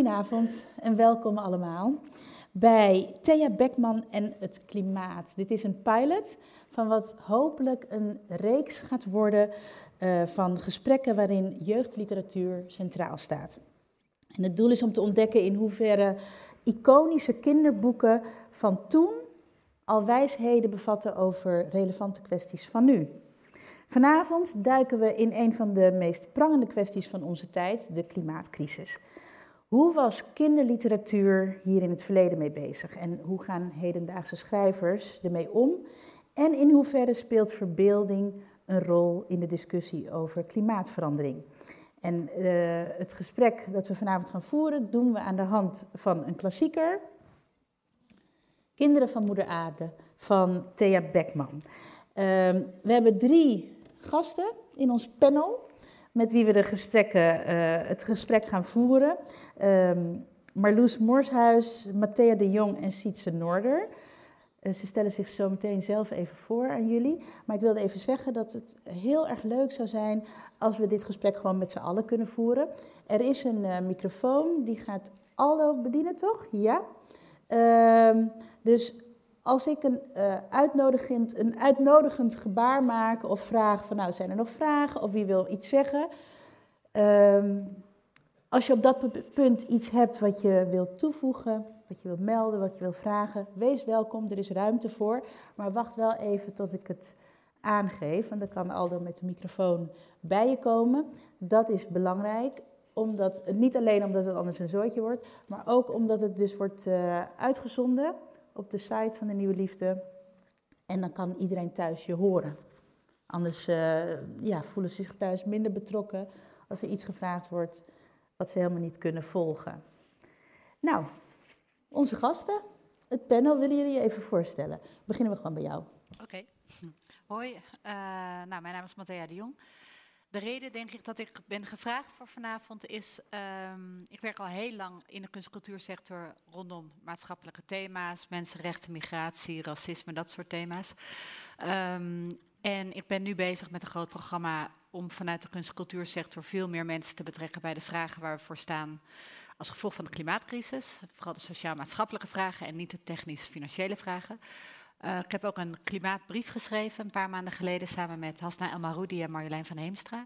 Goedenavond en welkom allemaal bij Thea Beckman en het klimaat. Dit is een pilot van wat hopelijk een reeks gaat worden van gesprekken waarin jeugdliteratuur centraal staat. En het doel is om te ontdekken in hoeverre iconische kinderboeken van toen al wijsheden bevatten over relevante kwesties van nu. Vanavond duiken we in een van de meest prangende kwesties van onze tijd, de klimaatcrisis. Hoe was kinderliteratuur hier in het verleden mee bezig en hoe gaan hedendaagse schrijvers ermee om? En in hoeverre speelt verbeelding een rol in de discussie over klimaatverandering? En het gesprek dat we vanavond gaan voeren doen we aan de hand van een klassieker, Kinderen van Moeder Aarde, van Thea Beckman. We hebben 3 gasten in ons panel met wie we het gesprek gaan voeren. Marloes Morshuis, Matthea de Jong en Sietse Noorder. Ze stellen zich zo meteen zelf even voor aan jullie. Maar ik wilde even zeggen dat het heel erg leuk zou zijn als we dit gesprek gewoon met z'n allen kunnen voeren. Er is een microfoon, die gaat Aldo bedienen, toch? Ja. Dus als ik een uitnodigend gebaar maak of vraag van nou, zijn er nog vragen of wie wil iets zeggen? Als je op dat punt iets hebt wat je wilt toevoegen, wat je wilt melden, wat je wilt vragen, wees welkom, er is ruimte voor. Maar wacht wel even tot ik het aangeef, want dan kan Aldo met de microfoon bij je komen. Dat is belangrijk, niet alleen omdat het anders een zooitje wordt, maar ook omdat het dus wordt uitgezonden op de site van de Nieuwe Liefde. En dan kan iedereen thuis je horen. Anders voelen ze zich thuis minder betrokken als er iets gevraagd wordt wat ze helemaal niet kunnen volgen. Nou, onze gasten, het panel, willen jullie je even voorstellen? Beginnen we gewoon bij jou. Oké. Hoi, mijn naam is Matthea de Jong. De reden, denk ik, dat ik ben gevraagd voor vanavond is, ik werk al heel lang in de kunst- en cultuursector rondom maatschappelijke thema's, mensenrechten, migratie, racisme, dat soort thema's. En ik ben nu bezig met een groot programma om vanuit de kunst- en cultuursector veel meer mensen te betrekken bij de vragen waar we voor staan als gevolg van de klimaatcrisis. Vooral de sociaal-maatschappelijke vragen en niet de technisch-financiële vragen. Ik heb ook een klimaatbrief geschreven een paar maanden geleden samen met Hasna El Maroudi en Marjolein van Heemstra.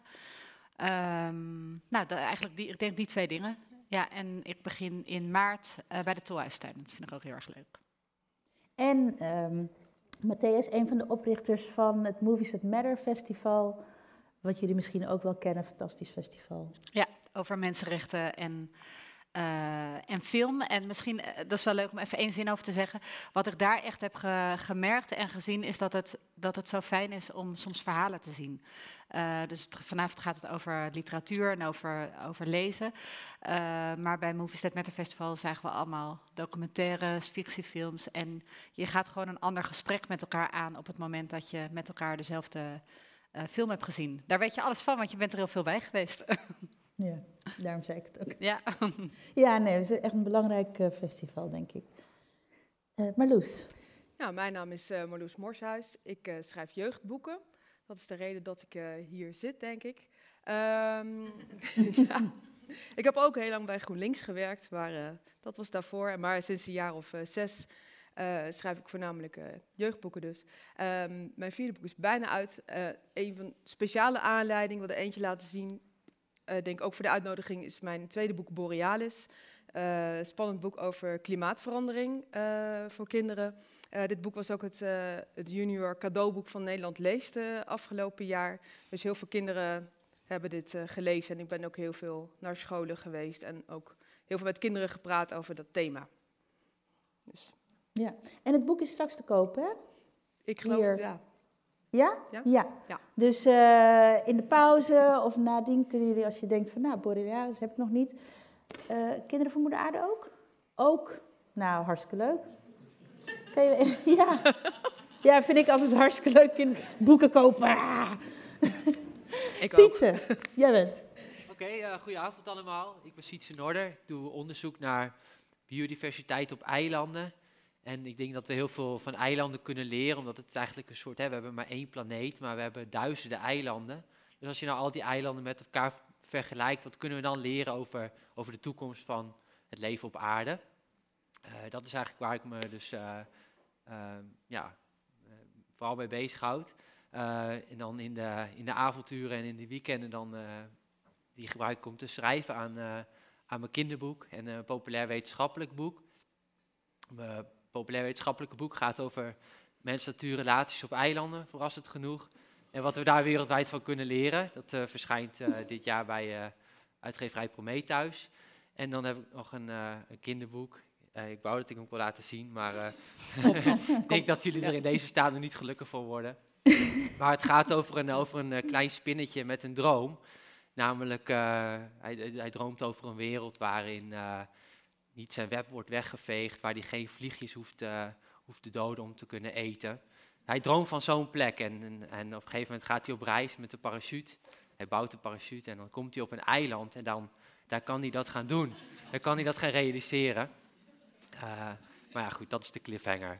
Ik denk die 2 dingen. Ja, en ik begin in maart bij de Tolhuistuin. Dat vind ik ook heel erg leuk. En Matthea is een van de oprichters van het Movies That Matter Festival, wat jullie misschien ook wel kennen, fantastisch festival. Ja, over mensenrechten en film. En misschien, dat is wel leuk om even 1 zin over te zeggen. Wat ik daar echt heb gemerkt en gezien is dat het zo fijn is om soms verhalen te zien. Dus vanavond gaat het over literatuur en over lezen. Maar bij Movies That Matter Festival zagen we allemaal documentaires, fictiefilms. En je gaat gewoon een ander gesprek met elkaar aan op het moment dat je met elkaar dezelfde film hebt gezien. Daar weet je alles van, want je bent er heel veel bij geweest. Ja, daarom zei ik het ook. Ja, ja, nee, het is echt een belangrijk festival, denk ik. Marloes. Nou, mijn naam is Marloes Morshuis. Ik schrijf jeugdboeken. Dat is de reden dat ik hier zit, denk ik. Ja. Ik heb ook heel lang bij GroenLinks gewerkt, maar dat was daarvoor. Maar sinds een jaar of 6 schrijf ik voornamelijk jeugdboeken dus. Mijn 4e boek is bijna uit. Een van speciale aanleidingen, wil er eentje laten zien. Denk ook voor de uitnodiging is mijn 2e boek Borealis. Spannend boek over klimaatverandering voor kinderen. Dit boek was ook het junior cadeauboek van Nederland Leest afgelopen jaar. Dus heel veel kinderen hebben dit gelezen. En ik ben ook heel veel naar scholen geweest en ook heel veel met kinderen gepraat over dat thema. Dus. Ja, en het boek is straks te kopen, hè? Ik geloof het, ja. Ja? Ja? Ja. Ja. Dus in de pauze of nadien kunnen jullie, als je denkt van nou, Borealis heb ik nog niet. Kinderen van Moeder Aarde ook? Ook? Nou, hartstikke leuk. Ja. Ja, vind ik altijd hartstikke leuk. Boeken kopen. Sietse, jij bent. Oké, goedenavond allemaal. Ik ben Sietse Noorder. Ik doe onderzoek naar biodiversiteit op eilanden. En ik denk dat we heel veel van eilanden kunnen leren, omdat het eigenlijk een soort, we hebben maar 1 planeet, maar we hebben duizenden eilanden. Dus als je nou al die eilanden met elkaar vergelijkt, wat kunnen we dan leren over de toekomst van het leven op aarde. Dat is eigenlijk waar ik me dus vooral mee bezighoud. En dan in de avonturen en in de weekenden dan die gebruik ik om te schrijven aan mijn kinderboek en een populair wetenschappelijk boek. Mijn populair wetenschappelijke boek gaat over mens-natuurrelaties op eilanden, verrassend genoeg. En wat we daar wereldwijd van kunnen leren. Dat verschijnt dit jaar bij uitgeverij Prometheus. En dan heb ik nog een kinderboek. Ik wou dat ik hem kon laten zien, maar ik denk dat jullie er in deze staat nog niet gelukkig van worden. Maar het gaat over een klein spinnetje met een droom. Namelijk, hij droomt over een wereld waarin niet zijn web wordt weggeveegd, waar hij geen vliegjes hoeft te doden om te kunnen eten. Hij droomt van zo'n plek en op een gegeven moment gaat hij op reis met een parachute. Hij bouwt een parachute en dan komt hij op een eiland en daar kan hij dat gaan doen. Dan kan hij dat gaan realiseren. Maar ja, goed, dat is de cliffhanger.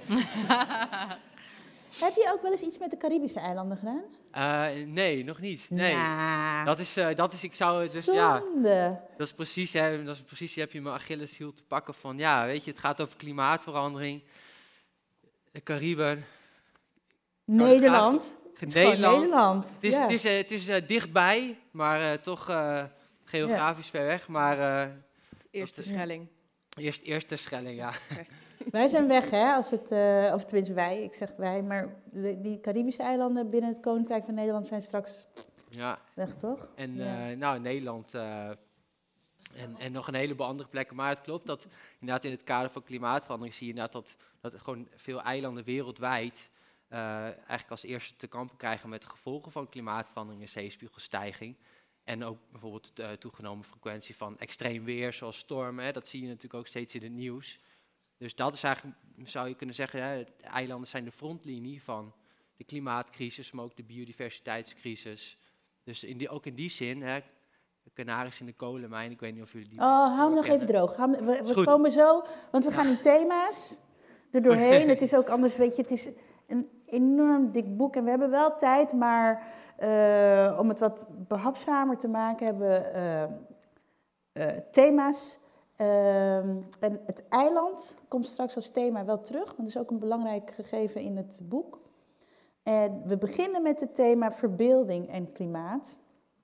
Heb je ook wel eens iets met de Caribische eilanden gedaan? Nee, nog niet. Nee. Nah. Dat is, ik zou dus Zonde. ja, dat is precies, heb je mijn Achilleshiel te pakken van, ja, weet je, het gaat over klimaatverandering, de Cariben. Nederland. Het is gewoon Nederland. Nederland. Het is dichtbij, maar toch geografisch ver weg. Maar Eerste Schelling. eerste Schelling, ja. Wij zijn weg, hè, als het, of tenminste wij, ik zeg wij, maar die Caribische eilanden binnen het Koninkrijk van Nederland zijn straks weg, toch? En Nederland en nog een heleboel andere plekken. Maar het klopt dat inderdaad in het kader van klimaatverandering zie je inderdaad dat gewoon veel eilanden wereldwijd eigenlijk als eerste te kampen krijgen met de gevolgen van klimaatverandering en zeespiegelstijging. En ook bijvoorbeeld toegenomen frequentie van extreem weer, zoals stormen. Hè, dat zie je natuurlijk ook steeds in het nieuws. Dus dat is eigenlijk, zou je kunnen zeggen, hè, de eilanden zijn de frontlinie van de klimaatcrisis, maar ook de biodiversiteitscrisis. Dus ook in die zin, hè, de Canarische in de kolenmijn, ik weet niet of jullie die... Oh, hou hem nog even droog. We komen zo, want we gaan in thema's er doorheen. Het is ook anders, weet je, het is een enorm dik boek en we hebben wel tijd, maar om het wat behapzamer te maken hebben we thema's. En het eiland komt straks als thema wel terug, want dat is ook een belangrijk gegeven in het boek. En we beginnen met het thema verbeelding en klimaat.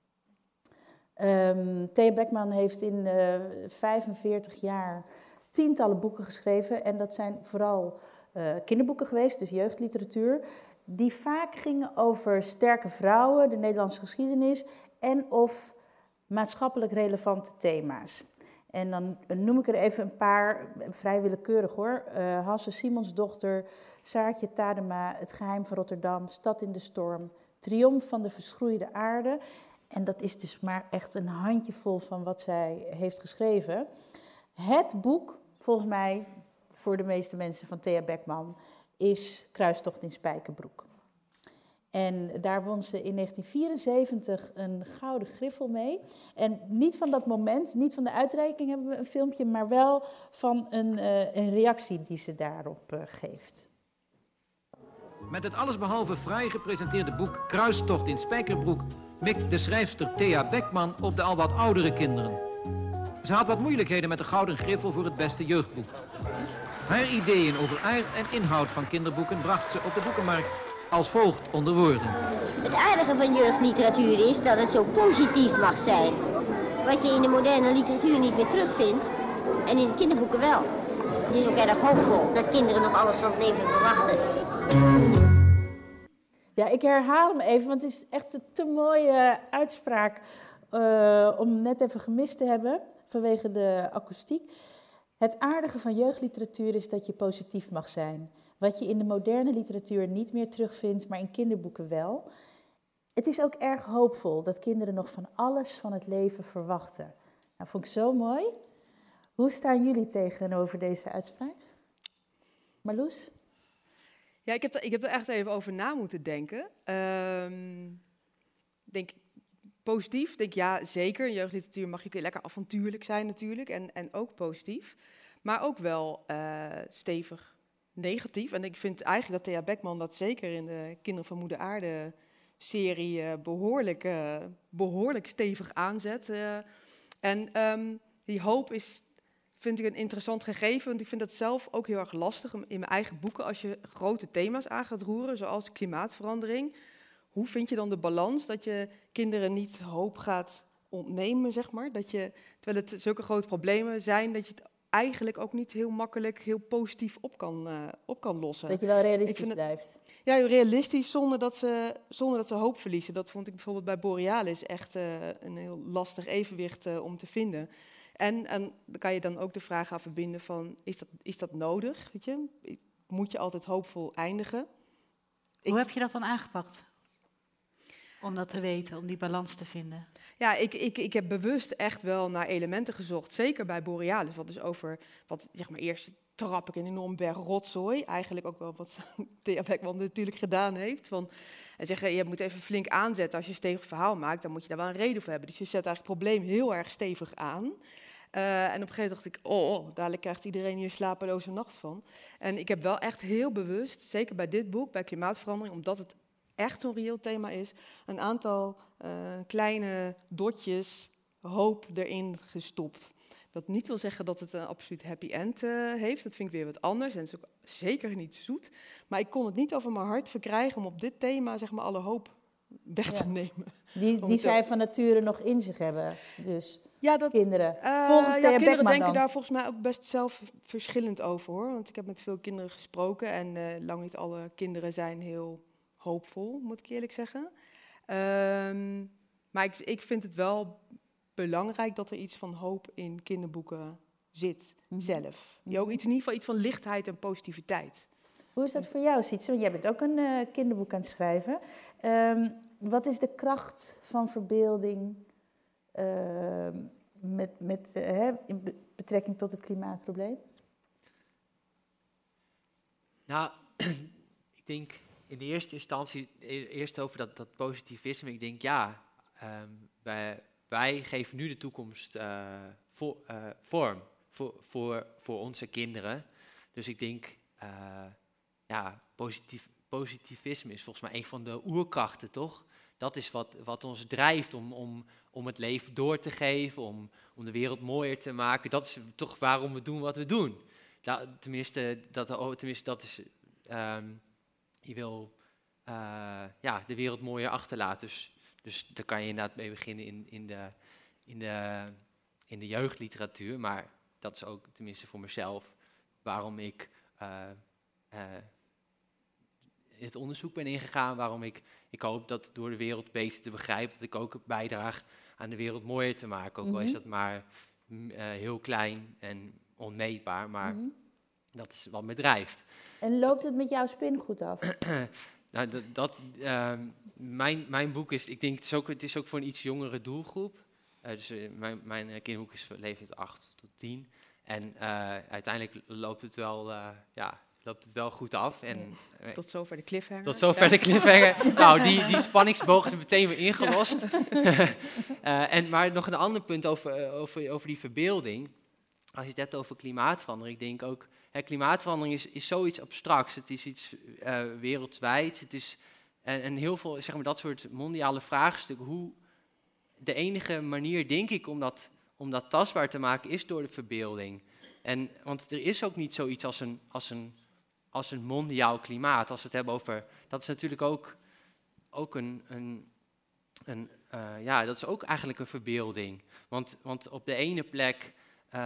Thea Beckman heeft in 45 jaar tientallen boeken geschreven. En dat zijn vooral kinderboeken geweest, dus jeugdliteratuur. Die vaak gingen over sterke vrouwen, de Nederlandse geschiedenis en of maatschappelijk relevante thema's. En dan noem ik er even een paar, vrij willekeurig hoor. Hasse Simonsdochter, Saartje Tadema, Het geheim van Rotterdam, Stad in de storm, Triomf van de verschroeide aarde. En dat is dus maar echt een handjevol van wat zij heeft geschreven. Het boek, volgens mij, voor de meeste mensen van Thea Beckman, is Kruistocht in Spijkerbroek. En daar won ze in 1974 een gouden griffel mee. En niet van dat moment, niet van de uitreiking hebben we een filmpje, maar wel van een reactie die ze daarop geeft. Met het allesbehalve fraai gepresenteerde boek Kruistocht in Spijkerbroek mikt de schrijfster Thea Beckman op de al wat oudere kinderen. Ze had wat moeilijkheden met de gouden griffel voor het beste jeugdboek. Haar ideeën over aard en inhoud van kinderboeken bracht ze op de boekenmarkt als volgt onder woorden. Het aardige van jeugdliteratuur is dat het zo positief mag zijn. Wat je in de moderne literatuur niet meer terugvindt en in de kinderboeken wel. Het is ook erg hoopvol dat kinderen nog alles van het leven verwachten. Ja, ik herhaal hem even, want het is echt een te mooie uitspraak om net even gemist te hebben vanwege de akoestiek. Het aardige van jeugdliteratuur is dat je positief mag zijn. Wat je in de moderne literatuur niet meer terugvindt, maar in kinderboeken wel. Het is ook erg hoopvol dat kinderen nog van alles van het leven verwachten. Nou, vond ik zo mooi. Hoe staan jullie tegenover deze uitspraak? Marloes? Ja, ik heb er echt even over na moeten denken. Denk positief, denk ja, zeker. In jeugdliteratuur mag je lekker avontuurlijk zijn natuurlijk en ook positief. Maar ook wel stevig negatief. En ik vind eigenlijk dat Thea Beckman dat zeker in de Kinderen van Moeder Aarde serie behoorlijk stevig aanzet. En die hoop is vind ik een interessant gegeven, want ik vind dat zelf ook heel erg lastig in mijn eigen boeken. Als je grote thema's aan gaat roeren, zoals klimaatverandering, hoe vind je dan de balans dat je kinderen niet hoop gaat ontnemen, zeg maar? Terwijl het zulke grote problemen zijn, dat je het eigenlijk ook niet heel makkelijk, heel positief op kan lossen. Dat je wel realistisch blijft. Ja, realistisch, zonder dat ze hoop verliezen. Dat vond ik bijvoorbeeld bij Borealis echt een heel lastig evenwicht om te vinden. En dan kan je dan ook de vraag aan verbinden van, is dat nodig? Weet je? Moet je altijd hoopvol eindigen? Hoe heb je dat dan aangepakt? Om dat te weten, om die balans te vinden? Ja, ik heb bewust echt wel naar elementen gezocht. Zeker bij Borealis. Wat zeg maar, eerst trap ik een enorm berg rotzooi. Eigenlijk ook wel wat Thea Beckman natuurlijk gedaan heeft. En zeggen, je moet even flink aanzetten. Als je een stevig verhaal maakt, dan moet je daar wel een reden voor hebben. Dus je zet eigenlijk het probleem heel erg stevig aan. En op een gegeven moment dacht ik, dadelijk krijgt iedereen hier slapeloze nacht van. En ik heb wel echt heel bewust, zeker bij dit boek, bij klimaatverandering, omdat het echt zo'n reëel thema is, een aantal kleine dotjes hoop erin gestopt. Dat niet wil zeggen dat het een absoluut happy end heeft. Dat vind ik weer wat anders en het is ook zeker niet zoet. Maar ik kon het niet over mijn hart verkrijgen om op dit thema zeg maar alle hoop weg te nemen. Die zij van nature nog in zich hebben, dus ja, kinderen. Volgens Thea kinderen Beckman denken dan. daar volgens mij ook best zelf verschillend over, hoor. Want ik heb met veel kinderen gesproken en lang niet alle kinderen zijn heel hoopvol, moet ik eerlijk zeggen. Maar ik vind het wel belangrijk dat er iets van hoop in kinderboeken zit, zelf. In ieder geval iets van lichtheid en positiviteit. Hoe is dat voor jou, Sietse? Want jij bent ook een kinderboek aan het schrijven. Wat is de kracht van verbeelding in betrekking tot het klimaatprobleem? Nou, ik denk in de eerste instantie eerst over dat positivisme. Ik denk, wij geven nu de toekomst vorm voor onze kinderen. Dus ik denk, positivisme is volgens mij een van de oerkrachten, toch? Dat is wat ons drijft om het leven door te geven, om de wereld mooier te maken. Dat is toch waarom we doen wat we doen. Tenminste, dat is... je wil de wereld mooier achterlaten. Dus daar kan je inderdaad mee beginnen in de jeugdliteratuur. Maar dat is ook, tenminste voor mezelf, waarom ik het onderzoek ben ingegaan. Waarom ik hoop dat door de wereld beter te begrijpen, dat ik ook bijdraag aan de wereld mooier te maken. Ook al is dat maar heel klein en onmeetbaar, maar dat is wat me drijft. En loopt het met jouw spin goed af? Nou, mijn boek is, ik denk, het is ook voor een iets jongere doelgroep. Mijn kinderboek is leeftijd 8 tot 10. En uiteindelijk loopt het wel goed af. En, tot zover de cliffhanger. Tot zover de cliffhanger. Nou, die spanningsboog is meteen weer ingelost. Maar nog een ander punt over die verbeelding. Als je het hebt over klimaatverandering, ik denk ook... klimaatverandering is zoiets abstracts. Het is iets wereldwijds. Het is en heel veel, zeg maar, dat soort mondiale vraagstukken. De enige manier, denk ik, om dat tastbaar te maken, is door de verbeelding. Want er is ook niet zoiets als een mondiaal klimaat. Als we het hebben over, dat is natuurlijk ook dat is ook eigenlijk een verbeelding. Want op de ene plek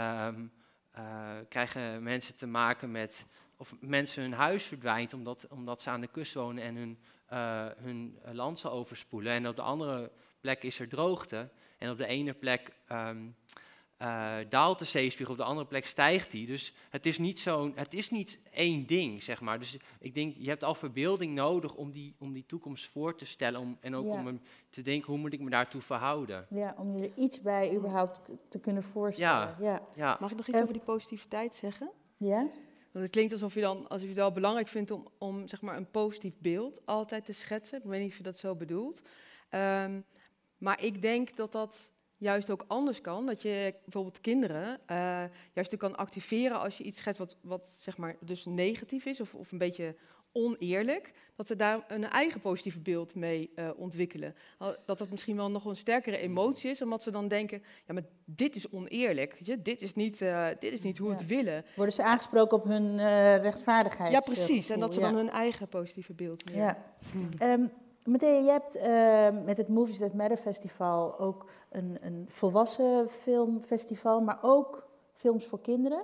krijgen mensen te maken met, of mensen hun huis verdwijnt omdat ze aan de kust wonen en hun land zal overspoelen. En op de andere plek is er droogte. En op de ene plek daalt de zeespiegel, op de andere plek stijgt die. Dus het is niet één ding, zeg maar. Dus ik denk, je hebt al verbeelding nodig om die toekomst voor te stellen. Om hem te denken, hoe moet ik me daartoe verhouden? Ja, om je er iets bij überhaupt te kunnen voorstellen. Ja. Mag ik nog iets over die positiviteit zeggen? Ja? Want het klinkt alsof je het wel belangrijk vindt om zeg maar een positief beeld altijd te schetsen. Ik weet niet of je dat zo bedoelt. Maar ik denk dat juist ook anders kan. Dat je bijvoorbeeld kinderen juist kan activeren als je iets schetst wat zeg maar dus negatief is of een beetje oneerlijk, dat ze daar een eigen positieve beeld mee ontwikkelen. Dat het misschien wel nog een sterkere emotie is, omdat ze dan denken, ja, maar dit is oneerlijk, weet je? Dit is niet hoe we het willen. Worden ze aangesproken op hun rechtvaardigheid? Ja, precies. En dat ze dan hun eigen positieve beeld meer. Ja. Matthea, je hebt met het Movies That Matter Festival ook een volwassen filmfestival, maar ook films voor kinderen.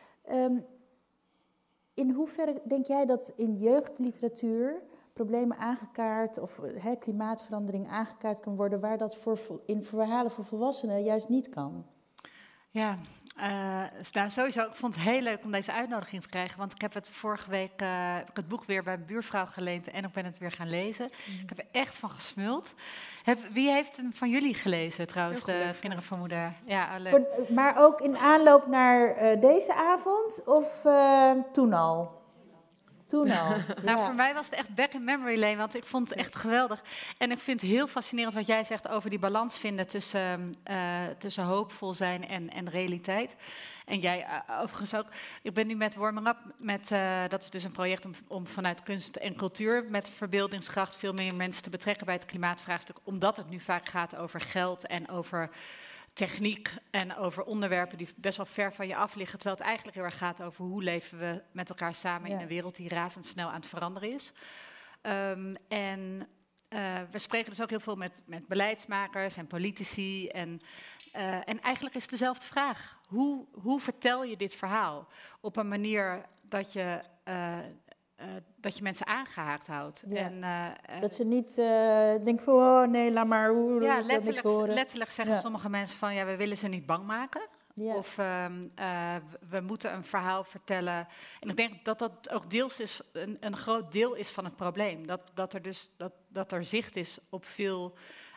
In hoeverre denk jij dat in jeugdliteratuur problemen aangekaart of klimaatverandering aangekaart kan worden, waar dat in verhalen voor volwassenen juist niet kan? Ja, sowieso. Ik vond het heel leuk om deze uitnodiging te krijgen, want ik heb het vorige week heb ik het boek weer bij mijn buurvrouw geleend en ik ben het weer gaan lezen. Ik heb er echt van gesmuld. Wie heeft hem van jullie gelezen trouwens, de Kinderen van Moeder? Ja, leuk. Maar ook in aanloop naar deze avond of toen al? Toen al. Nou, voor mij was het echt back in memory lane, want ik vond het echt geweldig. En ik vind het heel fascinerend wat jij zegt over die balans vinden tussen hoopvol zijn en realiteit. En jij overigens ook. Ik ben nu met Warming Up, dat is dus een project om vanuit kunst en cultuur met verbeeldingskracht veel meer mensen te betrekken bij het klimaatvraagstuk. Omdat het nu vaak gaat over geld en over techniek en over onderwerpen die best wel ver van je af liggen. Terwijl het eigenlijk heel erg gaat over hoe leven we met elkaar samen in een wereld die razendsnel aan het veranderen is. We spreken dus ook heel veel met beleidsmakers en politici. En eigenlijk is het dezelfde vraag. Hoe vertel je dit verhaal op een manier dat je mensen aangehaakt houdt. Ja. En, dat ze niet denken van, oh nee, laat maar, niks horen. Letterlijk zeggen sommige mensen van, ja, we willen ze niet bang maken. Ja. Of we moeten een verhaal vertellen. En ik denk dat dat ook deels is, een groot deel is van het probleem. Dat er zicht is op veel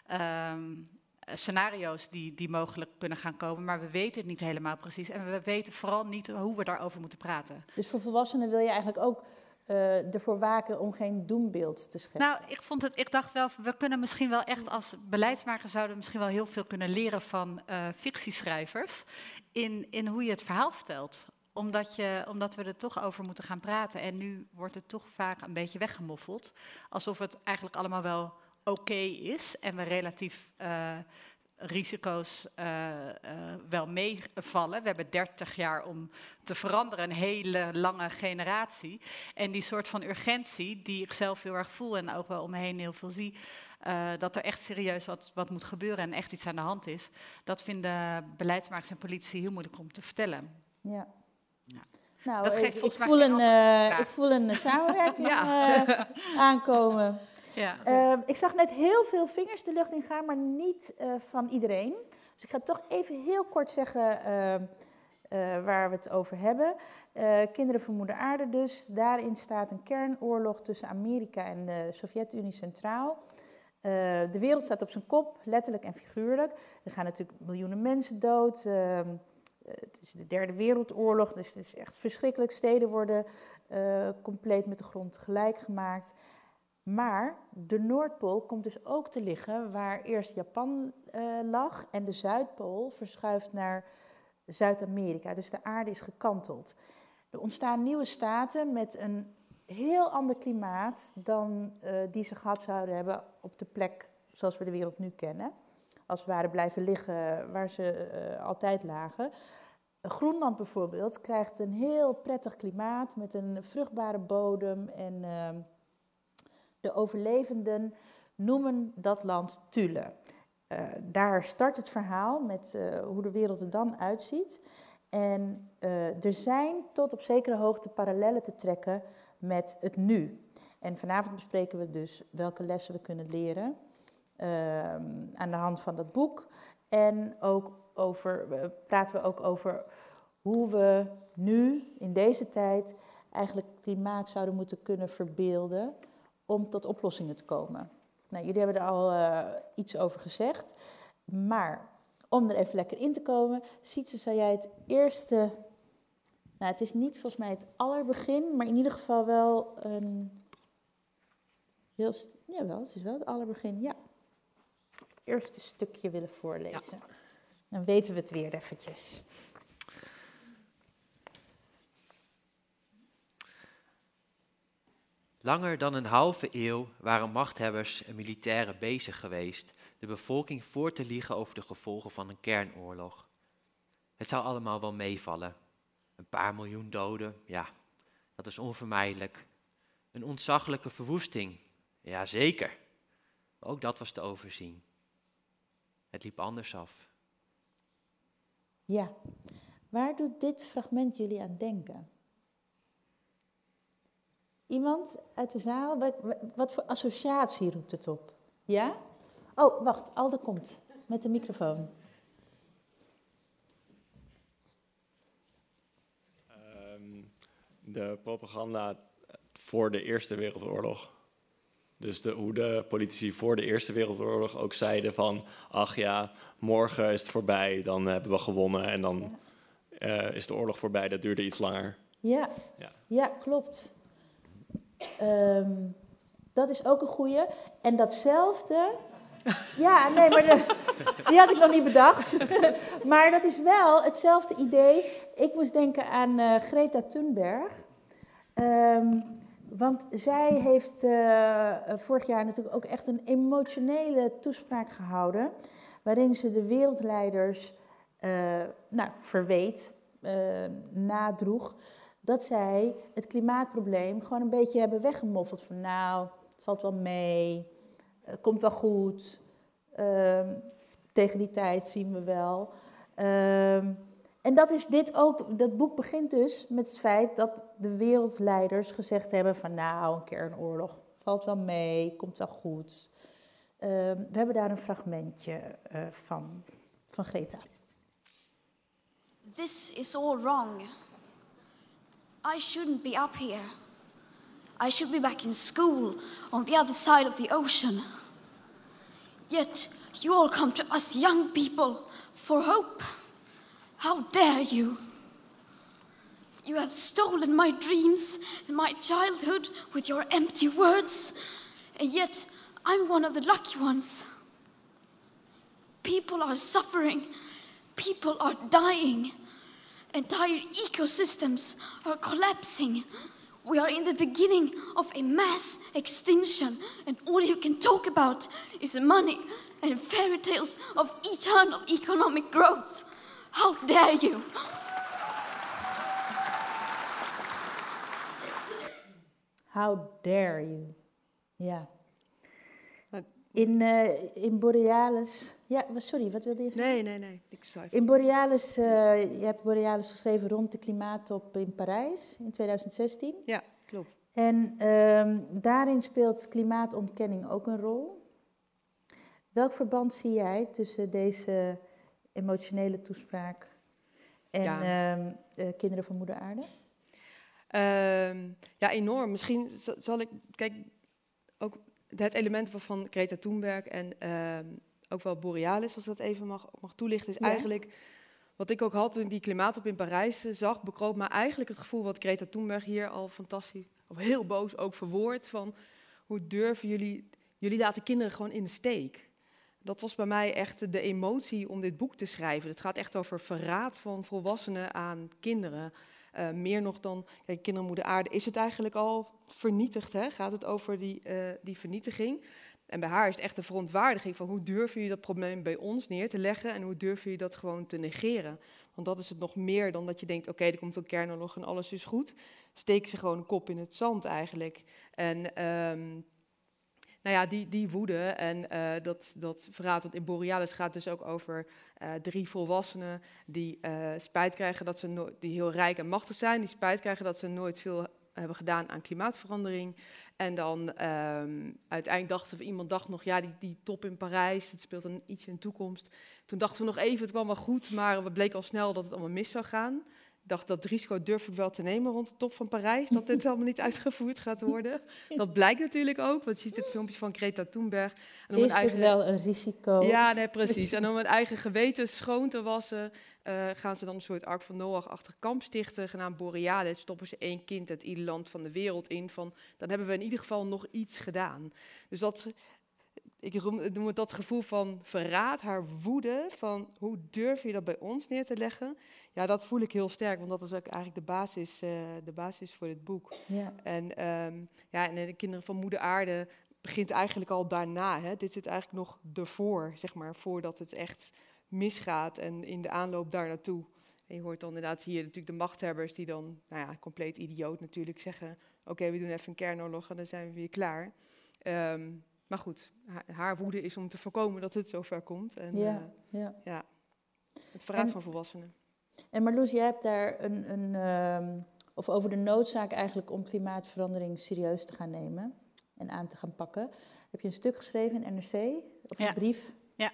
scenario's die mogelijk kunnen gaan komen. Maar we weten het niet helemaal precies. En we weten vooral niet hoe we daarover moeten praten. Dus voor volwassenen wil je eigenlijk ook ervoor waken om geen doembeeld te schetsen? Nou, ik dacht wel, we kunnen misschien wel echt als beleidsmakers zouden misschien wel heel veel kunnen leren van fictieschrijvers in hoe je het verhaal vertelt. Omdat we er toch over moeten gaan praten. En nu wordt het toch vaak een beetje weggemoffeld. Alsof het eigenlijk allemaal wel oké is en we relatief risico's wel meevallen. We hebben 30 jaar om te veranderen, een hele lange generatie. En die soort van urgentie die ik zelf heel erg voel en ook wel om me heen heel veel zie, dat er echt serieus wat moet gebeuren en echt iets aan de hand is, dat vinden beleidsmakers en politici heel moeilijk om te vertellen. Ja. Ja. Nou, dat geeft ik voel een samenwerking aankomen. Ja. Ik zag net heel veel vingers de lucht in gaan, maar niet van iedereen. Dus ik ga toch even heel kort zeggen waar we het over hebben. Kinderen van Moeder Aarde dus. Daarin staat een kernoorlog tussen Amerika en de Sovjet-Unie centraal. De wereld staat op zijn kop, letterlijk en figuurlijk. Er gaan natuurlijk miljoenen mensen dood. Het is de Derde Wereldoorlog, dus het is echt verschrikkelijk. Steden worden compleet met de grond gelijk gemaakt. Maar de Noordpool komt dus ook te liggen waar eerst Japan lag en de Zuidpool verschuift naar Zuid-Amerika. Dus de aarde is gekanteld. Er ontstaan nieuwe staten met een heel ander klimaat dan die ze gehad zouden hebben op de plek zoals we de wereld nu kennen. Als we waren blijven liggen waar ze altijd lagen. Groenland bijvoorbeeld krijgt een heel prettig klimaat met een vruchtbare bodem en de overlevenden noemen dat land Thule. Daar start het verhaal met hoe de wereld er dan uitziet. En er zijn tot op zekere hoogte parallellen te trekken met het nu. En vanavond bespreken we dus welke lessen we kunnen leren aan de hand van dat boek. En ook praten we ook over hoe we nu, in deze tijd, eigenlijk klimaat zouden moeten kunnen verbeelden om tot oplossingen te komen. Nou, jullie hebben er al iets over gezegd. Maar om er even lekker in te komen, Sietse, zou jij het eerste... Nou, het is niet volgens mij het allerbegin, maar in ieder geval wel een... Jawel, het is wel het allerbegin, ja. Het eerste stukje willen voorlezen. Ja. Dan weten we het weer eventjes. Langer dan een halve eeuw waren machthebbers en militairen bezig geweest de bevolking voor te liegen over de gevolgen van een kernoorlog. Het zou allemaal wel meevallen. Een paar miljoen doden, ja, dat is onvermijdelijk. Een ontzaglijke verwoesting, ja zeker. Ook dat was te overzien. Het liep anders af. Ja, waar doet dit fragment jullie aan denken? Iemand uit de zaal, wat voor associatie roept het op? Ja? Oh, wacht, Alde komt met de microfoon. De propaganda voor de Eerste Wereldoorlog. Dus hoe de politici voor de Eerste Wereldoorlog ook zeiden van... ach ja, morgen is het voorbij, dan hebben we gewonnen en dan is de oorlog voorbij. Dat duurde iets langer. Ja, klopt. Dat is ook een goeie. En datzelfde... Ja, nee, maar die had ik nog niet bedacht. Maar dat is wel hetzelfde idee. Ik moest denken aan Greta Thunberg. Want zij heeft vorig jaar natuurlijk ook echt een emotionele toespraak gehouden. Waarin ze de wereldleiders verweet, nadroeg. Dat zij het klimaatprobleem gewoon een beetje hebben weggemoffeld. Van nou, het valt wel mee, komt wel goed. Tegen die tijd zien we wel. En dat is dit ook. Dat boek begint dus met het feit dat de wereldleiders gezegd hebben van nou, een kernoorlog valt wel mee, komt wel goed. We hebben daar een fragmentje van Greta. This is all wrong. I shouldn't be up here. I should be back in school on the other side of the ocean. Yet you all come to us young people for hope. How dare you? You have stolen my dreams and my childhood with your empty words, and yet I'm one of the lucky ones. People are suffering, people are dying, entire ecosystems are collapsing. We are in the beginning of a mass extinction, and all you can talk about is money and fairy tales of eternal economic growth. How dare you? How dare you? Ja. In Borealis... Ja, sorry, wat wilde je zeggen? Nee. Ik sta even. In Borealis, je hebt Borealis geschreven rond de klimaattop in Parijs in 2016. Ja, klopt. En daarin speelt klimaatontkenning ook een rol. Welk verband zie jij tussen deze emotionele toespraak en Kinderen van Moeder Aarde? Ja, enorm. Misschien zal ik... Kijk, ook het element van Greta Thunberg en ook wel Borealis, als ik dat even mag toelichten, is eigenlijk... Wat ik ook had toen ik die klimaattop in Parijs zag, bekroop me eigenlijk het gevoel wat Greta Thunberg hier al fantastisch, of heel boos ook verwoordt, van hoe durven jullie laten kinderen gewoon in de steek. Dat was bij mij echt de emotie om dit boek te schrijven. Het gaat echt over verraad van volwassenen aan kinderen. Meer nog dan, kijk, Kinderen Moeder Aarde is het eigenlijk al vernietigd, hè? Gaat het over die vernietiging. En bij haar is het echt de verontwaardiging van hoe durven jullie dat probleem bij ons neer te leggen en hoe durven jullie dat gewoon te negeren. Want dat is het nog meer dan dat je denkt, oké, er komt een kernoorlog en alles is goed. Steken ze gewoon een kop in het zand eigenlijk. En die woede en dat verraad, want in Borealis gaat het dus ook over 3 volwassenen die spijt krijgen dat ze die heel rijk en machtig zijn, die spijt krijgen dat ze nooit veel hebben gedaan aan klimaatverandering. En dan uiteindelijk iemand dacht nog, ja, die top in Parijs, het speelt dan iets in de toekomst. Toen dachten we nog even, het kwam wel goed, maar we bleken al snel dat het allemaal mis zou gaan. Ik dacht, dat risico durf ik wel te nemen rond de top van Parijs, dat dit allemaal niet uitgevoerd gaat worden. Dat blijkt natuurlijk ook, want je ziet het filmpje van Greta Thunberg. En is het wel een risico? Ja, nee, precies. En om hun eigen geweten schoon te wassen, gaan ze dan een soort Ark van Noach-achtig kamp stichten, genaamd Borealis. Stoppen ze 1 kind uit ieder land van de wereld in. Dan hebben we in ieder geval nog iets gedaan. Dus ik noem het dat gevoel van verraad, haar woede, van hoe durf je dat bij ons neer te leggen? Ja, dat voel ik heel sterk, want dat is ook eigenlijk de basis voor dit boek. Ja. En de Kinderen van Moeder Aarde begint eigenlijk al daarna. Hè. Dit zit eigenlijk nog ervoor, zeg maar, voordat het echt misgaat en in de aanloop daar naartoe. En je hoort dan inderdaad hier natuurlijk de machthebbers die dan, compleet idioot natuurlijk, zeggen: oké, we doen even een kernoorlog en dan zijn we weer klaar. Maar goed, haar woede is om te voorkomen dat het zover komt. En, het verraad van volwassenen. En Marloes, jij hebt daar of over de noodzaak eigenlijk om klimaatverandering serieus te gaan nemen en aan te gaan pakken. Heb je een stuk geschreven in NRC, of een brief? Ja.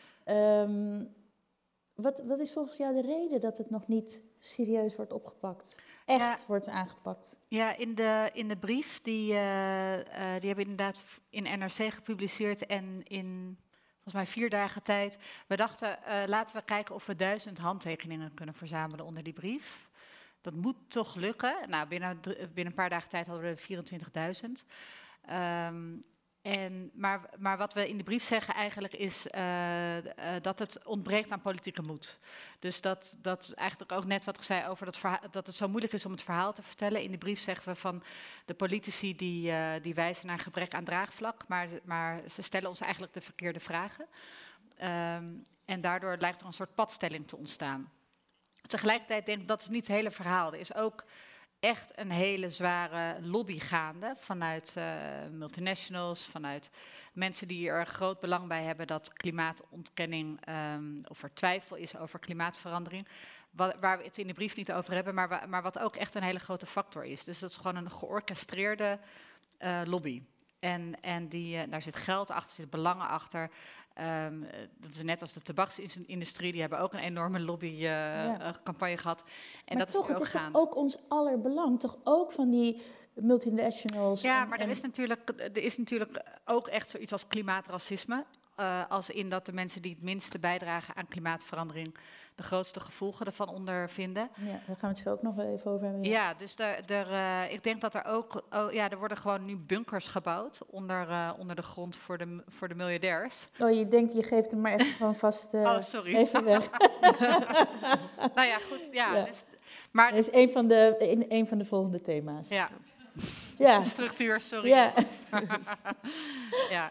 Wat is volgens jou de reden dat het nog niet serieus wordt opgepakt? Wordt aangepakt? Ja, in de brief, die hebben we inderdaad in NRC gepubliceerd en in volgens mij 4 dagen tijd. We dachten, laten we kijken of we 1000 handtekeningen kunnen verzamelen onder die brief. Dat moet toch lukken. Nou, binnen een paar dagen tijd hadden we 24.000. Maar wat we in de brief zeggen eigenlijk is dat het ontbreekt aan politieke moed. Dus dat eigenlijk ook net wat ik zei over dat het zo moeilijk is om het verhaal te vertellen. In de brief zeggen we van de politici die wijzen naar gebrek aan draagvlak, maar ze stellen ons eigenlijk de verkeerde vragen. En daardoor lijkt er een soort padstelling te ontstaan. Tegelijkertijd denk ik dat is niet het hele verhaal. Er is ook echt een hele zware lobby gaande vanuit multinationals, vanuit mensen die er groot belang bij hebben dat klimaatontkenning of er twijfel is over klimaatverandering. Waar we het in de brief niet over hebben, maar wat ook echt een hele grote factor is. Dus dat is gewoon een georchestreerde lobby. En daar zit geld achter, zit belangen achter. Dat is net als de tabaksindustrie, die hebben ook een enorme lobbycampagne gehad. En maar dat toch, is het is gaan. toch ook ons aller belang, toch ook van die multinationals? Ja, maar er is natuurlijk ook echt zoiets als klimaatracisme. Als in dat de mensen die het minste bijdragen aan klimaatverandering de grootste gevolgen ervan ondervinden. Ja, daar gaan we het zo ook nog wel even over hebben. Ja, dus ik denk dat er ook... er worden gewoon nu bunkers gebouwd onder de grond voor de miljardairs. Oh, je denkt, je geeft hem maar even gewoon vast sorry. even weg. Nou ja, goed. Ja. Dus, maar dat is een van de volgende thema's. Ja. Ja. Structuur, sorry. Ja. Ja.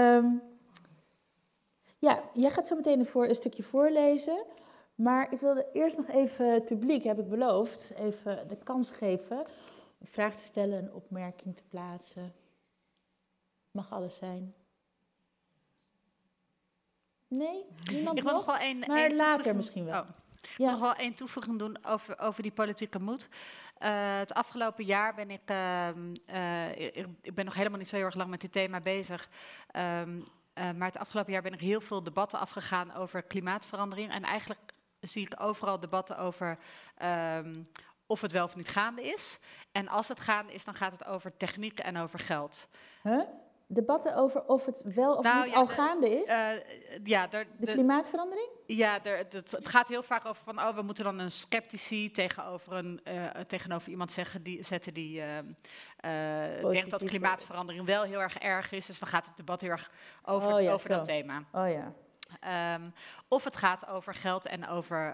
Ja, jij gaat zo meteen een stukje voorlezen. Maar ik wilde eerst nog even het publiek, heb ik beloofd, even de kans geven. Een vraag te stellen, een opmerking te plaatsen. Mag alles zijn. Nee? Niemand ik wil nog wel één later misschien wel. Oh. Ik wil nog wel één toevoeging doen over die politieke moed. Het afgelopen jaar ben ik ben nog helemaal niet zo heel erg lang met dit thema bezig. Maar het afgelopen jaar ben ik heel veel debatten afgegaan over klimaatverandering. En eigenlijk zie ik overal debatten over of het wel of niet gaande is. En als het gaande is, dan gaat het over techniek en over geld. Huh? Debatten over of het wel of niet al gaande is? De klimaatverandering? Ja, het gaat heel vaak over van, we moeten dan een sceptici tegenover iemand zetten die denkt dat klimaatverandering wel heel erg erg is. Dus dan gaat het debat heel erg over dat thema. Oh ja. Of het gaat over geld en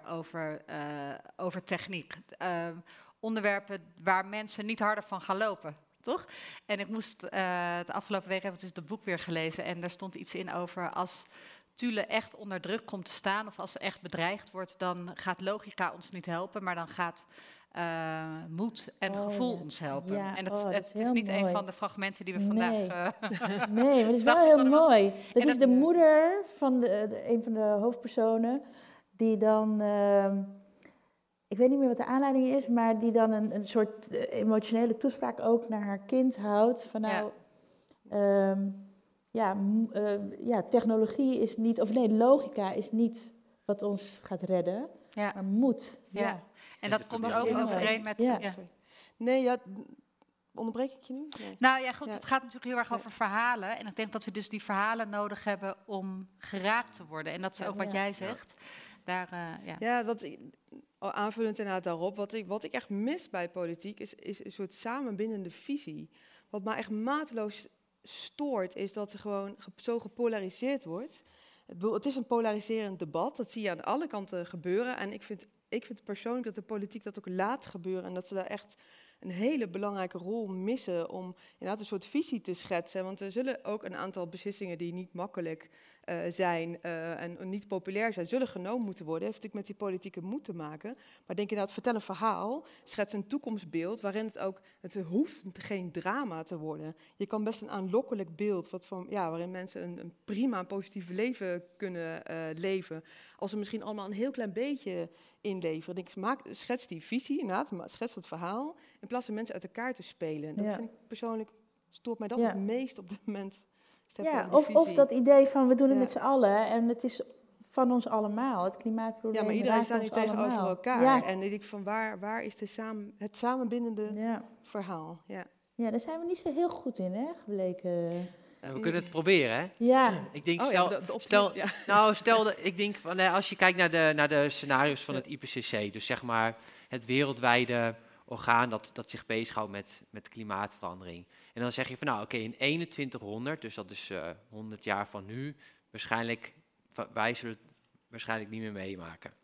over techniek. Onderwerpen waar mensen niet harder van gaan lopen. Toch? En ik moest de afgelopen week even het boek weer gelezen. En daar stond iets in over als Thule echt onder druk komt te staan of als ze echt bedreigd wordt, dan gaat logica ons niet helpen, maar dan gaat moed en gevoel ons helpen. Ja, en het is niet mooi. Een van de fragmenten die we vandaag... Nee, maar het is wel heel mooi. Dat is de moeder van een van de hoofdpersonen die dan... ik weet niet meer wat de aanleiding is, maar die dan een soort emotionele toespraak ook naar haar kind houdt. Van technologie is niet, logica is niet wat ons gaat redden, maar moed. Ja. En dat komt ook overeen met... Onderbreek ik je nu? Nee. Nou ja, goed, het gaat natuurlijk heel erg over verhalen. En ik denk dat we dus die verhalen nodig hebben om geraakt te worden. En dat is ook wat jij zegt. Aanvullend inderdaad daarop, wat ik echt mis bij politiek is een soort samenbindende visie. Wat mij echt mateloos stoort, is dat er gewoon zo gepolariseerd wordt. Het is een polariserend debat, dat zie je aan alle kanten gebeuren. En ik vind persoonlijk dat de politiek dat ook laat gebeuren en dat ze daar echt een hele belangrijke rol missen om inderdaad een soort visie te schetsen. Want er zullen ook een aantal beslissingen die niet makkelijk zijn en niet populair zijn, zullen genomen moeten worden. Heeft natuurlijk met die politieke moed te maken. Maar denk inderdaad, vertel een verhaal, schets een toekomstbeeld waarin het hoeft geen drama te worden. Je kan best een aanlokkelijk beeld waarin mensen een prima positief leven kunnen leven. Als ze misschien allemaal een heel klein beetje inleveren. Schets die visie, inderdaad, schets dat verhaal, in plaats van mensen uit elkaar te spelen. Dat vind ik persoonlijk, stoort mij dat het meest op dit moment. Ja, of dat idee van we doen het met z'n allen en het is van ons allemaal. Het klimaatprobleem. Ja, maar iedereen staat niet tegenover elkaar. Ja. En dan denk ik van waar is het samenbindende verhaal? Ja. Ja, daar zijn we niet zo heel goed in, hè, gebleken. We kunnen het proberen, hè? Ja. Ik denk, ik denk van, als je kijkt naar de scenario's van het IPCC, dus zeg maar het wereldwijde orgaan dat zich bezighoudt met klimaatverandering. En dan zeg je van, in 2100, dus dat is 100 jaar van nu, wij zullen het waarschijnlijk niet meer meemaken.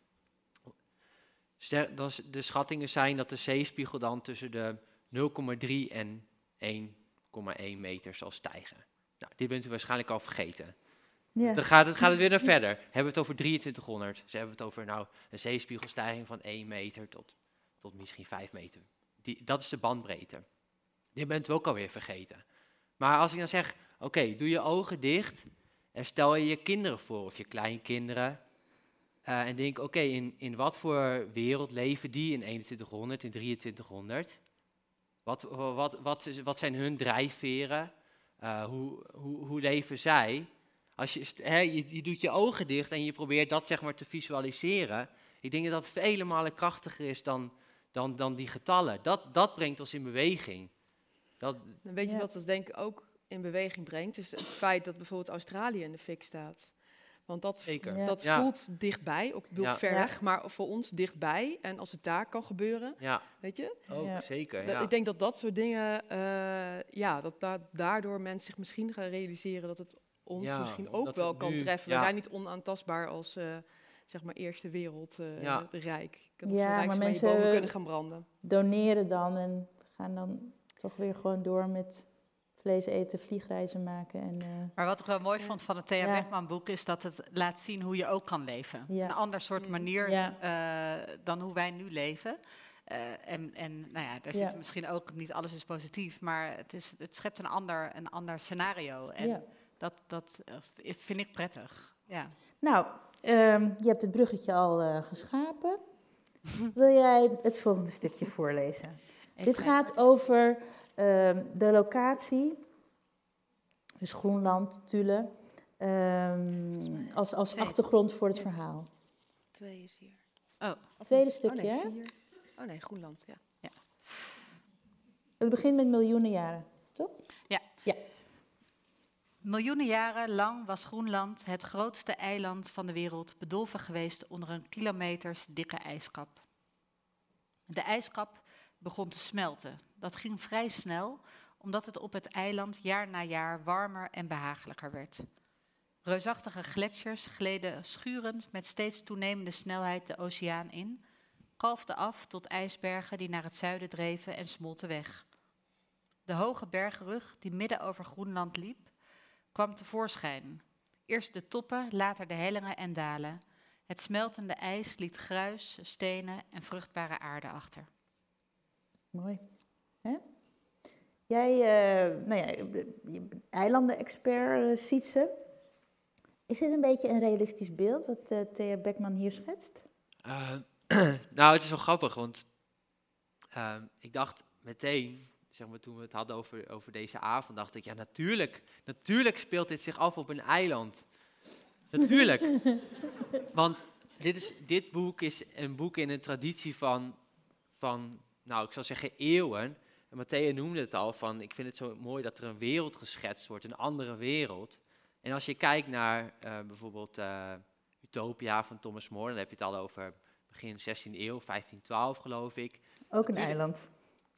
De schattingen zijn dat de zeespiegel dan tussen de 0,3 en 1,1 meter zal stijgen. Nou, dit bent u waarschijnlijk al vergeten. Ja. Dan gaat het weer naar verder. Hebben we het over 2300. Dus hebben we het over een zeespiegelstijging van 1 meter tot misschien 5 meter. Dat is de bandbreedte. Dit bent u ook alweer vergeten. Maar als ik dan zeg, doe je ogen dicht en stel je kinderen voor of je kleinkinderen. En denk, in wat voor wereld leven die in 2100, in 2300? Wat zijn hun drijfveren? Hoe leven zij? Als je doet je ogen dicht en je probeert dat zeg maar te visualiseren. Ik denk dat dat vele malen krachtiger is dan die getallen. Dat brengt ons in beweging. Weet je wat ons denk ik ook in beweging brengt? Is het feit dat bijvoorbeeld Australië in de fik staat. Want dat voelt dichtbij, ook ver weg, maar voor ons dichtbij. En als het daar kan gebeuren, weet je? Ook zeker, Ik denk dat soort dingen, daardoor mensen zich misschien gaan realiseren dat het ons misschien ook wel kan treffen. We zijn niet onaantastbaar als, zeg maar, eerste wereld rijk. Maar mensen bomen kunnen gaan branden. Doneren dan en gaan dan toch weer gewoon door met vlees eten, vliegreizen maken. Maar wat ik wel mooi vond van het Thea Beckman boek is dat het laat zien hoe je ook kan leven. Ja. Een ander soort manier dan hoe wij nu leven. Daar zit misschien ook, niet alles is positief, maar het schept een ander scenario. En dat vind ik prettig. Ja. Nou, je hebt het bruggetje al geschapen. Wil jij het volgende stukje voorlezen? Dit gaat over de locatie, dus Groenland, Thule, als achtergrond voor het verhaal. 2 is hier. Tweede stukje, hè? 4. Oh nee, Groenland, ja. Het begint met miljoenen jaren, toch? Ja. Miljoenen jaren lang was Groenland het grootste eiland van de wereld bedolven geweest onder een kilometers dikke ijskap. De ijskap begon te smelten. Dat ging vrij snel, omdat het op het eiland jaar na jaar warmer en behagelijker werd. Reusachtige gletsjers gleden schurend met steeds toenemende snelheid de oceaan in, kalfden af tot ijsbergen die naar het zuiden dreven en smolten weg. De hoge bergrug die midden over Groenland liep, kwam tevoorschijn. Eerst de toppen, later de hellingen en dalen. Het smeltende ijs liet gruis, stenen en vruchtbare aarde achter. Mooi. Hè? Jij, eilanden-expert, Sietse. Is dit een beetje een realistisch beeld wat Thea Beckman hier schetst? Het is wel grappig, want ik dacht meteen, zeg maar, toen we het hadden over deze avond, dacht ik, natuurlijk speelt dit zich af op een eiland. Natuurlijk. Want dit boek is een boek in een traditie van ik zou zeggen eeuwen. En Matthea noemde het al, ik vind het zo mooi dat er een wereld geschetst wordt, een andere wereld. En als je kijkt naar bijvoorbeeld Utopia van Thomas More, dan heb je het al over begin 16e eeuw, 1512 geloof ik. Ook een eiland.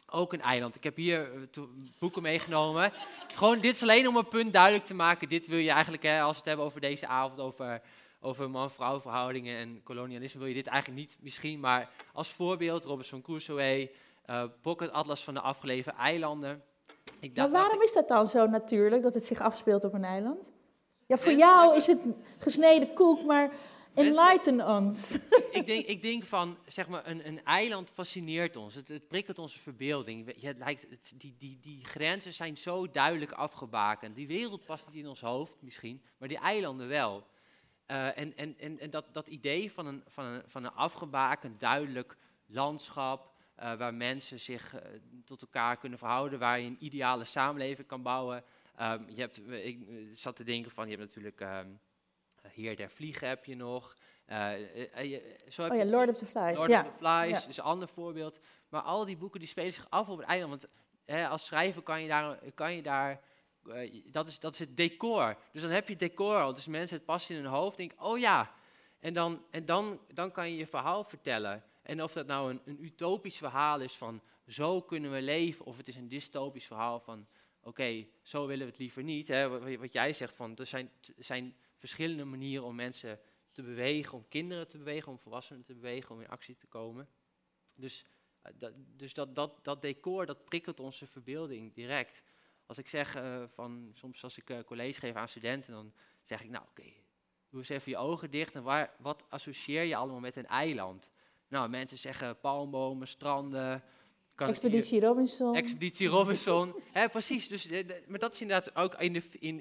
ook een eiland. Ik heb hier boeken meegenomen. Gewoon, dit is alleen om een punt duidelijk te maken. Dit wil je eigenlijk, als we het hebben over deze avond, over man-vrouw verhoudingen en kolonialisme, wil je dit eigenlijk niet misschien, maar als voorbeeld Robinson Crusoe, Pocket Atlas van de afgelegen eilanden. Maar waarom is dat dan zo natuurlijk, dat het zich afspeelt op een eiland? Ja, voor jou is het gesneden koek, maar enlighten ons. Ik denk van, zeg maar, een eiland fascineert ons. Het prikkelt onze verbeelding. Het lijkt, die grenzen zijn zo duidelijk afgebakend. Die wereld past niet in ons hoofd misschien, maar die eilanden wel. En dat idee van een afgebakend, duidelijk landschap, waar mensen zich tot elkaar kunnen verhouden, waar je een ideale samenleving kan bouwen. Ik zat te denken van, je hebt natuurlijk Heer der Vliegen heb je nog. Lord of the Flies. Lord of the Flies is een ander voorbeeld. Maar al die boeken die spelen zich af op het eiland. Want als schrijver kan je daar dat is het decor. Dus dan heb je het decor al. Dus mensen het past in hun hoofd. Denken, oh ja. En dan kan je je verhaal vertellen. En of dat nou een utopisch verhaal is van zo kunnen we leven. Of het is een dystopisch verhaal van oké, zo willen we het liever niet. Hè? Wat jij zegt, van er zijn verschillende manieren om mensen te bewegen. Om kinderen te bewegen, om volwassenen te bewegen, om in actie te komen. Dus dat decor, dat prikkelt onze verbeelding direct. Als ik zeg, soms als ik college geef aan studenten, dan zeg ik, nou oké, doe eens even je ogen dicht. En wat associeer je allemaal met een eiland? Nou, mensen zeggen palmbomen, stranden. Expeditie Robinson. Expeditie Robinson, precies. Dus, maar dat is inderdaad ook in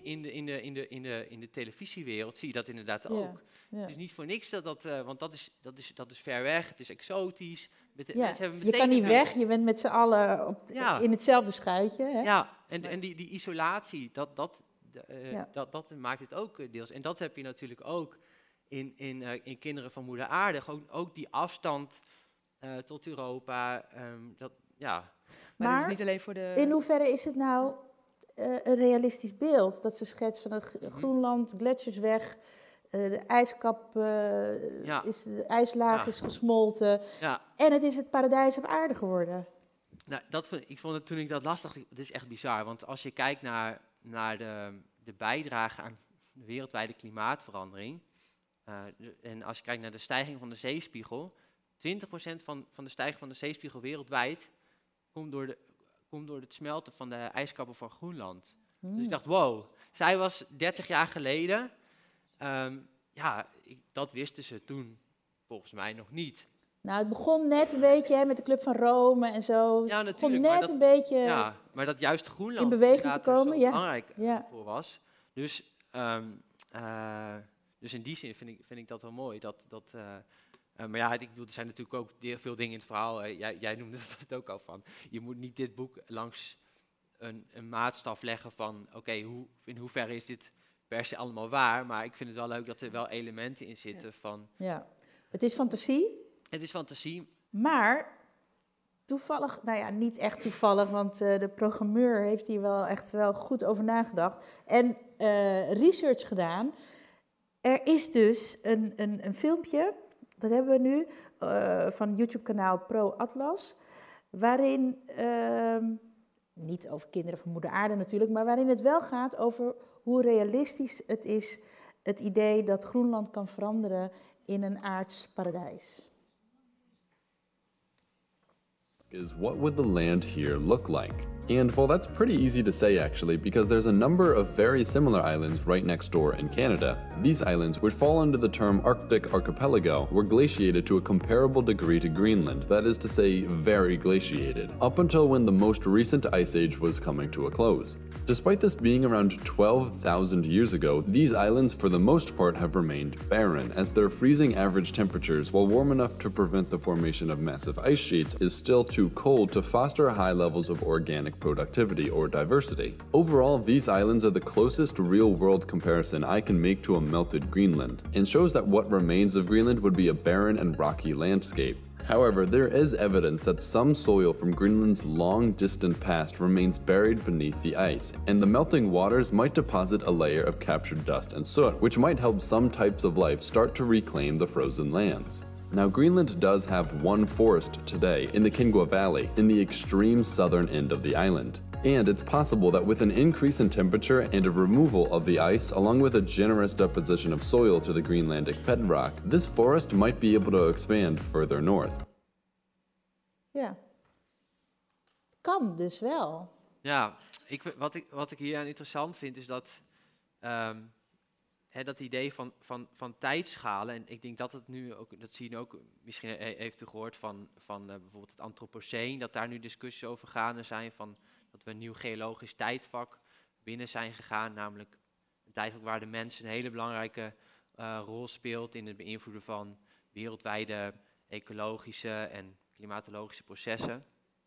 de televisiewereld, zie je dat inderdaad ook. Ja. Het is niet voor niks want dat is ver weg, het is exotisch. Je kan niet weg, je bent met z'n allen in hetzelfde schuitje. Hè? Ja, en die isolatie, dat maakt het ook deels. En dat heb je natuurlijk ook in Kinderen van Moeder Aarde. Ook die afstand tot Europa, Maar dat is niet alleen voor de... in hoeverre is het nou een realistisch beeld? Dat ze schetst van Groenland, gletsjers weg, de ijskap, de ijslaag is gesmolten. Ja. En het is het paradijs op aarde geworden. Nou, ik vond het toen ik dat las, dacht ik, dit is echt bizar. Want als je kijkt naar de bijdrage aan de wereldwijde klimaatverandering, en als je kijkt naar de stijging van de zeespiegel, 20% van de stijging van de zeespiegel wereldwijd komt door het smelten van de ijskappen van Groenland. Dus ik dacht, wow, zij was 30 jaar geleden, dat wisten ze toen volgens mij nog niet. Nou, het begon net een beetje met de Club van Rome en zo. Ja, natuurlijk. Het begon net een beetje maar dat juist Groenland in beweging te komen, zo belangrijk voor was. Dus in die zin vind ik dat wel mooi. Maar ik bedoel, er zijn natuurlijk ook veel dingen in het verhaal. Jij noemde het ook al van. Je moet niet dit boek langs een maatstaf leggen van in hoeverre is dit per se allemaal waar. Maar ik vind het wel leuk dat er wel elementen in zitten van... Ja, het is fantasie. Het is fantasie. Maar toevallig, niet echt toevallig, want de programmeur heeft hier wel echt wel goed over nagedacht. En research gedaan. Er is dus een filmpje, dat hebben we nu, van YouTube-kanaal Pro Atlas, waarin, niet over Kinderen van Moeder Aarde natuurlijk, maar waarin het wel gaat over hoe realistisch het is, het idee dat Groenland kan veranderen in een aards paradijs. Is what would the land here look like? And well, that's pretty easy to say actually, because there's a number of very similar islands right next door in Canada. These islands, which fall under the term Arctic Archipelago, were glaciated to a comparable degree to Greenland, that is to say, very glaciated, up until when the most recent ice age was coming to a close. Despite this being around 12,000 years ago, these islands for the most part have remained barren, as their freezing average temperatures, while warm enough to prevent the formation of massive ice sheets, is still too cold to foster high levels of organic productivity or diversity. Overall, these islands are the closest real-world comparison I can make to a melted Greenland, and shows that what remains of Greenland would be a barren and rocky landscape. However, there is evidence that some soil from Greenland's long distant past remains buried beneath the ice, and the melting waters might deposit a layer of captured dust and soot, which might help some types of life start to reclaim the frozen lands. Now, Greenland does have one forest today in the Kingwa Valley, in the extreme southern end of the island. And it's possible that with an increase in temperature and a removal of the ice, along with a generous deposition of soil to the Greenlandic bedrock, this forest might be able to expand further north. Ja. Kan dus wel. Ja, wat ik hier aan interessant vind is dat dat idee van tijdschalen, en ik denk dat het nu ook, dat zie je nu ook, misschien heeft u gehoord van bijvoorbeeld het Anthropoceen, dat daar nu discussies over gaande zijn, van dat we een nieuw geologisch tijdvak binnen zijn gegaan, namelijk een tijdvak waar de mens een hele belangrijke rol speelt in het beïnvloeden van wereldwijde ecologische en klimatologische processen.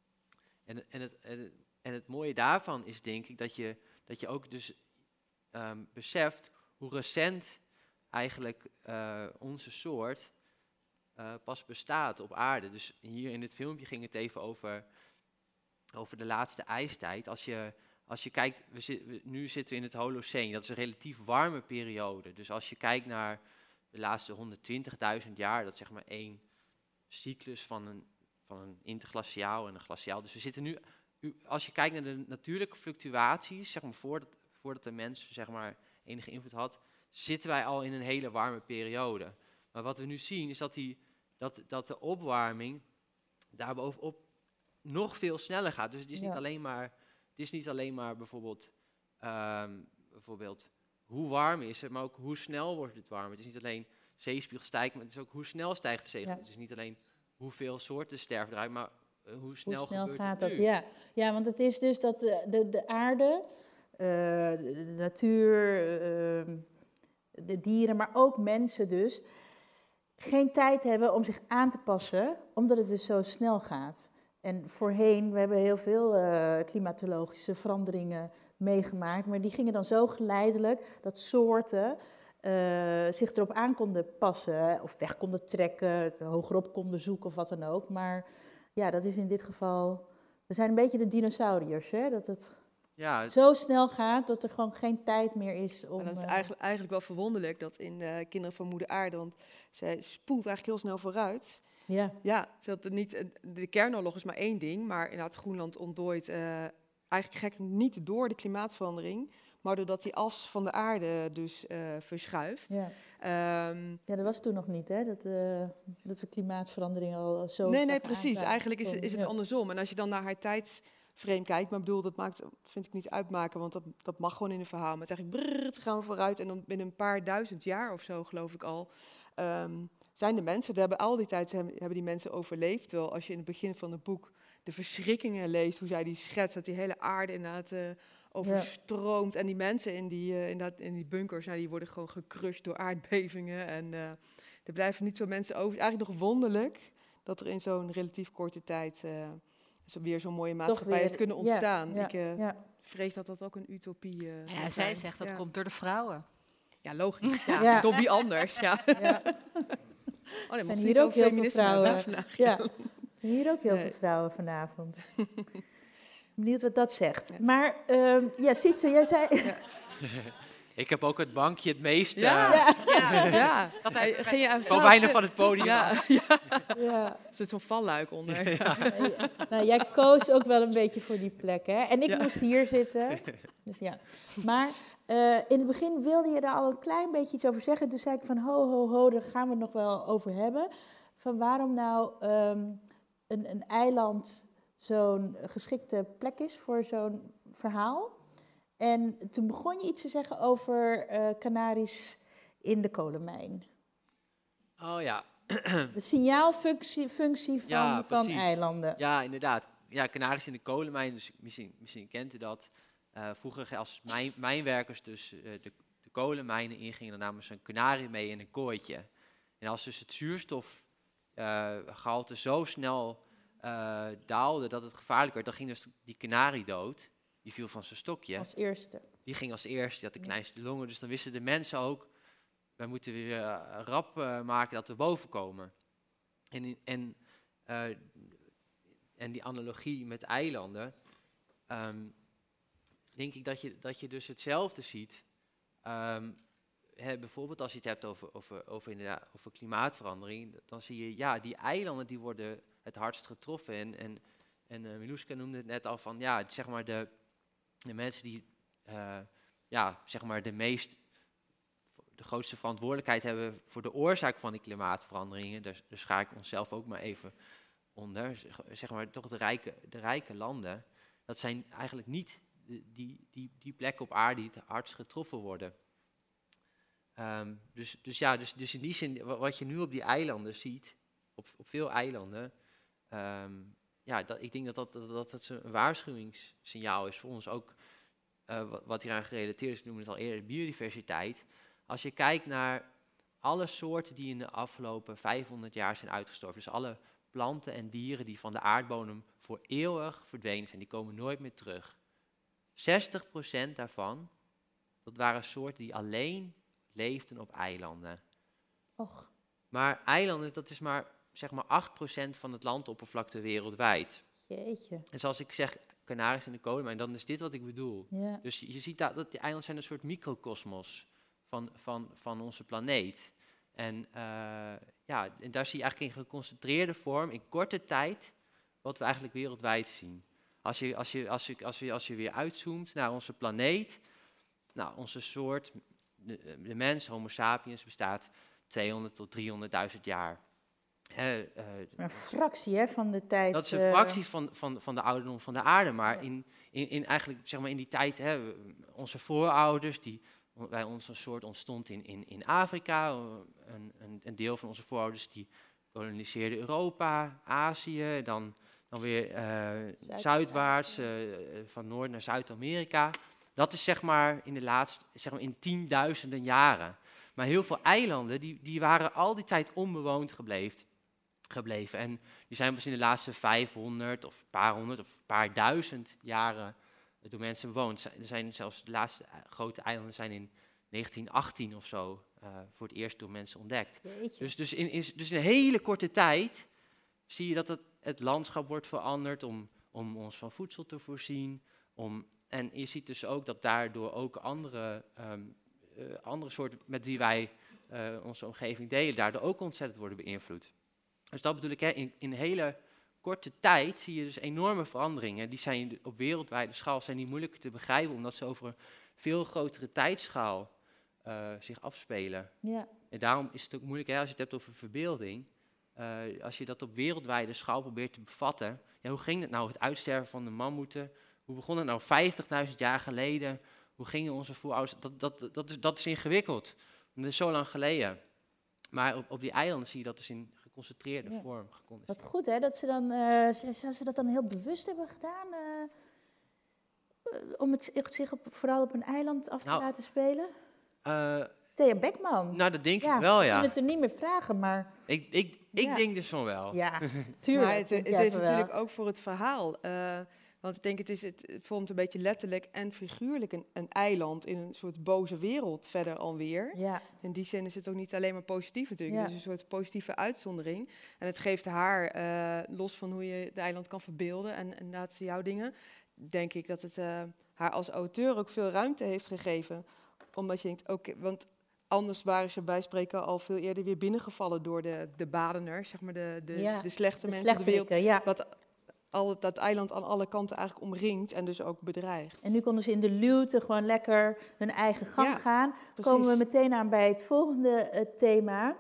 En het mooie daarvan is, denk ik, dat je ook dus beseft hoe recent eigenlijk onze soort pas bestaat op aarde. Dus hier in dit filmpje ging het even over de laatste ijstijd. Als je kijkt, nu zitten we in het Holoceen, dat is een relatief warme periode. Dus als je kijkt naar de laatste 120.000 jaar, dat is zeg maar één cyclus van een interglaciaal en een glaciaal. Dus we zitten nu, als je kijkt naar de natuurlijke fluctuaties, zeg maar voordat de mens zeg maar enige invloed had, zitten wij al in een hele warme periode. Maar wat we nu zien is dat de opwarming daarbovenop nog veel sneller gaat. Dus het is niet alleen maar bijvoorbeeld hoe warm is het, maar ook hoe snel wordt het warm. Het is niet alleen zeespiegel stijgt, maar het is ook hoe snel stijgt de zeespiegel. Het is niet alleen hoeveel soorten sterven eruit, maar hoe snel gebeurt gaat het dat? nu? Ja, want het is dus dat de aarde, de natuur, de dieren, maar ook mensen dus, geen tijd hebben om zich aan te passen, omdat het dus zo snel gaat. En voorheen, we hebben heel veel klimatologische veranderingen meegemaakt, maar die gingen dan zo geleidelijk dat soorten zich erop aan konden passen, of weg konden trekken, het hogerop konden zoeken of wat dan ook. Maar ja, dat is in dit geval, we zijn een beetje de dinosauriërs, hè? Dat het zo snel gaat dat er gewoon geen tijd meer is om... En dat is eigenlijk wel verwonderlijk dat in Kinderen van Moeder Aarde, want zij spoelt eigenlijk heel snel vooruit. Ja, de kernoorlog is maar één ding, maar inderdaad Groenland ontdooit eigenlijk gek niet door de klimaatverandering, maar doordat die as van de aarde dus verschuift. Ja, dat was toen nog niet, hè? Dat we klimaatverandering al zo... Nee, precies. Eigenlijk is het andersom. En als je dan naar haar tijdsframe kijkt, maar bedoel, vind ik niet uitmaken, want dat mag gewoon in een verhaal. Maar het is eigenlijk gaan we vooruit en dan binnen een paar duizend jaar of zo, geloof ik al, zijn de mensen, al die tijd hebben die mensen overleefd. Terwijl als je in het begin van het boek de verschrikkingen leest, hoe zij die schetst, dat die hele aarde inderdaad overstroomt. En die mensen in die bunkers, die worden gewoon gecrushed door aardbevingen. En er blijven niet zo mensen over. Het is eigenlijk nog wonderlijk dat er in zo'n relatief korte tijd weer zo'n mooie maatschappij heeft kunnen ontstaan. Ik vrees dat dat ook een utopie is. Zij zegt dat komt door de vrouwen. Ja, logisch. Ja. Door wie anders. Ja. Oh, nee, zijn hier ook heel veel vrouwen. Ja, hier ook heel veel vrouwen vanavond. Benieuwd wat dat zegt. Ja. Maar Sietse, jij zei... Ja. Ik heb ook het bankje het meest... Ja. Zo bijna van het podium. Ja. Er zit zo'n valluik onder. Ja. Nou, jij koos ook wel een beetje voor die plek, hè? En ik moest hier zitten. Dus ja. Maar in het begin wilde je daar al een klein beetje iets over zeggen. Toen zei ik van ho, daar gaan we het nog wel over hebben. Van waarom nou een eiland zo'n geschikte plek is voor zo'n verhaal. En toen begon je iets te zeggen over Canaries in de kolenmijn. Oh ja. De signaalfunctie van eilanden. Ja, inderdaad. Ja, Canaries in de kolenmijn, dus misschien kent u dat. Vroeger als mijnwerkers dus de kolenmijnen ingingen, dan namen ze een kanarie mee in een kooitje. En als dus het zuurstofgehalte zo snel daalde dat het gevaarlijk werd, dan ging dus die kanarie dood. Die viel van zijn stokje. Als eerste. Die ging als eerste, die had de kleinste longen. Dus dan wisten de mensen ook, wij moeten weer rap maken dat we boven komen. En die analogie met eilanden, denk ik dat je dus hetzelfde ziet. bijvoorbeeld als je het hebt over klimaatverandering, dan zie je, die eilanden die worden het hardst getroffen. En Miluska noemde het net al van, zeg maar de mensen die, zeg maar de grootste verantwoordelijkheid hebben voor de oorzaak van die klimaatveranderingen. Daar schaar ik onszelf ook maar even onder. Zeg maar toch de rijke landen. Dat zijn eigenlijk niet die plekken op aarde die het hardst getroffen worden. Dus in die zin, wat je nu op die eilanden ziet, op veel eilanden, ik denk dat het een waarschuwingssignaal is voor ons ook, wat hieraan gerelateerd is, ik noemde het al eerder, biodiversiteit. Als je kijkt naar alle soorten die in de afgelopen 500 jaar zijn uitgestorven, dus alle planten en dieren die van de aardbodem voor eeuwig verdwenen zijn, die komen nooit meer terug. 60% daarvan, dat waren soorten die alleen leefden op eilanden. Och. Maar eilanden, dat is maar zeg maar 8% van het landoppervlakte wereldwijd. Jeetje. En zoals ik zeg, Canarische en de Kolenmijn, dan is dit wat ik bedoel. Ja. Dus je ziet dat die eilanden zijn een soort microcosmos van onze planeet. En daar zie je eigenlijk in geconcentreerde vorm, in korte tijd, wat we eigenlijk wereldwijd zien. Als je weer uitzoomt naar onze planeet, nou, onze soort, de mens, Homo sapiens, bestaat 200 tot 300.000 jaar. Een fractie van de tijd. Dat is een fractie van de ouderdom van de aarde. Maar eigenlijk, zeg maar, in die tijd, onze voorouders, bij onze soort ontstond in Afrika. Een deel van onze voorouders die koloniseerden Europa, Azië, dan weer zuidwaarts, van Noord naar Zuid-Amerika. Dat is zeg maar in de laatste, zeg maar in tienduizenden jaren. Maar heel veel eilanden, die waren al die tijd onbewoond gebleven. En die zijn pas in de laatste 500 of een paar honderd of een paar duizend jaren door mensen bewoond. Er zijn zelfs de laatste grote eilanden zijn in 1918 of zo voor het eerst door mensen ontdekt. Dus in een hele korte tijd zie je dat het landschap wordt veranderd om ons van voedsel te voorzien. En je ziet dus ook dat daardoor ook andere soorten met wie wij onze omgeving delen, daardoor ook ontzettend worden beïnvloed. Dus dat bedoel ik, in een hele korte tijd zie je dus enorme veranderingen. Die zijn op wereldwijde schaal zijn die moeilijker te begrijpen, omdat ze over een veel grotere tijdschaal zich afspelen. Ja. En daarom is het ook moeilijk, als je het hebt over verbeelding, als je dat op wereldwijde schaal probeert te bevatten. Ja, hoe ging het nou, het uitsterven van de mammoeten? Hoe begon het nou 50.000 jaar geleden? Hoe gingen onze voorouders? Dat is ingewikkeld. Dat is zo lang geleden. Maar op die eilanden zie je dat dus in geconcentreerde vorm. Wat goed, hè? Dat ze dan, zou ze dat dan heel bewust hebben gedaan? Om het zich vooral op een eiland af te laten spelen? Thea Beckman. Nou, dat denk ik wel, ja. Ik kan het er niet meer vragen, maar... Ik denk dus van wel. Ja, tuurlijk. Maar het heeft natuurlijk ook voor het verhaal... want ik denk, het vormt een beetje letterlijk en figuurlijk een eiland in een soort boze wereld verder alweer. Ja. In die zin is het ook niet alleen maar positief natuurlijk. Het is een soort positieve uitzondering. En het geeft haar, los van hoe je het eiland kan verbeelden en inderdaad jouw dingen, denk ik dat het haar als auteur ook veel ruimte heeft gegeven. Omdat je denkt, want anders waren ze bij spreken al veel eerder weer binnengevallen door de badeners, zeg maar de slechte mensen op de wereld. Ja. Dat eiland aan alle kanten eigenlijk omringt en dus ook bedreigt. En nu konden ze in de luwte gewoon lekker hun eigen gang gaan. Precies. Komen we meteen aan bij het volgende thema.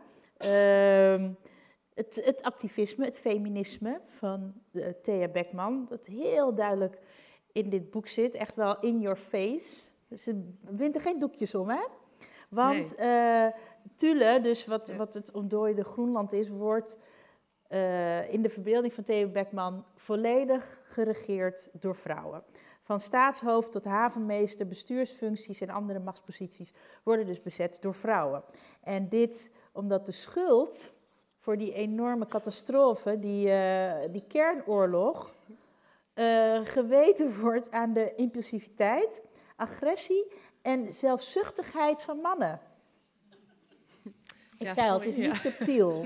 Het activisme, het feminisme van Thea Beckman. Dat heel duidelijk in dit boek zit. Echt wel in your face. Ze wint er geen doekjes om, hè? Want Thule, dus wat het ontdooide Groenland is, wordt... in de verbeelding van Thea Beckman volledig geregeerd door vrouwen. Van staatshoofd tot havenmeester, bestuursfuncties en andere machtsposities worden dus bezet door vrouwen. En dit omdat de schuld voor die enorme catastrofe, die kernoorlog, geweten wordt aan de impulsiviteit, agressie en zelfzuchtigheid van mannen. Ik zei al, het is niet subtiel.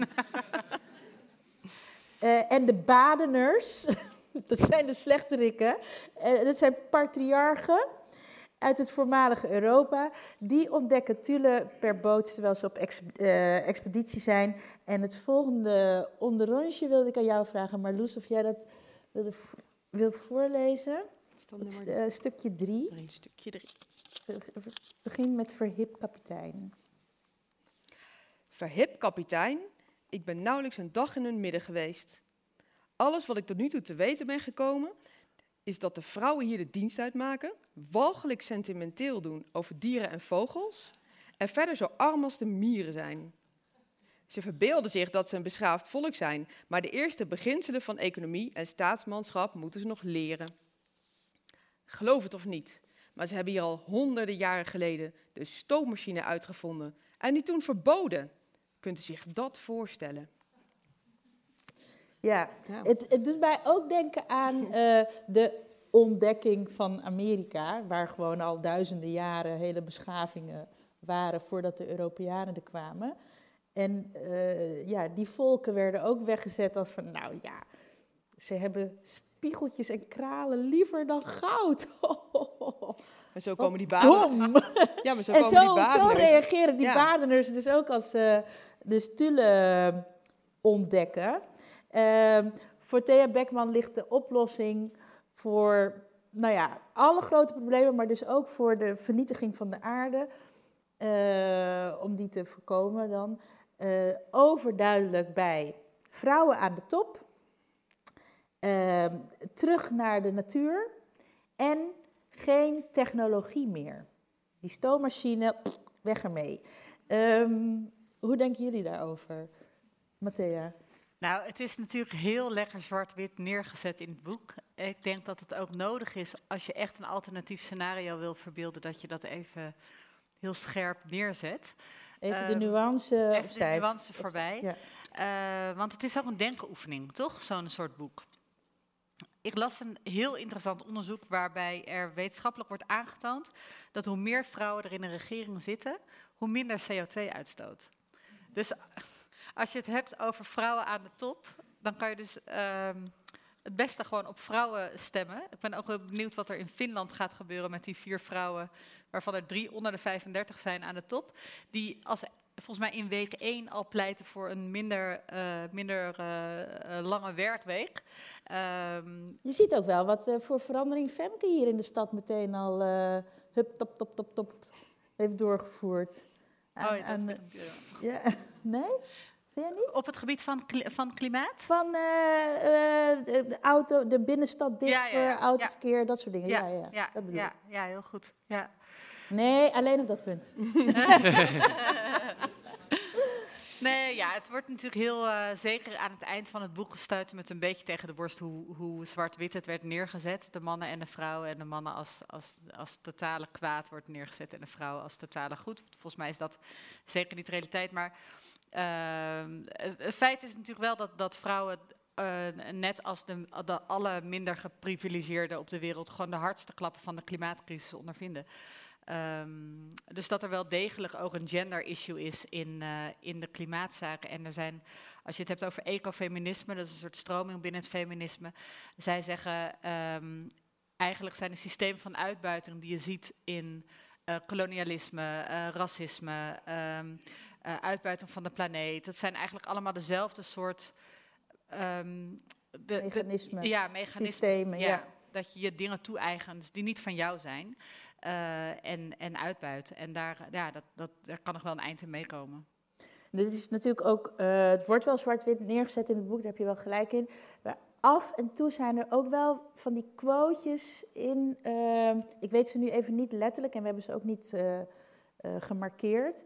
En de badeners, dat zijn de slechterikken, dat zijn patriarchen uit het voormalige Europa. Die ontdekken Thule per boot terwijl ze op expeditie zijn. En het volgende onderrondje wilde ik aan jou vragen, Marloes, of jij dat wil voorlezen. Stukje 3. Stukje 3. Begin met verhip kapitein. Verhip kapitein, ik ben nauwelijks een dag in hun midden geweest. Alles wat ik tot nu toe te weten ben gekomen, is dat de vrouwen hier de dienst uitmaken, walgelijk sentimenteel doen over dieren en vogels en verder zo arm als de mieren zijn. Ze verbeelden zich dat ze een beschaafd volk zijn, maar de eerste beginselen van economie en staatsmanschap moeten ze nog leren. Geloof het of niet, maar ze hebben hier al honderden jaren geleden de stoommachine uitgevonden en die toen verboden. Kunt u zich dat voorstellen? Ja, het doet mij ook denken aan de ontdekking van Amerika, waar gewoon al duizenden jaren hele beschavingen waren voordat de Europeanen er kwamen. En die volken werden ook weggezet als van, nou ja, ze hebben spiegeltjes en kralen liever dan goud. En zo komen die Badeners. Ja, maar zo reageren die Badeners dus ook als de Thule ontdekken. Voor Thea Beckman ligt de oplossing voor alle grote problemen, maar dus ook voor de vernietiging van de aarde, om die te voorkomen dan, overduidelijk bij vrouwen aan de top, terug naar de natuur en geen technologie meer. Die stoommachine, weg ermee. Hoe denken jullie daarover, Matthea? Nou, het is natuurlijk heel lekker zwart-wit neergezet in het boek. Ik denk dat het ook nodig is, als je echt een alternatief scenario wil verbeelden, dat je dat even heel scherp neerzet. Even de nuance even opzij. de nuance voorbij. Ja. Want het is ook een denkenoefening, toch? Zo'n soort boek. Ik las een heel interessant onderzoek waarbij er wetenschappelijk wordt aangetoond dat hoe meer vrouwen er in een regering zitten, hoe minder CO2-uitstoot. Dus als je het hebt over vrouwen aan de top, dan kan je dus het beste gewoon op vrouwen stemmen. Ik ben ook heel benieuwd wat er in Finland gaat gebeuren met die 4 vrouwen, waarvan er 3 onder de 35 zijn aan de top, die volgens mij in week 1 al pleiten voor een minder lange werkweek. Je ziet ook wel wat voor verandering Femke hier in de stad meteen al top heeft doorgevoerd. Nee? Vind jij niet? Op het gebied van klimaat? Van de binnenstad dicht voor autoverkeer, dat soort dingen. Ja, dat bedoel ik. Ja, heel goed. Ja. Nee, alleen op dat punt. Nee, het wordt natuurlijk heel zeker aan het eind van het boek gestuiten met een beetje tegen de borst hoe zwart-wit het werd neergezet. De mannen en de vrouwen en de mannen als totale kwaad wordt neergezet en de vrouwen als totale goed. Volgens mij is dat zeker niet de realiteit, maar het feit is natuurlijk wel dat vrouwen, net als de alle minder geprivilegeerden op de wereld, gewoon de hardste klappen van de klimaatcrisis ondervinden. Dus dat er wel degelijk ook een gender issue is in de klimaatzaken. En er zijn, als je het hebt over ecofeminisme, dat is een soort stroming binnen het feminisme. Zij zeggen, eigenlijk zijn de systemen van uitbuiting die je ziet in kolonialisme, racisme, uitbuiting van de planeet. Dat zijn eigenlijk allemaal dezelfde soort mechanismen, systemen. Ja, dat je dingen toe-eigent die niet van jou zijn. En uitbuiten. En daar kan nog wel een eind in meekomen. Dit is natuurlijk ook, het wordt wel zwart-wit neergezet in het boek, daar heb je wel gelijk in. Maar af en toe zijn er ook wel van die quotejes in, ik weet ze nu even niet letterlijk en we hebben ze ook niet gemarkeerd,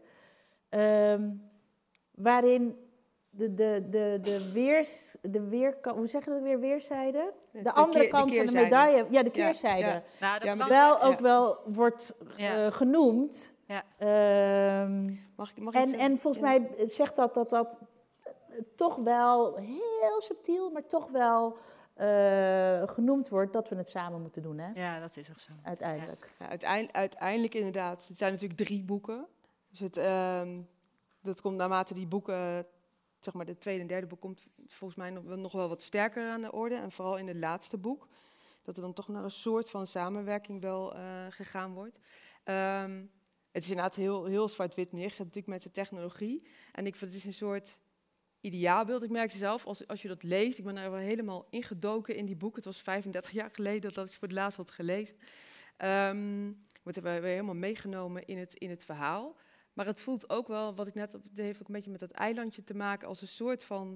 waarin hoe zeg je dat weer, weerszijde? De andere kant van de medaille, de keerzijde. Ook wel wordt genoemd. Ja. Mag ik en volgens mij zegt dat toch wel heel subtiel, maar toch wel genoemd wordt dat we het samen moeten doen. Hè? Ja, dat is ook zo. Uiteindelijk. Ja, uiteindelijk inderdaad. Het zijn natuurlijk 3 boeken. Dus dat komt naarmate die boeken, zeg maar de tweede en derde boek, komt volgens mij nog wel wat sterker aan de orde. En vooral in het laatste boek. dat er dan toch naar een soort van samenwerking wel gegaan wordt. Het is inderdaad heel zwart-wit neergezet natuurlijk met de technologie. En ik vind het is een soort ideaalbeeld. Ik merkte zelf, als je dat leest, ik ben er wel helemaal ingedoken in die boek. Het was 35 jaar geleden dat ik voor het laatst had gelezen. Wordt er weer helemaal meegenomen in het verhaal. Maar het voelt ook wel, wat ik net, het heeft ook een beetje met dat eilandje te maken, als een soort van,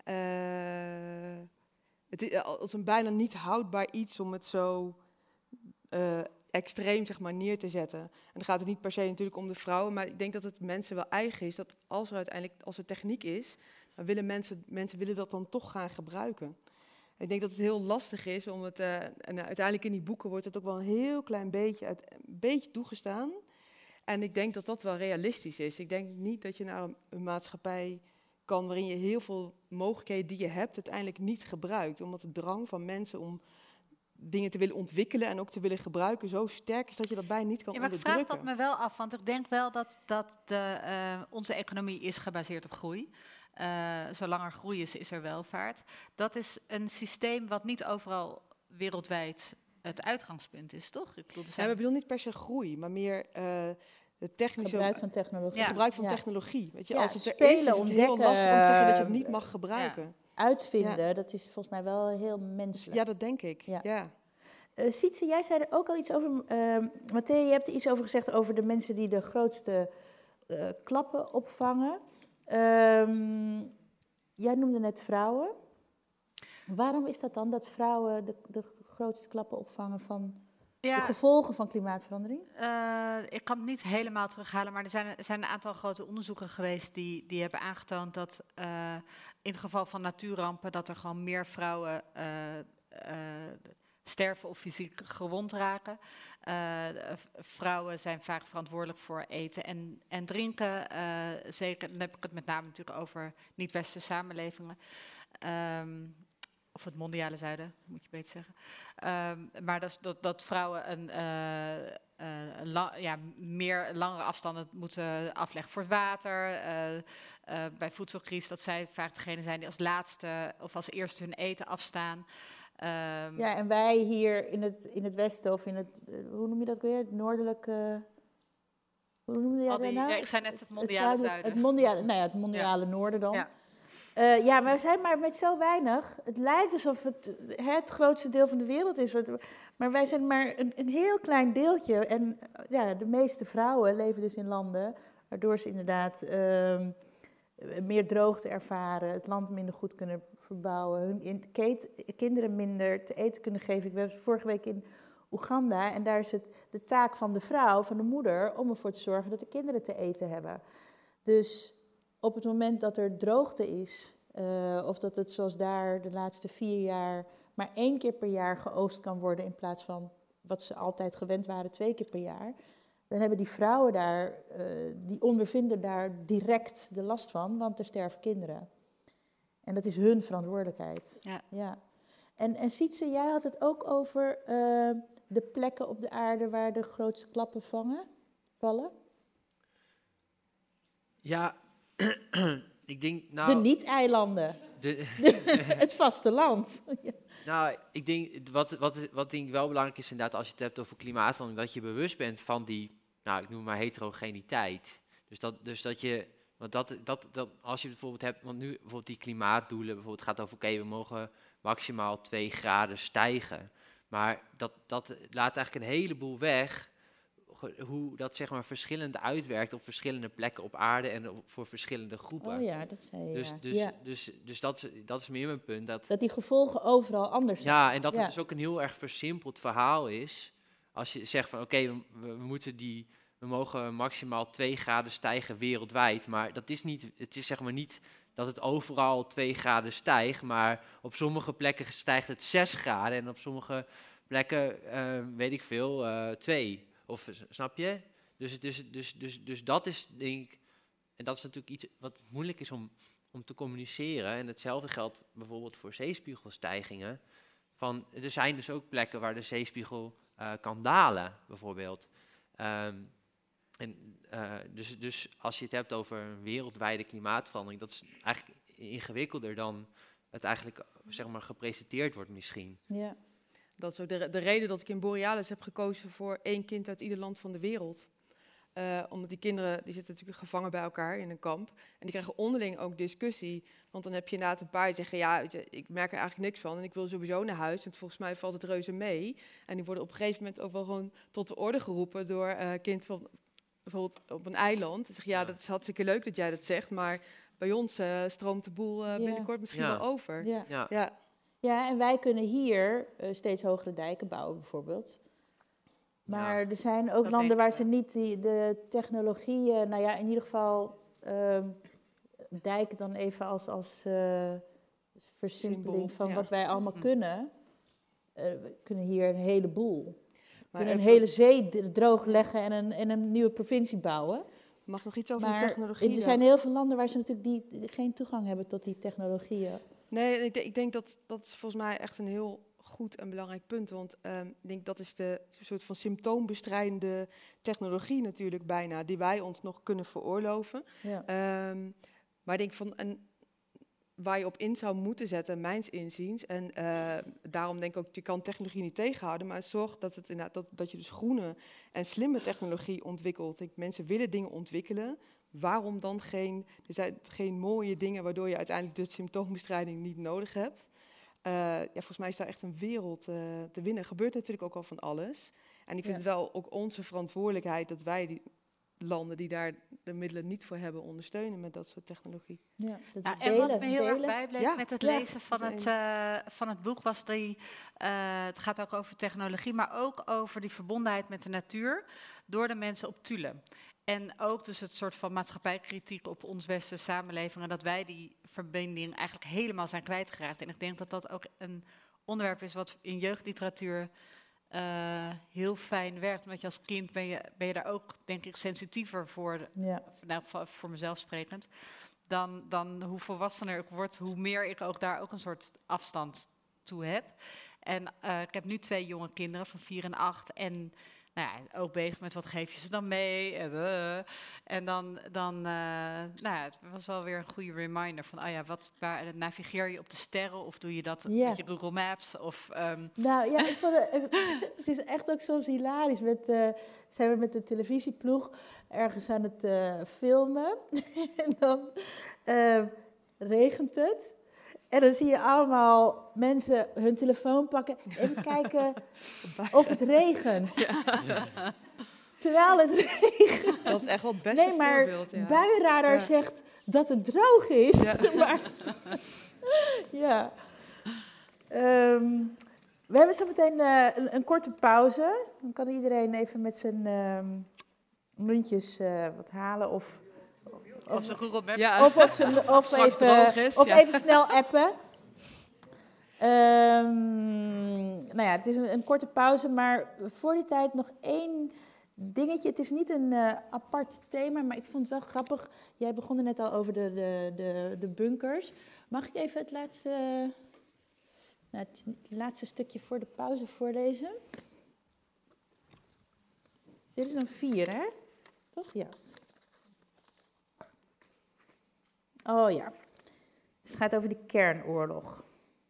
als een bijna niet houdbaar iets om het zo extreem zeg maar neer te zetten. En dan gaat het niet per se natuurlijk om de vrouwen, maar ik denk dat het mensen wel eigen is, dat als er techniek is, dan willen mensen willen dat dan toch gaan gebruiken. Ik denk dat het heel lastig is om het, en uiteindelijk in die boeken wordt het ook wel een heel klein beetje, toegestaan. En ik denk dat dat wel realistisch is. Ik denk niet dat je naar een maatschappij kan waarin je heel veel mogelijkheden die je hebt uiteindelijk niet gebruikt. Omdat de drang van mensen om dingen te willen ontwikkelen en ook te willen gebruiken zo sterk is dat je dat bijna niet kan onderdrukken. Maar ik vraag dat me wel af, want ik denk wel dat onze economie is gebaseerd op groei. Zolang er groei is er welvaart. Dat is een systeem wat niet overal wereldwijd het uitgangspunt is, toch? Ik bedoel, we bedoelen niet per se groei, maar meer de technische gebruik van technologie. Ja. Gebruik van technologie. Weet je, als het er spelen, is het heel lastig om te zeggen dat je het niet mag gebruiken. Uitvinden, dat is volgens mij wel heel menselijk. Ja, dat denk ik. Ja. Sietse, jij zei er ook al iets over. Matthea, je hebt er iets over gezegd over de mensen die de grootste klappen opvangen. Jij noemde net vrouwen. Waarom is dat dan, dat vrouwen de grootste klappen opvangen van de gevolgen van klimaatverandering? Ik kan het niet helemaal terughalen, maar er zijn een aantal grote onderzoeken geweest die hebben aangetoond dat in het geval van natuurrampen dat er gewoon meer vrouwen sterven of fysiek gewond raken. Vrouwen zijn vaak verantwoordelijk voor eten en drinken. Zeker, dan heb ik het met name natuurlijk over niet-westerse samenlevingen. Of het mondiale zuiden, moet je beter zeggen. Maar dat vrouwen langere afstanden moeten afleggen voor het water. Bij voedselcrisis, dat zij vaak degene zijn die als laatste of als eerste hun eten afstaan. En wij hier in het westen of in het, hoe noem je dat weer? Het noordelijke, hoe noemde jij dat nou? Ja, ik zei net het mondiale zuiden. Het mondiale noorden dan. Ja. Maar we zijn maar met zo weinig. Het lijkt alsof het grootste deel van de wereld is. Maar wij zijn maar een heel klein deeltje. En de meeste vrouwen leven dus in landen waardoor ze inderdaad meer droogte ervaren, het land minder goed kunnen verbouwen, hun kinderen minder te eten kunnen geven. Ik was vorige week in Oeganda en daar is het de taak van de vrouw, van de moeder, om ervoor te zorgen dat de kinderen te eten hebben. Dus op het moment dat er droogte is, of dat het zoals daar de laatste 4 jaar maar 1 keer per jaar geoogst kan worden in plaats van wat ze altijd gewend waren 2 keer per jaar, dan hebben die vrouwen daar, die ondervinden daar direct de last van, want er sterven kinderen. En dat is hun verantwoordelijkheid. Ja. En Sietse, jij had het ook over de plekken op de aarde waar de grootste klappen vallen? Ja, ik denk de niet-eilanden. Het vasteland. Nou, ik denk, wat denk ik wel belangrijk is inderdaad, als je het hebt over klimaatverandering, dat je bewust bent van die, ik noem maar heterogeniteit. Dus dat je, want dat als je bijvoorbeeld hebt, want nu bijvoorbeeld die klimaatdoelen, bijvoorbeeld gaat over, we mogen maximaal 2 graden stijgen. Maar dat laat eigenlijk een heleboel weg, hoe dat zeg maar verschillend uitwerkt op verschillende plekken op aarde en voor verschillende groepen. Oh ja, dat zei je. Dus dat is meer mijn punt. Dat die gevolgen overal anders zijn. Ja, en dat het dus ook een heel erg versimpeld verhaal is. Als je zegt van we mogen maximaal 2 graden stijgen wereldwijd. Maar dat is niet, het is zeg maar niet dat het overal 2 graden stijgt. Maar op sommige plekken stijgt het 6 graden en op sommige plekken, 2. Of snap je? Dus dat is, denk ik, en dat is natuurlijk iets wat moeilijk is om te communiceren. En hetzelfde geldt bijvoorbeeld voor zeespiegelstijgingen. Er zijn dus ook plekken waar de zeespiegel kan dalen, bijvoorbeeld. Dus als je het hebt over een wereldwijde klimaatverandering, dat is eigenlijk ingewikkelder dan het eigenlijk zeg maar gepresenteerd wordt misschien. Ja. Dat is ook de reden dat ik in Borealis heb gekozen voor 1 kind uit ieder land van de wereld. Omdat die kinderen, die zitten natuurlijk gevangen bij elkaar in een kamp. En die krijgen onderling ook discussie. Want dan heb je inderdaad een paar die zeggen, ja, weet je, ik merk er eigenlijk niks van. En ik wil sowieso naar huis, want volgens mij valt het reuze mee. En die worden op een gegeven moment ook wel gewoon tot de orde geroepen door kind van bijvoorbeeld op een eiland. Ze zeggen, ja, dat is hartstikke leuk dat jij dat zegt, maar bij ons stroomt de boel binnenkort misschien wel over. Ja, en wij kunnen hier steeds hogere dijken bouwen bijvoorbeeld. Maar er zijn ook landen waar ze niet de technologie, nou ja, in ieder geval dijken dan even als versimpeling van wat wij allemaal kunnen. We kunnen hier een heleboel. We kunnen een hele zee droogleggen en een nieuwe provincie bouwen. Mag nog iets over de technologie? Er zijn heel veel landen waar ze natuurlijk geen toegang hebben tot die technologieën. Nee, ik denk dat is volgens mij echt een heel goed en belangrijk punt. Want ik denk dat is de soort van symptoombestrijdende technologie natuurlijk bijna, die wij ons nog kunnen veroorloven. Ja. Maar ik denk van waar je op in zou moeten zetten, mijns inziens. En daarom denk ik ook, je kan technologie niet tegenhouden, maar zorg dat het inderdaad dat je dus groene en slimme technologie ontwikkelt. Ik denk, mensen willen dingen ontwikkelen. Waarom dan er zijn geen mooie dingen waardoor je uiteindelijk de symptoombestrijding niet nodig hebt? Volgens mij is daar echt een wereld te winnen. Er gebeurt natuurlijk ook al van alles. En ik vind het wel ook onze verantwoordelijkheid dat wij die landen die daar de middelen niet voor hebben ondersteunen met dat soort technologie. Ja, en wat me heel erg bijbleef met het lezen van het boek was het gaat ook over technologie, maar ook over die verbondenheid met de natuur door de mensen op Thule. En ook dus het soort van maatschappijkritiek op ons westerse samenleving en dat wij die verbinding eigenlijk helemaal zijn kwijtgeraakt. En ik denk dat dat ook een onderwerp is wat in jeugdliteratuur heel fijn werkt. Omdat je als kind ben je daar ook, denk ik, sensitiever voor, voor mezelf sprekend, dan hoe volwassener ik word, hoe meer ik ook daar ook een soort afstand toe heb. En ik heb nu 2 jonge kinderen van 4 en 8 en nou ja, ook bezig met wat geef je ze dan mee. En dan het was wel weer een goede reminder van, waar navigeer je op de sterren of doe je dat met je Google Maps? Of, Nou ja, ik vond het is echt ook soms hilarisch. Zijn we met de televisieploeg ergens aan het filmen en dan regent het. En dan zie je allemaal mensen hun telefoon pakken. Even kijken of het regent. Ja. Terwijl het regent. Dat is echt wel het beste voorbeeld. Nee, maar buienradar zegt dat het droog is. Ja. Maar, we hebben zo meteen een korte pauze. Dan kan iedereen even met zijn muntjes wat halen of zijn Google Maps. Ja. Of even snel appen. Het is een korte pauze, maar voor die tijd nog 1 dingetje. Het is niet een apart thema, maar ik vond het wel grappig. Jij begon er net al over de bunkers. Mag ik even het laatste stukje voor de pauze voorlezen? Dit is een 4, hè? Toch? Ja. Oh ja, het gaat over die kernoorlog.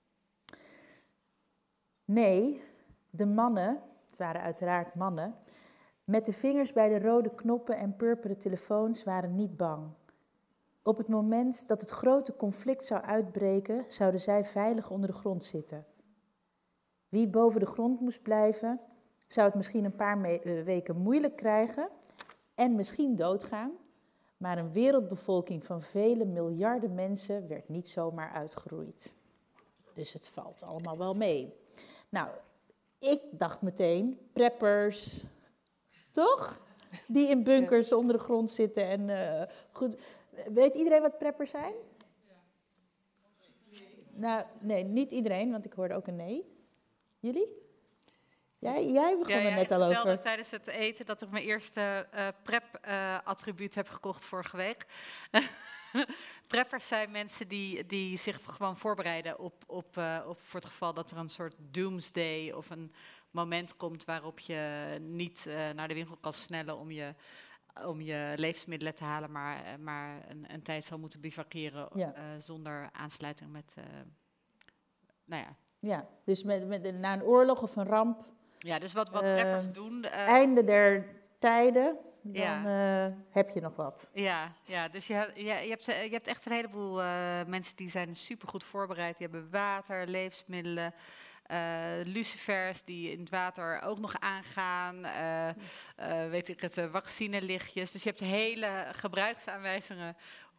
Nee, de mannen, het waren uiteraard mannen, met de vingers bij de rode knoppen en purperen telefoons waren niet bang. Op het moment dat het grote conflict zou uitbreken, zouden zij veilig onder de grond zitten. Wie boven de grond moest blijven, zou het misschien een paar weken moeilijk krijgen en misschien doodgaan. Maar een wereldbevolking van vele miljarden mensen werd niet zomaar uitgeroeid. Dus het valt allemaal wel mee. Nou, ik dacht meteen, preppers, toch? Die in bunkers onder de grond zitten. En goed. Weet iedereen wat preppers zijn? Nou, nee, niet iedereen, want ik hoorde ook een nee. Jullie? Jij begon er net al over. Ik vertelde tijdens het eten dat ik mijn eerste prep-attribuut heb gekocht vorige week. Preppers zijn mensen die zich gewoon voorbereiden op voor het geval dat er een soort doomsday of een moment komt waarop je niet naar de winkel kan snellen om je levensmiddelen te halen, maar een tijd zal moeten bivakeren zonder aansluiting met Ja, dus na een oorlog of een ramp, Ja, dus wat preppers doen. einde der tijden, dan Ja. heb je nog wat. Ja, dus je hebt echt een heleboel mensen die zijn supergoed voorbereid. Die hebben water, levensmiddelen, lucifers die in het water ook nog aangaan. Weet ik het, vaccinelichtjes. Dus je hebt hele gebruiksaanwijzingen.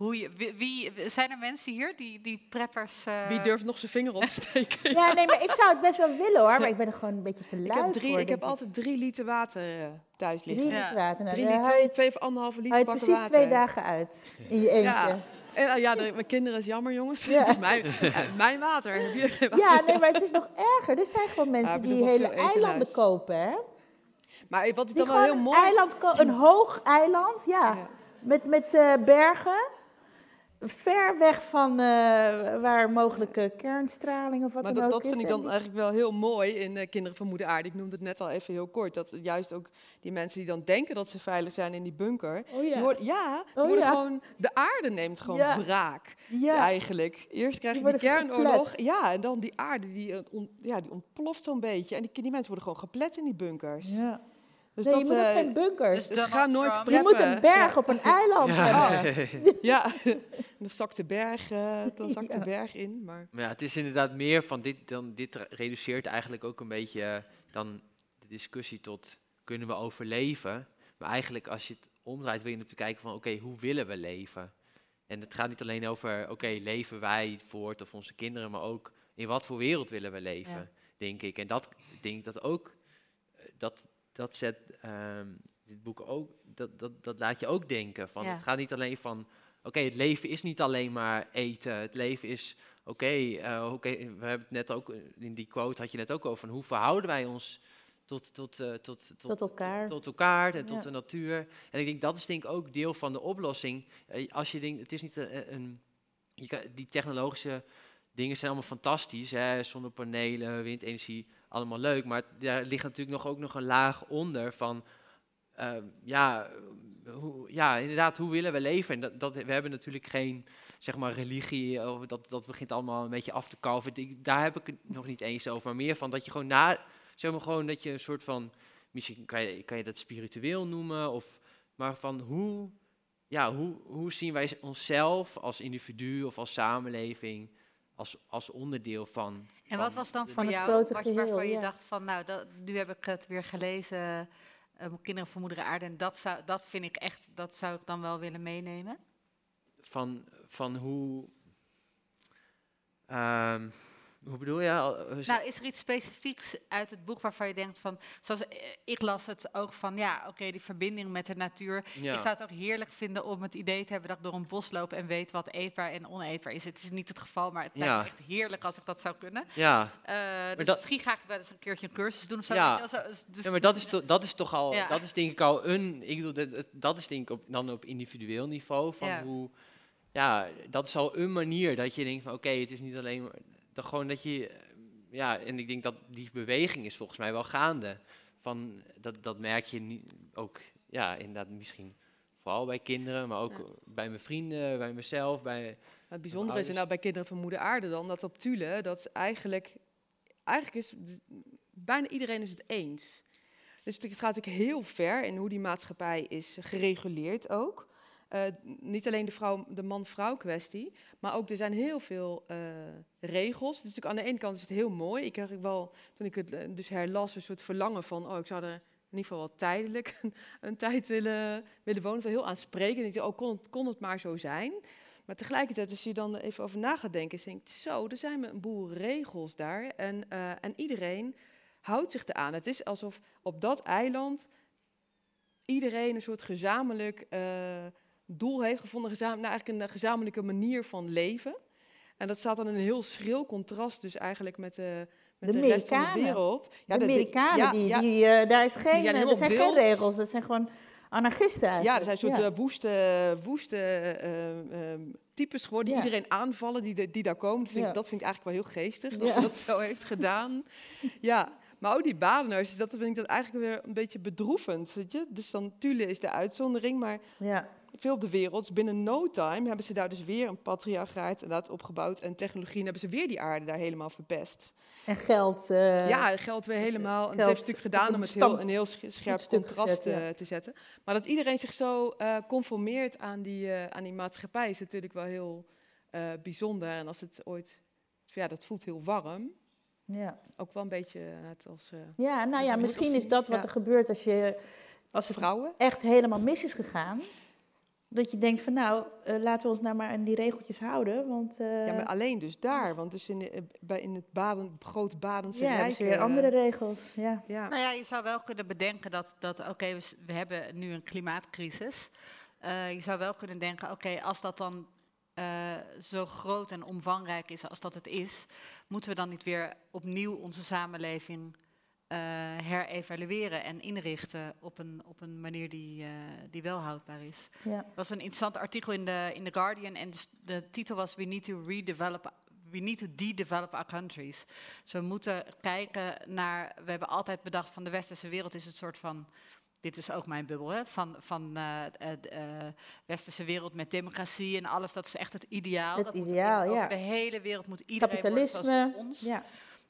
Zijn er mensen hier die preppers... Wie durft nog zijn vinger op te steken? Ja, nee, maar ik zou het best wel willen hoor, maar ik ben er gewoon een beetje te lui voor. Ik heb altijd 3 liter water thuis liggen. 3 liter water. Nou, 3 dan liter, hou je 2,5 liter hou je pakken precies water. 2 dagen uit in je eentje. Ja, mijn kinderen is jammer, jongens. Ja. Het is mijn water. Heb je geen water? Ja, nee, maar het is nog erger. Er zijn gewoon mensen hebben die nog wel hele veel eten in eilanden huis. kopen, hè? Maar wat is Die dan wel heel gewoon mooi... een hoog eiland, ja. Met bergen. Ver weg van waar mogelijke kernstraling of wat Maar dan ook dat is. vind ik En dan eigenlijk wel heel mooi in Kinderen van Moeder Aarde. Ik noemde het net al even heel kort. Dat juist ook die mensen die dan denken dat ze veilig zijn in die bunker. Oh ja. Die worden gewoon, de aarde neemt gewoon wraak eigenlijk. Eerst krijg je die kernoorlog. geplet. Ja, en dan die aarde die ontploft zo'n beetje. En die mensen worden gewoon geplet in die bunkers. Ja. Dus Nee, je moet ook geen bunkers. Dus ga nooit Trump. Je moet een berg Ja. op een eiland hebben. Ja, dan zakt de berg, de berg in. Maar Maar ja, het is inderdaad meer van dit reduceert eigenlijk ook een beetje dan de discussie tot kunnen we overleven. Maar eigenlijk als je het omdraait wil je natuurlijk kijken van oké, hoe willen we leven? En het gaat niet alleen over oké, leven wij voort of onze kinderen, maar ook in wat voor wereld willen we leven, denk ik. En dat denk ik dat ook, dat zet dit boek ook, dat laat je ook denken. Van, Ja. Het gaat niet alleen van oké, het leven is niet alleen maar eten. Het leven is, oké, we hebben het net ook, in die quote had je net ook over, van hoe verhouden wij ons tot elkaar. tot elkaar en tot de natuur. En ik denk, dat is denk ik ook deel van de oplossing. Als je denkt, het is niet die technologische dingen zijn allemaal fantastisch, hè? Zonnepanelen, windenergie, allemaal leuk. Maar daar ligt natuurlijk ook nog een laag onder van... inderdaad, hoe willen we leven? En we hebben natuurlijk geen, zeg maar, religie, of dat begint allemaal een beetje af te kalven. Daar heb ik het nog niet eens over, maar meer van dat je gewoon dat je een soort van, misschien kan je dat spiritueel noemen, maar van hoe zien wij onszelf als individu of als samenleving, als onderdeel van... En wat was dan van voor het jou, grote geheel, waarvan je ja. dacht van, nou, nu heb ik het weer gelezen, Kinderen van Moeder Aarde, en dat vind ik echt, dat zou ik dan wel willen meenemen? Van hoe... hoe bedoel je? Nou, is er iets specifieks uit het boek waarvan je denkt van... Zoals ik las het ook van, die verbinding met de natuur. Ja. Ik zou het ook heerlijk vinden om het idee te hebben dat ik door een bos loop en weet wat eetbaar en oneetbaar is. Het is niet het geval, maar het lijkt me echt heerlijk als ik dat zou kunnen. Ja. Dus misschien ga ik wel eens een keertje een cursus doen of zo. Ja, weet je wel, dus, ja, maar dat is toch al, dat is denk ik al dat is denk ik dan op individueel niveau van hoe, dat is al een manier dat je denkt van oké, het is niet alleen maar, gewoon dat je, en ik denk dat die beweging is volgens mij wel gaande. Van, dat merk je niet, ook, inderdaad misschien vooral bij kinderen, maar ook bij mijn vrienden, bij mezelf, bij... Het bijzondere is nou bij Kinderen van Moeder Aarde dan, dat op Thule, dat eigenlijk is bijna iedereen is het eens. Dus het gaat natuurlijk heel ver in hoe die maatschappij is gereguleerd ook. Niet alleen de man-vrouw kwestie, maar ook er zijn heel veel regels. Dus natuurlijk aan de ene kant is het heel mooi. Ik kreeg wel, toen ik het dus herlas, een soort verlangen van, ik zou er in ieder geval wel tijdelijk een tijd willen wonen. Heel aansprekend. En ik dacht, kon het maar zo zijn. Maar tegelijkertijd, als je dan even over na gaat denken, denk je, er zijn een boel regels daar. En iedereen houdt zich eraan. Het is alsof op dat eiland iedereen een soort gezamenlijk doel heeft gevonden, eigenlijk een gezamenlijke manier van leven. En dat staat dan in een heel schril contrast dus eigenlijk met de rest van de wereld. Ja, de Amerikanen, daar is er zijn geen regels, dat zijn gewoon anarchisten eigenlijk. Ja, er zijn een soort woeste types geworden die iedereen aanvallen, die daar komen. Dat vind ik eigenlijk wel heel geestig, dat ze dat zo heeft gedaan. Ja, maar ook die badeners, dus dat vind ik dat eigenlijk weer een beetje bedroevend. Weet je? Dus dan Thule is de uitzondering, maar veel op de wereld. Dus binnen no time hebben ze daar dus weer een patriarchaat inderdaad opgebouwd. En technologie, en hebben ze weer die aarde daar helemaal verpest. En geld. Ja, geld weer helemaal. En dat heeft ze natuurlijk gedaan om het een heel scherp contrast te zetten. Maar dat iedereen zich zo conformeert aan die maatschappij is natuurlijk wel heel bijzonder. En als het ooit, ja, dat voelt heel warm. Ja. Ook wel een beetje het als... ja, nou ja, misschien is dat wat er gebeurt als het vrouwen echt helemaal mis is gegaan. Dat je denkt van nou, laten we ons nou maar aan die regeltjes houden. Want, ja, maar alleen dus daar. Want dus in het groot Badense Rijk... Ja, dus weer andere regels. Ja. Ja. Nou ja, je zou wel kunnen bedenken dat oké, we hebben nu een klimaatcrisis. Je zou wel kunnen denken, oké, als dat dan zo groot en omvangrijk is als dat het is, moeten we dan niet weer opnieuw onze samenleving herevalueren en inrichten op een manier die wel houdbaar is. Ja. Er was een interessant artikel in The Guardian en de titel was We need to de-develop our countries. Dus we moeten kijken naar, we hebben altijd bedacht van de westerse wereld is het soort van, dit is ook mijn bubbel, hè, van de westerse wereld met democratie en alles, dat is echt het ideaal. Het dat ideaal, over ja. de hele wereld moet iedereen Kapitalisme, worden zoals ons. Ja.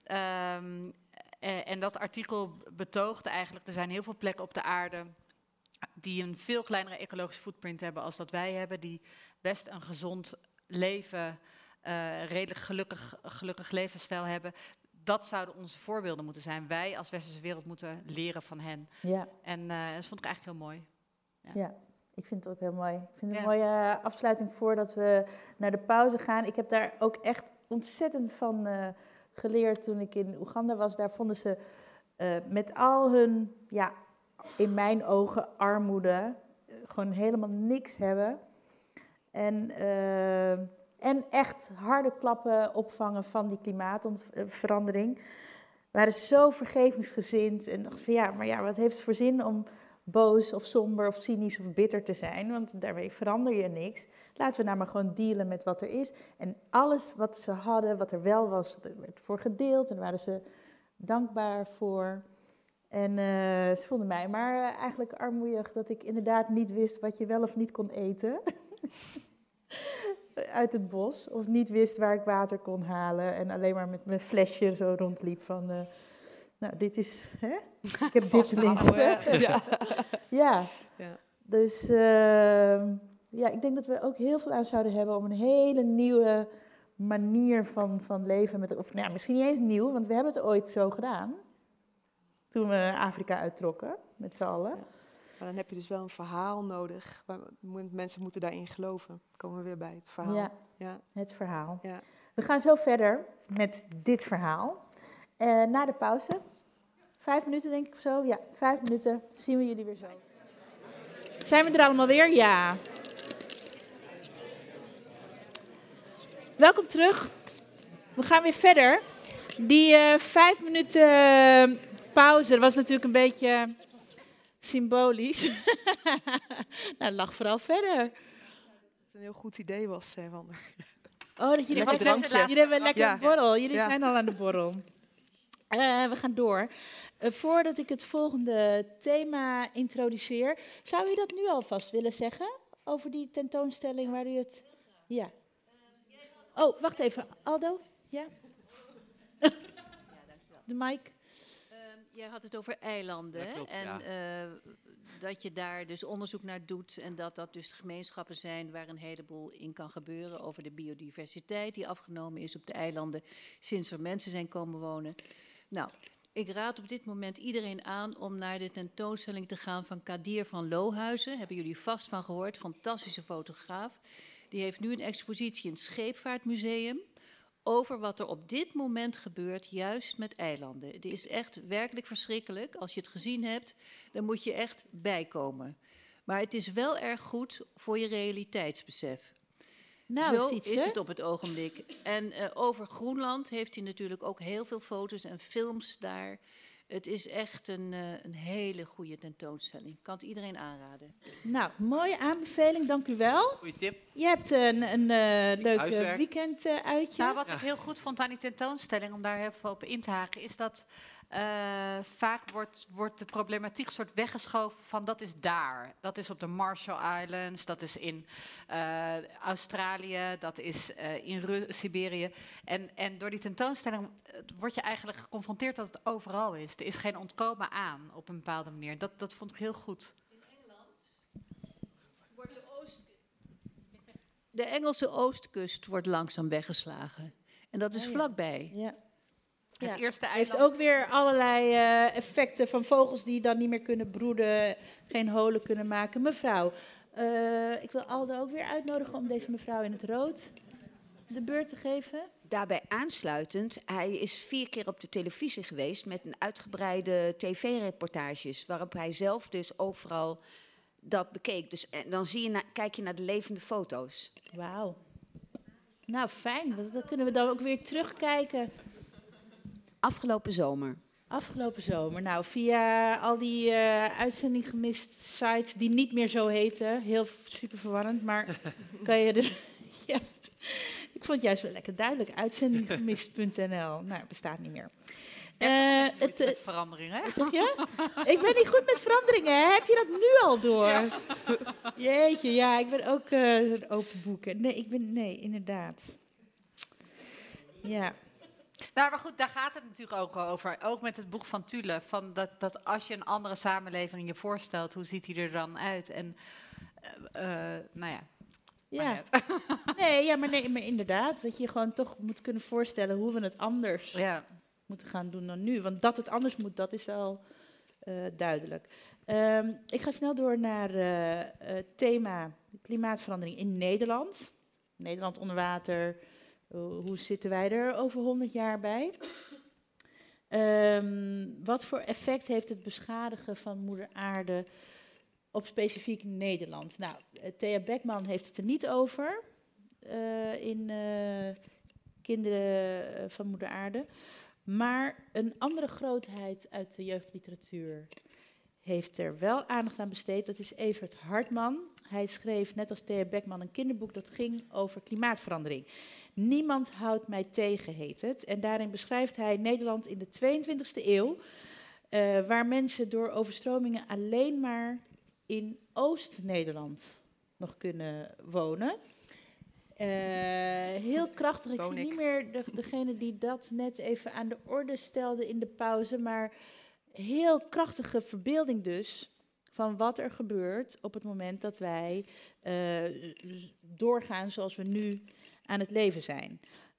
En dat artikel betoogde eigenlijk, er zijn heel veel plekken op de aarde die een veel kleinere ecologische footprint hebben als dat wij hebben, die best een gezond leven, redelijk gelukkig levensstijl hebben. Dat zouden onze voorbeelden moeten zijn. Wij als westerse wereld moeten leren van hen. Ja. En dat vond ik eigenlijk heel mooi. Ja, ik vind het ook heel mooi. Ik vind het een mooie afsluiting voordat we naar de pauze gaan. Ik heb daar ook echt ontzettend van geleerd toen ik in Oeganda was. Daar vonden ze met al hun, ja, in mijn ogen, armoede, gewoon helemaal niks hebben. En echt harde klappen opvangen van die klimaatverandering. Waren zo vergevingsgezind en dachten van ja, maar ja, wat heeft het voor zin om boos of somber of cynisch of bitter te zijn? Want daarmee verander je niks. Laten we nou maar gewoon dealen met wat er is. En alles wat ze hadden, wat er wel was, er werd voor gedeeld en daar waren ze dankbaar voor. En ze vonden mij maar eigenlijk armoeig dat ik inderdaad niet wist wat je wel of niet kon eten. Uit het bos, of niet wist waar ik water kon halen en alleen maar met mijn flesje zo rondliep van, nou, dit is, hè? Ik heb dit tenminste. Ja. Dus ja, ik denk dat we ook heel veel aan zouden hebben om een hele nieuwe manier van leven, of nou, misschien niet eens nieuw, want we hebben het ooit zo gedaan, toen we Afrika uittrokken, met z'n allen. Ja. Maar dan heb je dus wel een verhaal nodig. Mensen moeten daarin geloven. Dan komen we weer bij het verhaal. Ja. Het verhaal. Ja. We gaan zo verder met dit verhaal. Na de pauze. 5 minuten denk ik of zo. Ja, 5 minuten. Zien we jullie weer zo. Zijn we er allemaal weer? Ja. Welkom terug. We gaan weer verder. Die 5 minuten pauze, dat was natuurlijk een beetje symbolisch. Nou, lach vooral verder. Dat het een heel goed idee was, Wander. Oh, dat jullie hebben lekker een borrel. Jullie zijn al aan de borrel. We gaan door. Voordat ik het volgende thema introduceer, zou u dat nu alvast willen zeggen? Over die tentoonstelling waar u het... Ja. Oh, wacht even. Aldo? Ja? De mic. Jij had het over eilanden. Dat klopt, en dat je daar dus onderzoek naar doet. En dat dat dus gemeenschappen zijn waar een heleboel in kan gebeuren. Over de biodiversiteit die afgenomen is op de eilanden sinds er mensen zijn komen wonen. Nou, ik raad op dit moment iedereen aan om naar de tentoonstelling te gaan van Kadir van Lohuizen. Hebben jullie vast van gehoord, fantastische fotograaf. Die heeft nu een expositie in het Scheepvaartmuseum over wat er op dit moment gebeurt, juist met eilanden. Het is echt werkelijk verschrikkelijk. Als je het gezien hebt, dan moet je echt bijkomen. Maar het is wel erg goed voor je realiteitsbesef. Nou, zo is het op het ogenblik. En over Groenland heeft hij natuurlijk ook heel veel foto's en films daar. Het is echt een hele goede tentoonstelling. Ik kan het iedereen aanraden. Nou, mooie aanbeveling, dank u wel. Goeie tip. Je hebt een leuk weekenduitje. Nou, wat ik heel goed vond aan die tentoonstelling, om daar heel veel op in te haken, is dat vaak wordt de problematiek soort weggeschoven van dat is daar. Dat is op de Marshall Islands, dat is in Australië, dat is in Siberië. En door die tentoonstelling word je eigenlijk geconfronteerd dat het overal is. Er is geen ontkomen aan op een bepaalde manier. Dat vond ik heel goed. In Engeland wordt de Engelse oostkust wordt langzaam weggeslagen. En dat is vlakbij. Ja. Het eerste heeft eiland. ook weer allerlei effecten van vogels die dan niet meer kunnen broeden, geen holen kunnen maken. Mevrouw, ik wil Aldo ook weer uitnodigen om deze mevrouw in het rood de beurt te geven. Daarbij aansluitend, hij is 4 keer op de televisie geweest met een uitgebreide tv-reportages, waarop hij zelf dus overal dat bekeek. Dus dan kijk je naar de levende foto's. Wauw. Nou, fijn. Dan kunnen we dan ook weer terugkijken. Afgelopen zomer. Afgelopen zomer. Nou, via al die uitzending gemist sites die niet meer zo heten. Heel super verwarrend, maar kan je er... Ja, ik vond het juist wel lekker duidelijk. Uitzendinggemist.nl. Nou, bestaat niet meer. Met veranderingen, hè? Zeg je? Ik ben niet goed met veranderingen. Hè? Heb je dat nu al door? Ja. Jeetje, ja, ik ben ook een open boek. Nee, inderdaad. Ja. Nou, maar goed, daar gaat het natuurlijk ook over. Ook met het boek van Thule. Van dat als je een andere samenleving je voorstelt, hoe ziet die er dan uit? En, nou ja. Ja. Maar inderdaad. Dat je gewoon toch moet kunnen voorstellen hoe we het anders moeten gaan doen dan nu. Want dat het anders moet, dat is wel duidelijk. Ik ga snel door naar het thema klimaatverandering in Nederland. Nederland onder water. Hoe zitten wij er over 100 jaar bij? Wat voor effect heeft het beschadigen van moeder aarde op specifiek Nederland? Nou, Thea Beckman heeft het er niet over in Kinderen van moeder aarde. Maar een andere grootheid uit de jeugdliteratuur heeft er wel aandacht aan besteed. Dat is Evert Hartman. Hij schreef, net als Thea Beckman, een kinderboek dat ging over klimaatverandering. Niemand houdt mij tegen, heet het. En daarin beschrijft hij Nederland in de 22e eeuw, waar mensen door overstromingen alleen maar in Oost-Nederland nog kunnen wonen. Heel krachtig. Ik zie niet meer degene die dat net even aan de orde stelde in de pauze, maar heel krachtige verbeelding dus van wat er gebeurt op het moment dat wij doorgaan zoals we nu aan het leven zijn.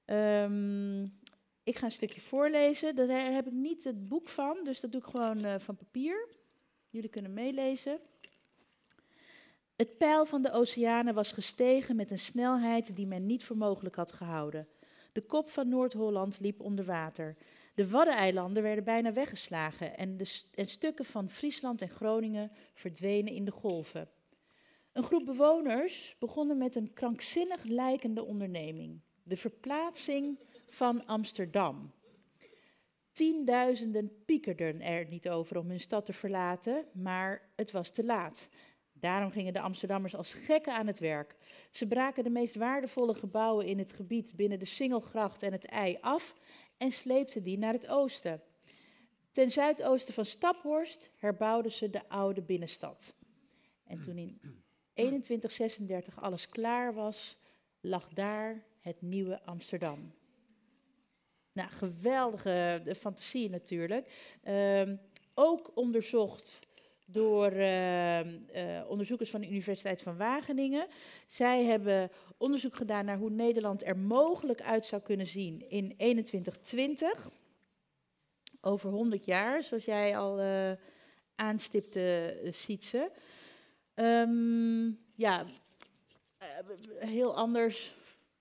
Ik ga een stukje voorlezen. Daar heb ik niet het boek van, dus dat doe ik gewoon van papier. Jullie kunnen meelezen. Het peil van de oceanen was gestegen met een snelheid die men niet voor mogelijk had gehouden. De kop van Noord-Holland liep onder water. De Waddeneilanden werden bijna weggeslagen en stukken van Friesland en Groningen verdwenen in de golven. Een groep bewoners begonnen met een krankzinnig lijkende onderneming. De verplaatsing van Amsterdam. Tienduizenden piekerden er niet over om hun stad te verlaten, maar het was te laat. Daarom gingen de Amsterdammers als gekken aan het werk. Ze braken de meest waardevolle gebouwen in het gebied binnen de Singelgracht en het IJ af en sleepten die naar het oosten. Ten zuidoosten van Staphorst herbouwden ze de oude binnenstad. En toen in 2136 alles klaar was, lag daar het nieuwe Amsterdam. Nou, geweldige fantasie natuurlijk. Ook onderzocht door onderzoekers van de Universiteit van Wageningen. Zij hebben onderzoek gedaan naar hoe Nederland er mogelijk uit zou kunnen zien in 2120. Over 100 jaar, zoals jij al aanstipte, Sietse. Heel anders.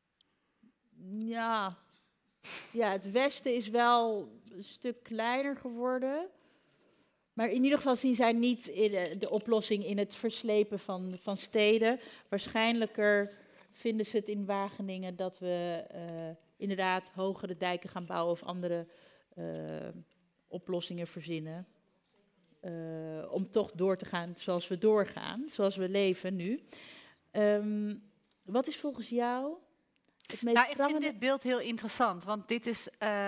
Ja, het westen is wel een stuk kleiner geworden. Maar in ieder geval zien zij niet de oplossing in het verslepen van steden. Waarschijnlijker vinden ze het in Wageningen dat we inderdaad hogere dijken gaan bouwen of andere oplossingen verzinnen. Om toch door te gaan zoals we doorgaan, zoals we leven nu. Wat is volgens jou Het meest Nou, ik vind prangende- dit beeld heel interessant, want dit is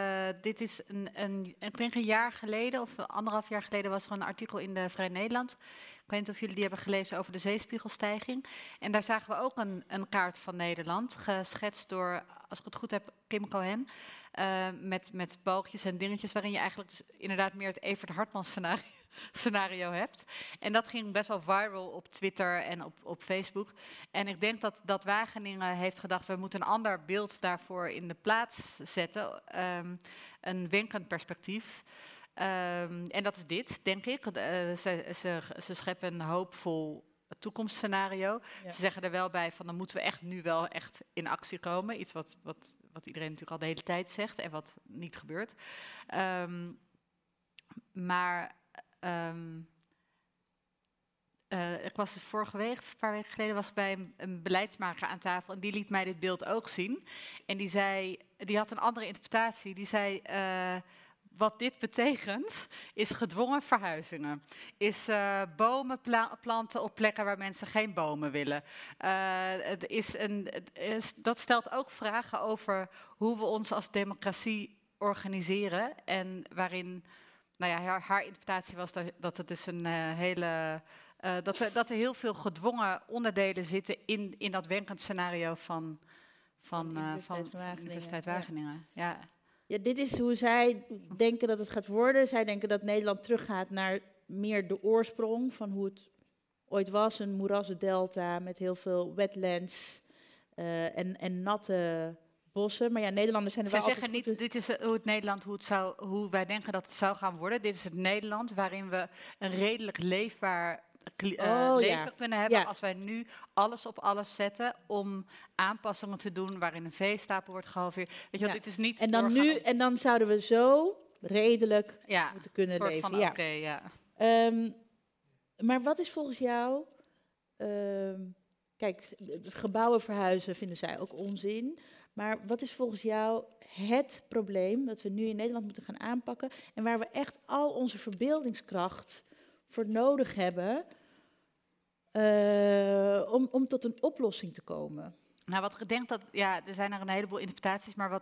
ik denk een jaar geleden of 1,5 jaar geleden was er een artikel in de Vrij Nederland. Ik weet niet of jullie die hebben gelezen over de zeespiegelstijging. En daar zagen we ook een kaart van Nederland, geschetst door, als ik het goed heb, Kim Cohen. Met balkjes en dingetjes, waarin je eigenlijk dus inderdaad meer het Evert Hartman scenario hebt. En dat ging best wel viral op Twitter en op Facebook. En ik denk dat Wageningen heeft gedacht, we moeten een ander beeld daarvoor in de plaats zetten. Een wenkend perspectief. En dat is dit, denk ik. Ze scheppen een hoopvol toekomstscenario. Ja. Ze zeggen er wel bij van, dan moeten we echt nu wel echt in actie komen. Iets wat iedereen natuurlijk al de hele tijd zegt en wat niet gebeurt. Ik was dus vorige week, een paar weken geleden, was ik bij een beleidsmaker aan tafel en die liet mij dit beeld ook zien. En die had een andere interpretatie. Die zei, wat dit betekent, is gedwongen verhuizingen. Is bomen planten op plekken waar mensen geen bomen willen. Dat stelt ook vragen over hoe we ons als democratie organiseren. En waarin, nou ja, haar interpretatie was dat het dus een hele... dat er heel veel gedwongen onderdelen zitten in dat wenkend scenario van Universiteit Wageningen. Ja. Ja, dit is hoe zij denken dat het gaat worden. Zij denken dat Nederland teruggaat naar meer de oorsprong van hoe het ooit was. Een moerassendelta met heel veel wetlands en natte bossen. Maar ja, Nederlanders zijn er Zij wel zeggen altijd niet, dit is hoe het Nederland, hoe wij denken dat het zou gaan worden. Dit is het Nederland waarin we een redelijk leefbaar leven kunnen hebben. Ja. Als wij nu alles op alles zetten om aanpassingen te doen waarin een veestapel wordt gehalveerd. Weet je wel, dit is niet en dan zouden we zo redelijk moeten kunnen soort leven. Van, ja. Okay, ja. Maar wat is volgens jou... kijk, gebouwen verhuizen vinden zij ook onzin. Maar wat is volgens jou het probleem dat we nu in Nederland moeten gaan aanpakken en waar we echt al onze verbeeldingskracht voor nodig hebben om tot een oplossing te komen? Nou, wat ik denk er zijn er een heleboel interpretaties, maar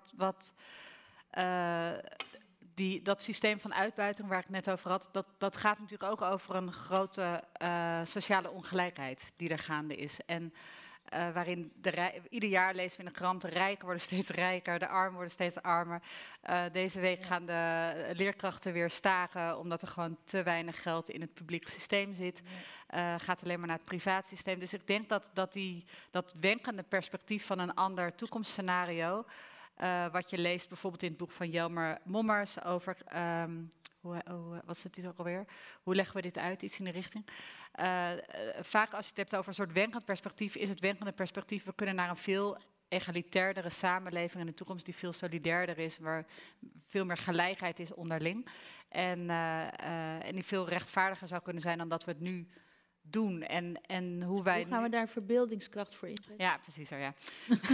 dat systeem van uitbuiting waar ik net over had, dat gaat natuurlijk ook over een grote sociale ongelijkheid die er gaande is. En waarin ieder jaar lezen we in de krant, de rijken worden steeds rijker, de armen worden steeds armer. Deze week gaan de leerkrachten weer staken, omdat er gewoon te weinig geld in het publiek systeem zit. Gaat alleen maar naar het privaatsysteem. Dus ik denk dat wenkende perspectief van een ander toekomstscenario, wat je leest bijvoorbeeld in het boek van Jelmer Mommers over... wat is het hier ook alweer? Hoe leggen we dit uit? Iets in de richting. Vaak als je het hebt over een soort wenkend perspectief, is het wenkende perspectief, we kunnen naar een veel egalitairdere samenleving in de toekomst die veel solidairder is, waar veel meer gelijkheid is onderling. En die veel rechtvaardiger zou kunnen zijn dan dat we het nu doen. En hoe gaan we daar verbeeldingskracht voor inzetten? Ja, precies zo, ja.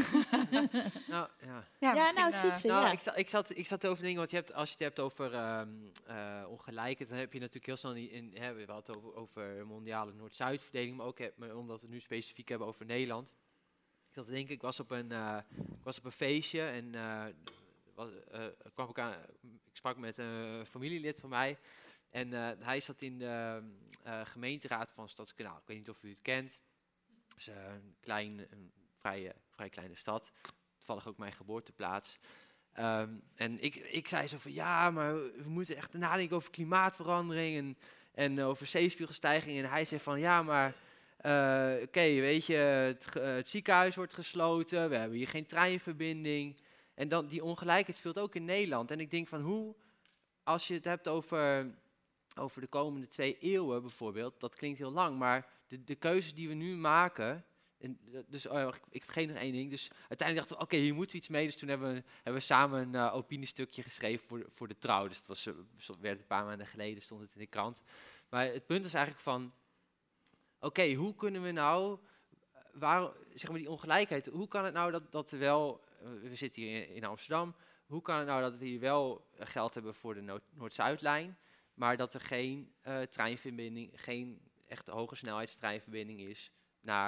Ik zat te overdenken, want als je het hebt over ongelijkheid, dan heb je natuurlijk heel snel we hadden het over mondiale Noord-Zuid verdeling, maar ook omdat we het nu specifiek hebben over Nederland. Ik zat te denken, ik was op een feestje en ik sprak met een familielid van mij. En hij zat in de gemeenteraad van Stadskanaal. Ik weet niet of u het kent. Het is een vrij kleine stad. Toevallig ook mijn geboorteplaats. En ik zei zo van, ja, maar we moeten echt nadenken over klimaatverandering en over zeespiegelstijging. En hij zei van, ja, maar weet je, het ziekenhuis wordt gesloten. We hebben hier geen treinverbinding. En dan die ongelijkheid speelt ook in Nederland. En ik denk van, als je het hebt over de komende 2 eeuwen bijvoorbeeld, dat klinkt heel lang, maar de keuzes die we nu maken, ik vergeet nog 1 ding, dus uiteindelijk dachten we, oké, hier moeten we iets mee, dus toen hebben we samen een opiniestukje geschreven voor de Trouw, dus dat werd een paar maanden geleden, stond het in de krant. Maar het punt is eigenlijk van, oké, hoe kunnen we nou, die ongelijkheid, hoe kan het nou dat we wel, we zitten hier in Amsterdam, hoe kan het nou dat we hier wel geld hebben voor de Noord-Zuidlijn, maar dat er geen treinverbinding, geen echte hoge snelheidstreinverbinding is naar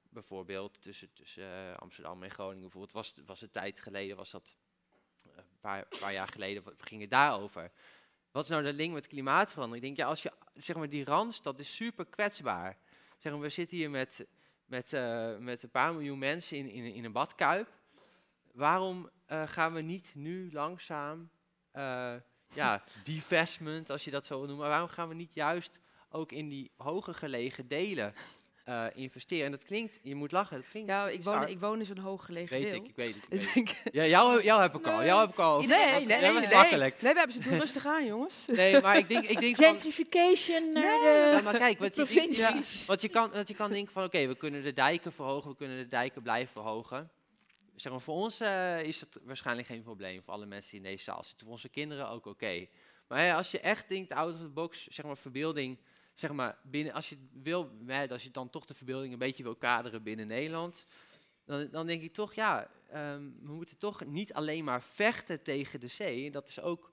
bijvoorbeeld tussen Amsterdam en Groningen. Bijvoorbeeld was een tijd geleden, was dat een paar jaar geleden, we gingen daarover. Wat is nou de link met klimaatverandering? Ik denk, als je, zeg maar, die Randstad is super kwetsbaar. Zeg maar, we zitten hier met een paar miljoen mensen in een badkuip. Waarom gaan we niet nu langzaam, divestment, als je dat zo wil noemen, waarom gaan we niet juist ook in die hoger gelegen delen investeren? En dat klinkt, je moet lachen, dat klinkt... Ja, ik woon in zo'n hooggelegen deel. Ik weet het. Ja, jou heb ik al. Nee, dat was makkelijk. Nee, we hebben ze doen rustig aan, jongens. Nee, maar ik denk Gentrification naar de ja, maar kijk, provincies. Want je kan denken van, oké, we kunnen de dijken verhogen, we kunnen de dijken blijven verhogen. Zeg maar, voor ons is het waarschijnlijk geen probleem, voor alle mensen die in deze zaal zitten. Voor onze kinderen ook oké. Maar als je echt denkt, out of the box, zeg maar, verbeelding, zeg maar, binnen, als je dan toch de verbeelding een beetje wil kaderen binnen Nederland, dan denk ik toch, we moeten toch niet alleen maar vechten tegen de zee. En dat is ook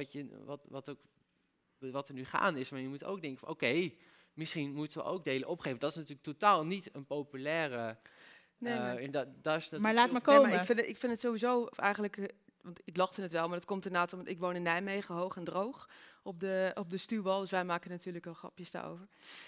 wat er nu gaande is. Maar je moet ook denken van, oké, misschien moeten we ook delen opgeven. Dat is natuurlijk totaal niet een populaire... maar laat maar komen. Nee, maar ik vind het sowieso eigenlijk... Want ik lachte het wel, maar dat komt inderdaad omdat ik woon in Nijmegen, hoog en droog, op de stuwwal. Dus wij maken natuurlijk wel grapjes daarover.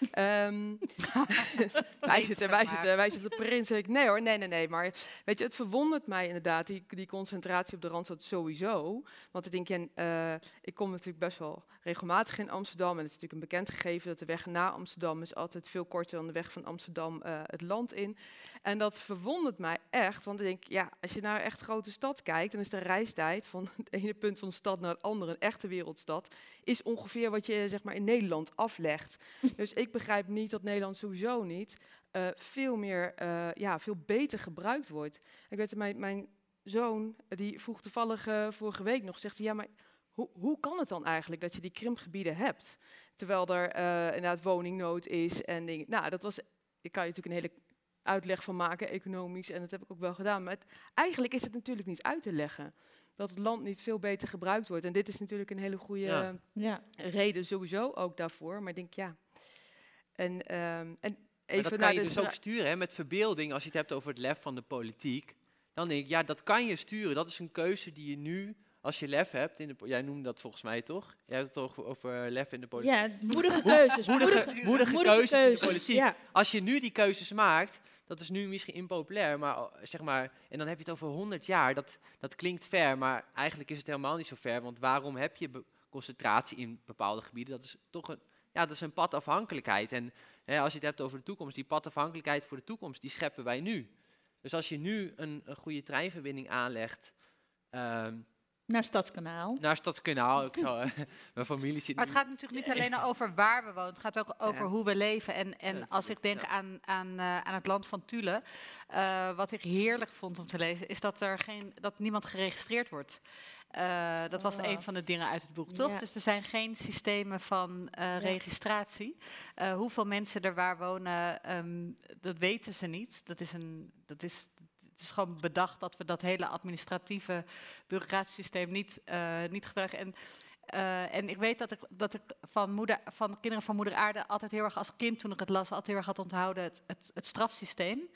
wij zitten prins. Nee hoor, nee. Maar weet je, het verwondert mij inderdaad, die concentratie op de Randstad sowieso. Want ik denk, ik kom natuurlijk best wel regelmatig in Amsterdam. En het is natuurlijk een bekend gegeven dat de weg naar Amsterdam is altijd veel korter dan de weg van Amsterdam het land in. En dat verwondert mij echt, want ik denk, als je naar een echt grote stad kijkt, dan is de reistijd van het ene punt van de stad naar het andere, een echte wereldstad, is ongeveer wat je, zeg maar, in Nederland aflegt. Dus ik begrijp niet dat Nederland sowieso niet veel beter gebruikt wordt. Ik weet, mijn zoon, die vroeg toevallig vorige week nog, zegt hij, maar hoe kan het dan eigenlijk dat je die krimpgebieden hebt? Terwijl er inderdaad woningnood is en dingen. Nou, daar kan je natuurlijk een hele uitleg van maken, economisch, en dat heb ik ook wel gedaan. Maar eigenlijk is het natuurlijk niet uit te leggen dat het land niet veel beter gebruikt wordt. En dit is natuurlijk een hele goede reden sowieso ook daarvoor. Maar ik denk, En even dat kan je dus ook sturen, met verbeelding, als je het hebt over het lef van de politiek. Dan denk ik, dat kan je sturen. Dat is een keuze die je nu, als je lef hebt, jij noemde dat volgens mij toch? Jij hebt het toch over lef in de politiek? Ja, moedige keuzes. Moedige keuzes in de politiek. Ja. Als je nu die keuzes maakt, dat is nu misschien impopulair, maar zeg maar, en dan heb je het over 100 jaar, dat klinkt ver, maar eigenlijk is het helemaal niet zo ver, want waarom heb je concentratie in bepaalde gebieden? Dat is toch dat is een padafhankelijkheid. En als je het hebt over de toekomst, die padafhankelijkheid voor de toekomst, die scheppen wij nu. Dus als je nu een goede treinverbinding aanlegt, naar Stadskanaal. Mijn familie zit. Maar het gaat natuurlijk niet alleen over waar we wonen. Het gaat ook over hoe we leven. En als ik denk aan het land van Thule, wat ik heerlijk vond om te lezen, is dat niemand geregistreerd wordt. Dat was een van de dingen uit het boek, toch? Ja. Dus er zijn geen systemen van registratie. Hoeveel mensen er waar wonen, dat weten ze niet. Het is gewoon bedacht dat we dat hele administratieve bureaucratische systeem niet gebruiken. En ik weet dat ik van Kinderen van Moeder Aarde altijd heel erg als kind, toen ik het las, altijd heel erg had onthouden het strafsysteem.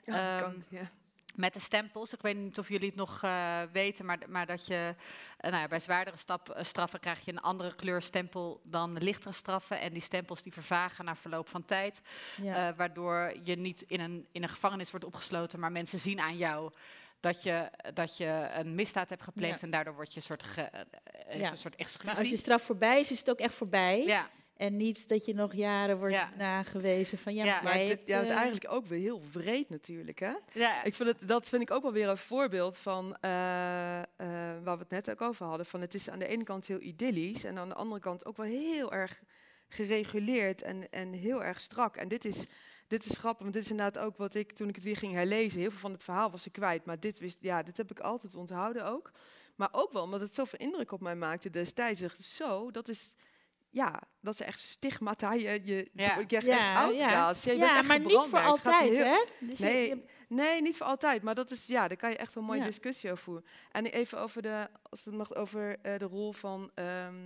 Met de stempels. Ik weet niet of jullie het nog weten, maar dat je bij zwaardere straffen krijg je een andere kleur stempel dan lichtere straffen. En die stempels die vervagen na verloop van tijd. Ja. Waardoor je niet in een gevangenis wordt opgesloten, maar mensen zien aan jou dat je een misdaad hebt gepleegd. En daardoor word je een soort exclusie. Maar als je straf voorbij is het ook echt voorbij. Ja. En niet dat je nog jaren wordt nagewezen van het is eigenlijk ook weer heel wreed natuurlijk, hè? Ja. Dat vind ik ook wel weer een voorbeeld van waar we het net ook over hadden. Van het is aan de ene kant heel idyllisch en aan de andere kant ook wel heel erg gereguleerd en heel erg strak. En dit is grappig, want dit is inderdaad ook wat toen ik het weer ging herlezen, heel veel van het verhaal was ik kwijt. Maar dit heb ik altijd onthouden ook. Maar ook wel omdat het zoveel indruk op mij maakte destijds. Dat is echt stigmata. Je krijgt echt outcast. Je bent echt maar niet voor altijd, hè? Dus nee, niet voor altijd. Maar dat is, daar kan je echt wel een mooie discussie over voeren. En even over de rol van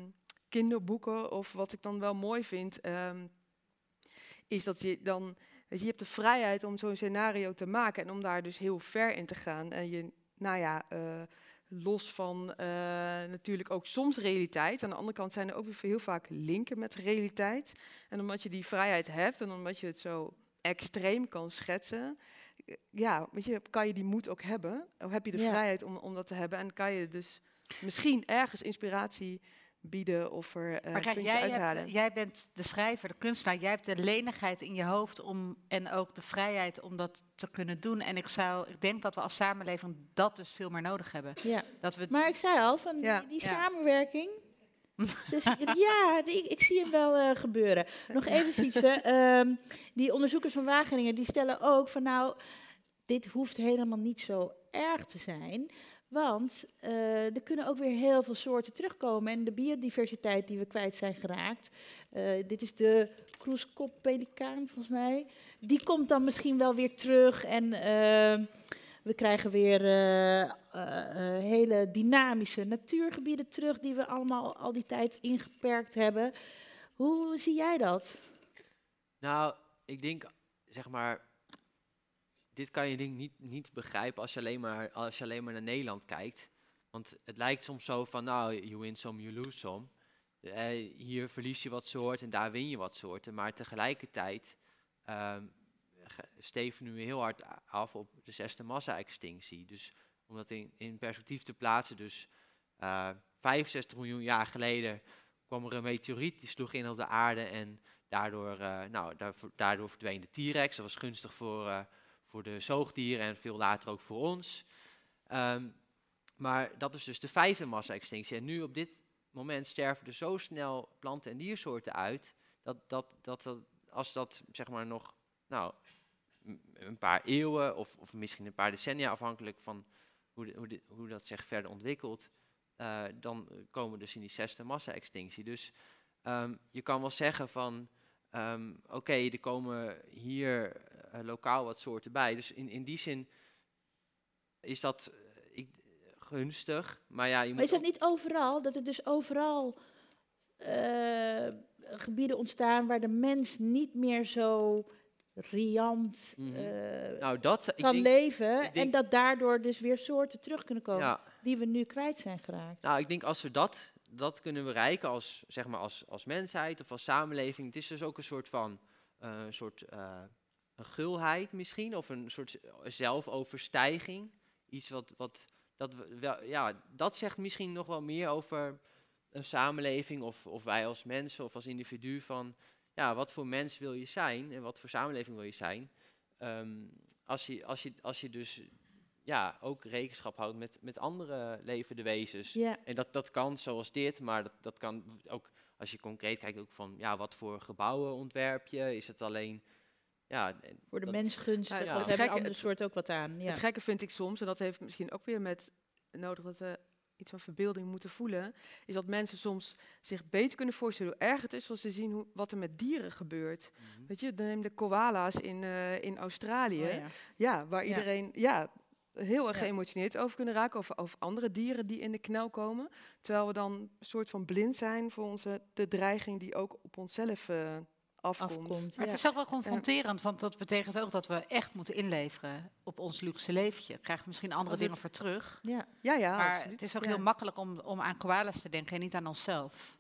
kinderboeken, of wat ik dan wel mooi vind, is dat je dan Weet je hebt de vrijheid om zo'n scenario te maken en om daar dus heel ver in te gaan. En je, los van natuurlijk ook soms realiteit. Aan de andere kant zijn er ook weer heel vaak linken met realiteit. En omdat je die vrijheid hebt en omdat je het zo extreem kan schetsen, weet je, kan je die moed ook hebben. Of heb je de vrijheid om dat te hebben. En kan je dus misschien ergens inspiratie bieden of er puntjes uithalen. Jij bent de schrijver, de kunstenaar. Jij hebt de lenigheid in je hoofd en ook de vrijheid om dat te kunnen doen. En ik denk dat we als samenleving dat dus veel meer nodig hebben. Ja. Dat we Maar ik zei al, van die samenwerking. Dus ik zie hem wel gebeuren. Nog even iets. Die onderzoekers van Wageningen die stellen ook van dit hoeft helemaal niet zo erg te zijn. Want er kunnen ook weer heel veel soorten terugkomen. En de biodiversiteit die we kwijt zijn geraakt. Dit is de kroeskop-pelikaan volgens mij. Die komt dan misschien wel weer terug. En we krijgen weer hele dynamische natuurgebieden terug. Die we allemaal al die tijd ingeperkt hebben. Hoe zie jij dat? Nou, ik denk, zeg maar, dit kan je denk ik niet begrijpen als je alleen maar naar Nederland kijkt. Want het lijkt soms zo van, you win some, you lose some. Hier verlies je wat soorten en daar win je wat soorten. Maar tegelijkertijd steven we heel hard af op de 6e massa-extinctie. Dus om dat in perspectief te plaatsen, dus 65 miljoen jaar geleden kwam er een meteoriet, die sloeg in op de aarde en daardoor verdween de T-rex. Dat was gunstig voor de zoogdieren en veel later ook voor ons. Maar dat is dus de 5e massa-extinctie. En nu op dit moment sterven er zo snel planten- en diersoorten uit, dat als dat zeg maar nog een paar eeuwen of misschien een paar decennia, afhankelijk van hoe dat zich verder ontwikkelt, dan komen we dus in die 6e massa-extinctie. Dus je kan wel zeggen van, oké, er komen hier lokaal wat soorten bij. Dus in die zin is dat gunstig. Maar ja, maar is dat niet overal? Dat er dus overal gebieden ontstaan waar de mens niet meer zo riant kan leven. En dat daardoor dus weer soorten terug kunnen komen die we nu kwijt zijn geraakt. Nou, ik denk als we dat kunnen bereiken als mensheid of als samenleving. Het is dus ook een soort van een gulheid misschien, of een soort zelfoverstijging. Iets dat zegt misschien nog wel meer over een samenleving of wij als mensen of als individu van, wat voor mens wil je zijn en wat voor samenleving wil je zijn. Als je dus ook rekenschap houdt met andere levende wezens. Ja. En dat kan zoals dit, maar dat kan ook, als je concreet kijkt, ook van, wat voor gebouwen ontwerp je? Is het alleen voor de mens gunstig, dat hebben andere soorten ook wat aan. Ja. Het gekke vind ik soms, en dat heeft misschien ook weer met nodig dat we iets van verbeelding moeten voelen, is dat mensen soms zich beter kunnen voorstellen hoe erg het is als ze zien wat er met dieren gebeurt. Mm-hmm. Weet je, dan neem de koala's in Australië, waar iedereen heel erg geëmotioneerd over kunnen raken, over andere dieren die in de knel komen, terwijl we dan een soort van blind zijn voor de dreiging die ook op onszelf afkomt. Maar het is ook wel confronterend, want dat betekent ook dat we echt moeten inleveren op ons luxe leventje. Krijgen we misschien andere dingen voor terug. Ja, maar absoluut. Het is ook heel makkelijk om aan koalas te denken en niet aan onszelf.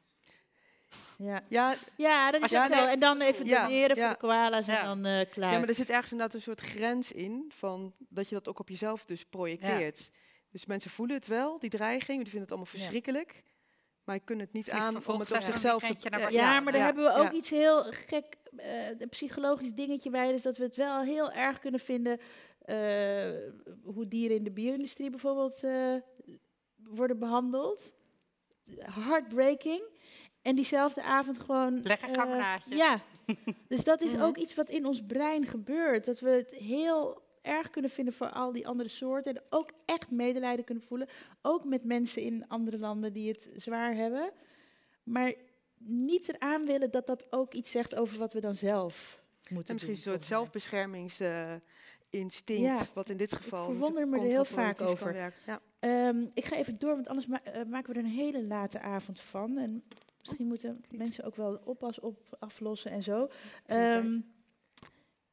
Ja, dat is ook zo. En dan even doneren voor de koala's en dan klaar. Ja, maar er zit ergens inderdaad een soort grens in, van dat je dat ook op jezelf dus projecteert. Ja. Dus mensen voelen het wel, die dreiging, die vinden het allemaal verschrikkelijk. Maar je kunt het niet aan om het op zichzelf te... Maar daar hebben we ook iets heel gek, een psychologisch dingetje bij. Dus dat we het wel heel erg kunnen vinden hoe dieren in de bio-industrie bijvoorbeeld worden behandeld. Heartbreaking. En diezelfde avond gewoon... Lekker kameraadje. Ja, dus dat is ook iets wat in ons brein gebeurt. Dat we het heel erg kunnen vinden voor al die andere soorten. En ook echt medelijden kunnen voelen. Ook met mensen in andere landen die het zwaar hebben. Maar niet eraan willen dat dat ook iets zegt over wat we dan zelf moeten en misschien doen. Een soort zelfbeschermingsinstinct, wat in dit geval... Ik verwonder me er heel vaak over. Ja. Ik ga even door, want anders maken we er een hele late avond van. En misschien moeten mensen ook wel de oppas aflossen en zo.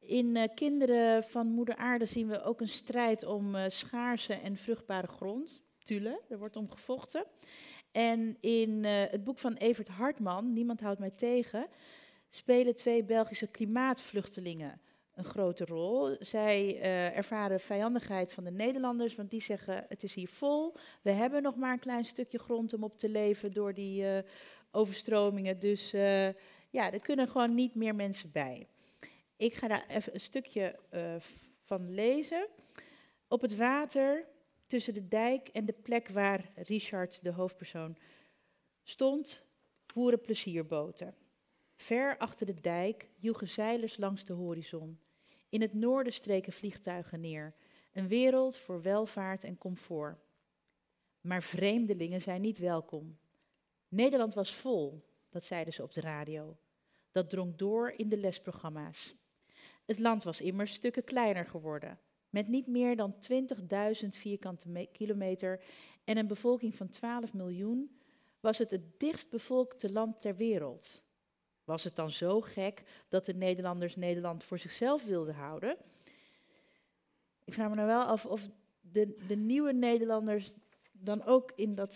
In Kinderen van Moeder Aarde zien we ook een strijd om schaarse en vruchtbare grond. Thule, er wordt om gevochten. En in het boek van Evert Hartman, Niemand houdt mij tegen, spelen 2 Belgische klimaatvluchtelingen een grote rol. Zij ervaren vijandigheid van de Nederlanders, want die zeggen het is hier vol. We hebben nog maar een klein stukje grond om op te leven door die overstromingen. Dus er kunnen gewoon niet meer mensen bij. Ik ga daar even een stukje van lezen. Op het water, tussen de dijk en de plek waar Richard, de hoofdpersoon, stond, voeren plezierboten. Ver achter de dijk joegen zeilers langs de horizon. In het noorden streken vliegtuigen neer. Een wereld voor welvaart en comfort. Maar vreemdelingen zijn niet welkom. Nederland was vol, dat zeiden ze op de radio. Dat drong door in de lesprogramma's. Het land was immers stukken kleiner geworden. Met niet meer dan 20.000 vierkante kilometer en een bevolking van 12 miljoen was het het dichtst bevolkte land ter wereld. Was het dan zo gek dat de Nederlanders Nederland voor zichzelf wilden houden? Ik vraag me nou wel af of de nieuwe Nederlanders dan ook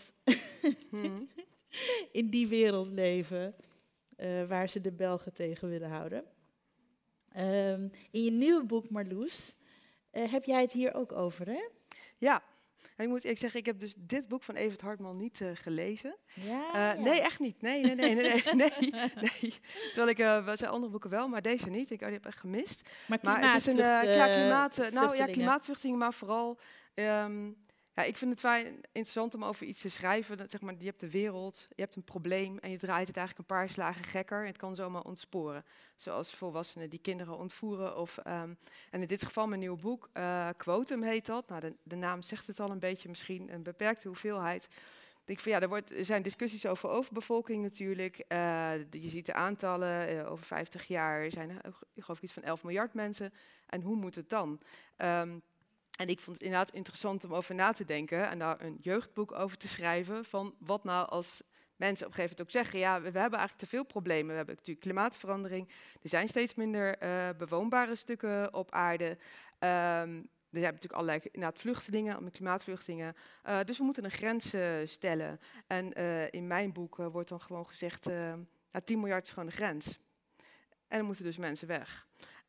in die wereld leven waar ze de Belgen tegen willen houden. In je nieuwe boek, Marloes, heb jij het hier ook over, hè? Ja. En ik moet eerlijk zeggen, ik heb dus dit boek van Evert Hartman niet gelezen. Ja. Nee, echt niet. Nee. Terwijl ik zijn andere boeken wel, maar deze niet. Die heb ik echt gemist. Maar het is een klimaatvluchtelingen, maar vooral... ik vind het fijn, interessant om over iets te schrijven. Zeg maar, je hebt de wereld, je hebt een probleem en je draait het eigenlijk een paar slagen gekker. En het kan zomaar ontsporen. Zoals volwassenen die kinderen ontvoeren. En in dit geval mijn nieuwe boek, Quotum heet dat. Nou, de naam zegt het al een beetje misschien, een beperkte hoeveelheid. Ik denk van er zijn discussies over overbevolking natuurlijk. Je ziet de aantallen, over 50 jaar zijn er geloof ik iets van 11 miljard mensen. En hoe moet het dan? En ik vond het inderdaad interessant om over na te denken en daar een jeugdboek over te schrijven van wat nou als mensen op een gegeven moment ook zeggen, ja, we hebben eigenlijk te veel problemen. We hebben natuurlijk klimaatverandering, er zijn steeds minder bewoonbare stukken op aarde. Er zijn natuurlijk allerlei vluchtelingen, klimaatvluchtelingen. Dus we moeten een grens stellen. En in mijn boek wordt dan gewoon gezegd, 10 miljard is gewoon de grens. En dan moeten dus mensen weg.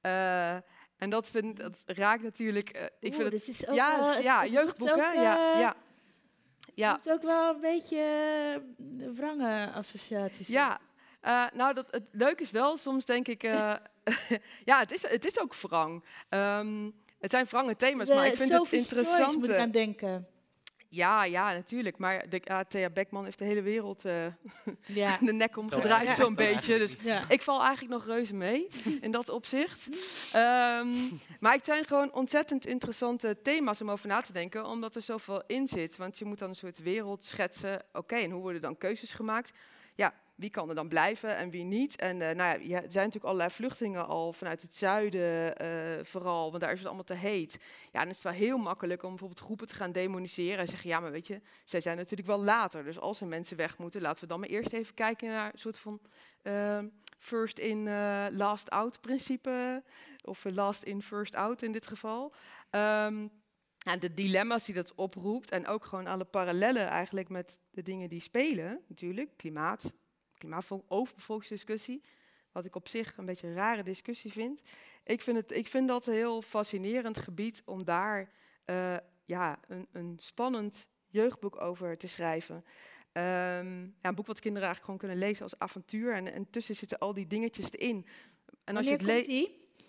En dat raakt natuurlijk. Ik vind dit is ook jeugdboeken. Het is ook wel een beetje wrange associaties. Ja, het leuke is wel, soms denk ik, het is ook wrang. Het zijn wrange thema's, maar ik vind het interessant. Moet ik aan denken. Ja, natuurlijk. Maar Thea Beckman heeft de hele wereld de nek omgedraaid zo'n beetje. Dus ik val eigenlijk nog reuze mee in dat opzicht. Maar het zijn gewoon ontzettend interessante thema's om over na te denken. Omdat er zoveel in zit. Want je moet dan een soort wereld schetsen. Oké, en hoe worden dan keuzes gemaakt? Ja, wie kan er dan blijven en wie niet? En er zijn natuurlijk allerlei vluchtelingen al vanuit het zuiden vooral, want daar is het allemaal te heet. Ja, dan is het wel heel makkelijk om bijvoorbeeld groepen te gaan demoniseren en zeggen, ja, maar weet je, zij zijn natuurlijk wel later. Dus als er mensen weg moeten, laten we dan maar eerst even kijken naar een soort van first in, last out principe. Of last in, first out in dit geval. En de dilemma's die dat oproept en ook gewoon alle parallellen eigenlijk met de dingen die spelen, natuurlijk, overbevolkingsdiscussie, wat ik op zich een beetje een rare discussie vind. Ik vind dat een heel fascinerend gebied om daar een spannend jeugdboek over te schrijven. Een boek wat kinderen eigenlijk gewoon kunnen lezen als avontuur en tussen zitten al die dingetjes erin. En als je het leest,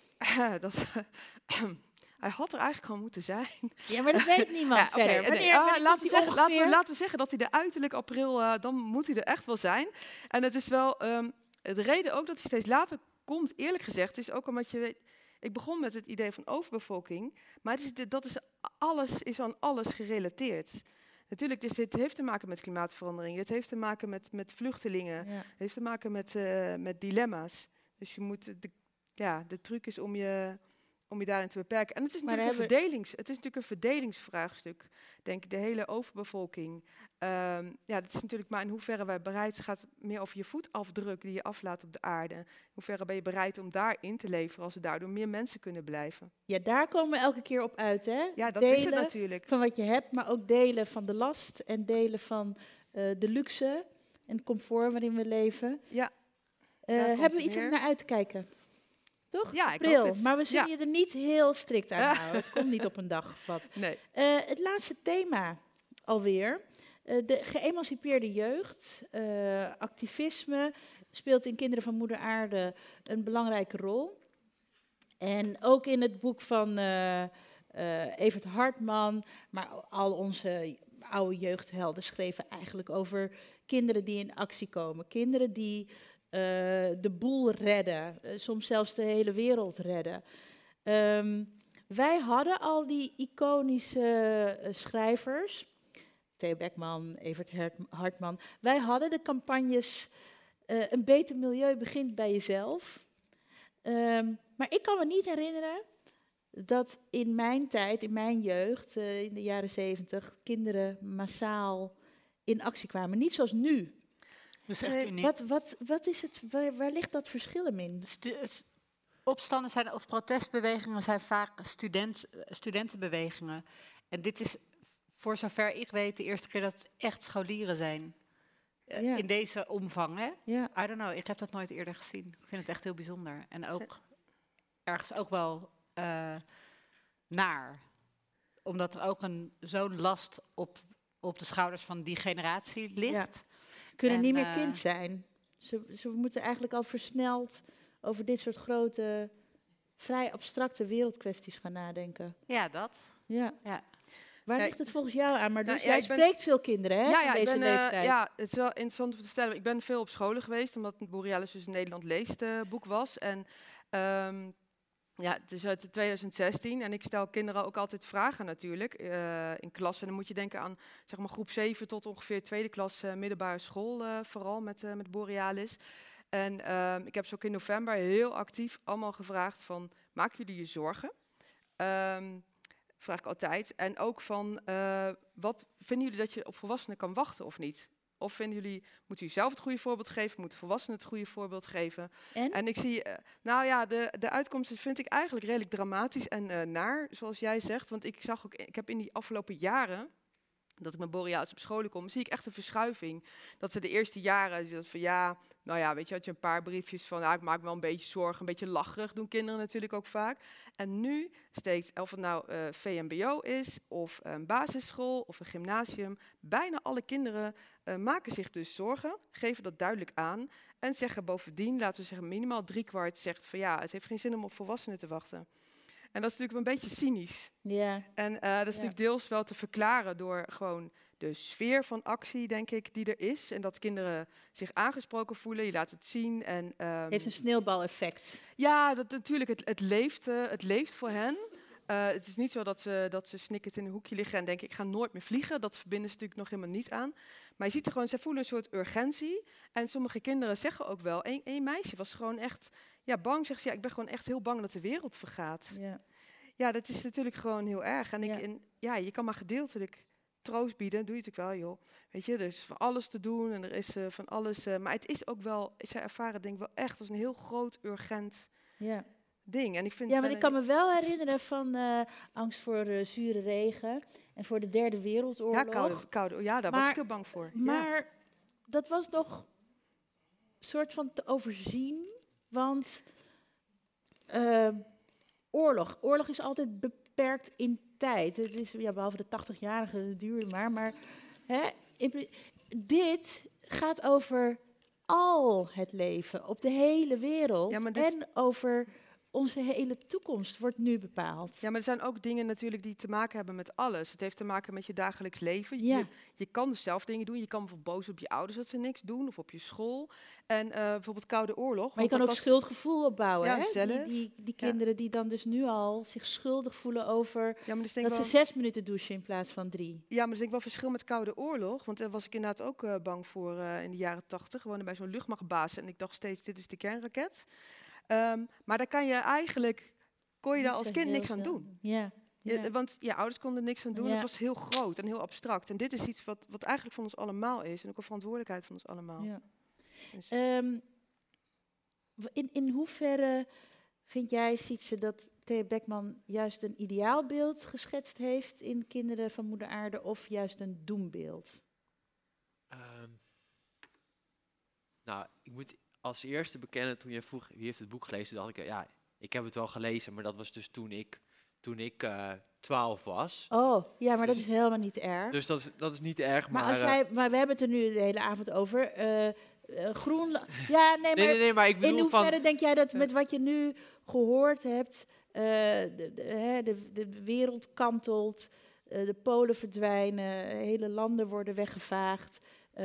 hij had er eigenlijk gewoon moeten zijn. Ja, maar dat weet niemand verder. Laten we zeggen dat hij er uiterlijk april, dan moet hij er echt wel zijn. En het is wel, de reden ook dat hij steeds later komt, eerlijk gezegd, is ook omdat je weet, ik begon met het idee van overbevolking, maar is aan alles gerelateerd. Natuurlijk, dit heeft te maken met klimaatverandering, dit heeft te maken met vluchtelingen, het heeft te maken met dilemma's. Dus je moet, de truc is om je om je daarin te beperken. En het is Maar natuurlijk, het is natuurlijk een verdelingsvraagstuk, denk ik, de hele overbevolking. Het is natuurlijk maar in hoeverre wij bereid, het gaat meer over je voetafdruk die je aflaat op de aarde. In hoeverre ben je bereid om daarin te leveren als er daardoor meer mensen kunnen blijven. Ja, daar komen we elke keer op uit, hè? Ja, dat delen is het natuurlijk. van wat je hebt, maar ook delen van de last en delen van de luxe en het comfort waarin we leven. Ja. Hebben we iets om naar uit te kijken? Toch? Ja, ik April. hoop het. Maar we zullen je er niet heel strikt aan houden. Het komt niet op een dag of wat. Nee. Het laatste thema alweer. De geëmancipeerde jeugd. Activisme speelt in Kinderen van Moeder Aarde een belangrijke rol. En ook in het boek van Evert Hartman, maar al onze oude jeugdhelden schreven eigenlijk over kinderen die in actie komen. Kinderen die de boel redden, soms zelfs de hele wereld redden. Wij hadden al die iconische schrijvers, Thea Beckman, Evert Hartman. Wij hadden de campagnes Een beter milieu begint bij jezelf. Maar ik kan me niet herinneren dat in mijn tijd, in mijn jeugd, in de jaren 70, kinderen massaal in actie kwamen. Niet zoals nu. Dat is echt uniek. Wat is het, waar ligt dat verschil in? Opstanden zijn, of protestbewegingen zijn vaak studentenbewegingen. En dit is, voor zover ik weet, de eerste keer dat het echt scholieren zijn. In deze omvang, hè? Ja. I don't know, ik heb dat nooit eerder gezien. Ik vind het echt heel bijzonder. En ook ergens ook wel naar. Omdat er ook zo'n last op de schouders van die generatie ligt. Ja. Kunnen niet meer kind zijn. Ze moeten eigenlijk al versneld over dit soort grote, vrij abstracte wereldkwesties gaan nadenken. Ja, dat. Ja. Ja. Waar ligt het volgens jou aan? Maar dus jij ik spreekt veel kinderen, hè, van deze leeftijd. Ja, het is wel interessant om te vertellen. Ik ben veel op scholen geweest, omdat het Borealis dus in Nederland leest boek was. En het is uit 2016 en ik stel kinderen ook altijd vragen natuurlijk in klas. En dan moet je denken aan zeg maar groep 7 tot ongeveer tweede klas middelbare school, vooral met Borealis. En ik heb ze ook in november heel actief allemaal gevraagd van, maken jullie je zorgen? Vraag ik altijd. En ook van, wat vinden jullie dat je op volwassenen kan wachten of niet? Of vinden jullie, moeten jullie zelf het goede voorbeeld geven? Moeten volwassenen het goede voorbeeld geven? En ik zie, de uitkomsten vind ik eigenlijk redelijk dramatisch en naar, zoals jij zegt. Want ik zag ook, ik heb in die afgelopen jaren, dat ik met Borealis op scholen kom, zie ik echt een verschuiving. Dat ze de eerste jaren, dat van weet je, had je een paar briefjes van, ik maak me wel een beetje zorgen, een beetje lacherig, doen kinderen natuurlijk ook vaak. En nu steekt, of het nou VMBO is, of een basisschool, of een gymnasium, bijna alle kinderen maken zich dus zorgen, geven dat duidelijk aan en zeggen bovendien, laten we zeggen minimaal 3/4 zegt van het heeft geen zin om op volwassenen te wachten. En dat is natuurlijk een beetje cynisch. Ja. En dat is natuurlijk deels wel te verklaren door gewoon de sfeer van actie, denk ik, die er is. En dat kinderen zich aangesproken voelen, je laat het zien. En, heeft een sneeuwbaleffect. Ja, natuurlijk, het leeft voor hen. Het is niet zo dat ze snikkend in een hoekje liggen en denken, ik ga nooit meer vliegen. Dat verbinden ze natuurlijk nog helemaal niet aan. Maar je ziet er gewoon, ze voelen een soort urgentie. En sommige kinderen zeggen ook wel, een meisje was gewoon echt bang. Zegt ze, ik ben gewoon echt heel bang dat de wereld vergaat. Ja, dat is natuurlijk gewoon heel erg. En je kan maar gedeeltelijk troost bieden, doe je natuurlijk wel, joh. Weet je, er is van alles te doen en er is van alles. Maar het is ook wel, zij ervaren denk ik wel echt als een heel groot, urgent ding. En ik vind want ik kan me wel herinneren van angst voor zure regen en voor de Derde Wereldoorlog. Ja, koude, daar was ik heel bang voor. Maar dat was nog soort van te overzien, want oorlog is altijd beperkt in tijd. Het is, behalve de 80-jarige duurde maar dit gaat over al het leven op de hele wereld en over onze hele toekomst wordt nu bepaald. Ja, maar er zijn ook dingen natuurlijk die te maken hebben met alles. Het heeft te maken met je dagelijks leven. Je kan dus zelf dingen doen. Je kan bijvoorbeeld boos op je ouders dat ze niks doen of op je school. En bijvoorbeeld Koude Oorlog. Maar je kan ook schuldgevoel opbouwen. Ja, hè? Die kinderen die dan dus nu al zich schuldig voelen over dat ze 6 minuten douchen in plaats van 3. Ja, maar er is denk ik wel verschil met Koude Oorlog. Want daar was ik inderdaad ook bang voor in de jaren 80. Gewoon bij zo'n luchtmachtbasis. En ik dacht steeds, dit is de kernraket. Maar daar kan je eigenlijk kon je daar Niet als zo kind heel niks aan veel. doen. Ja. Ja. Want je ouders konden er niks aan doen. Ja. Het was heel groot en heel abstract. En dit is iets wat eigenlijk van ons allemaal is. En ook een verantwoordelijkheid van ons allemaal. Ja. Dus- In hoeverre vind jij, Sietse, dat Thea Beckman juist een ideaalbeeld geschetst heeft in Kinderen van Moeder Aarde of juist een doembeeld? Nou, ik moet als eerste bekennen, toen je vroeg wie heeft het boek gelezen, dacht ik, ja, ik heb het wel gelezen, maar dat was dus toen ik 12 was. Oh, ja, maar dat Dus- is helemaal niet erg. Dus dat is niet erg, maar maar... maar we hebben het er nu de hele avond over. Groen. Ja, nee, maar, nee, maar ik bedoel in hoeverre van... denk jij dat met wat je nu gehoord hebt, de wereld kantelt, de polen verdwijnen, hele landen worden weggevaagd,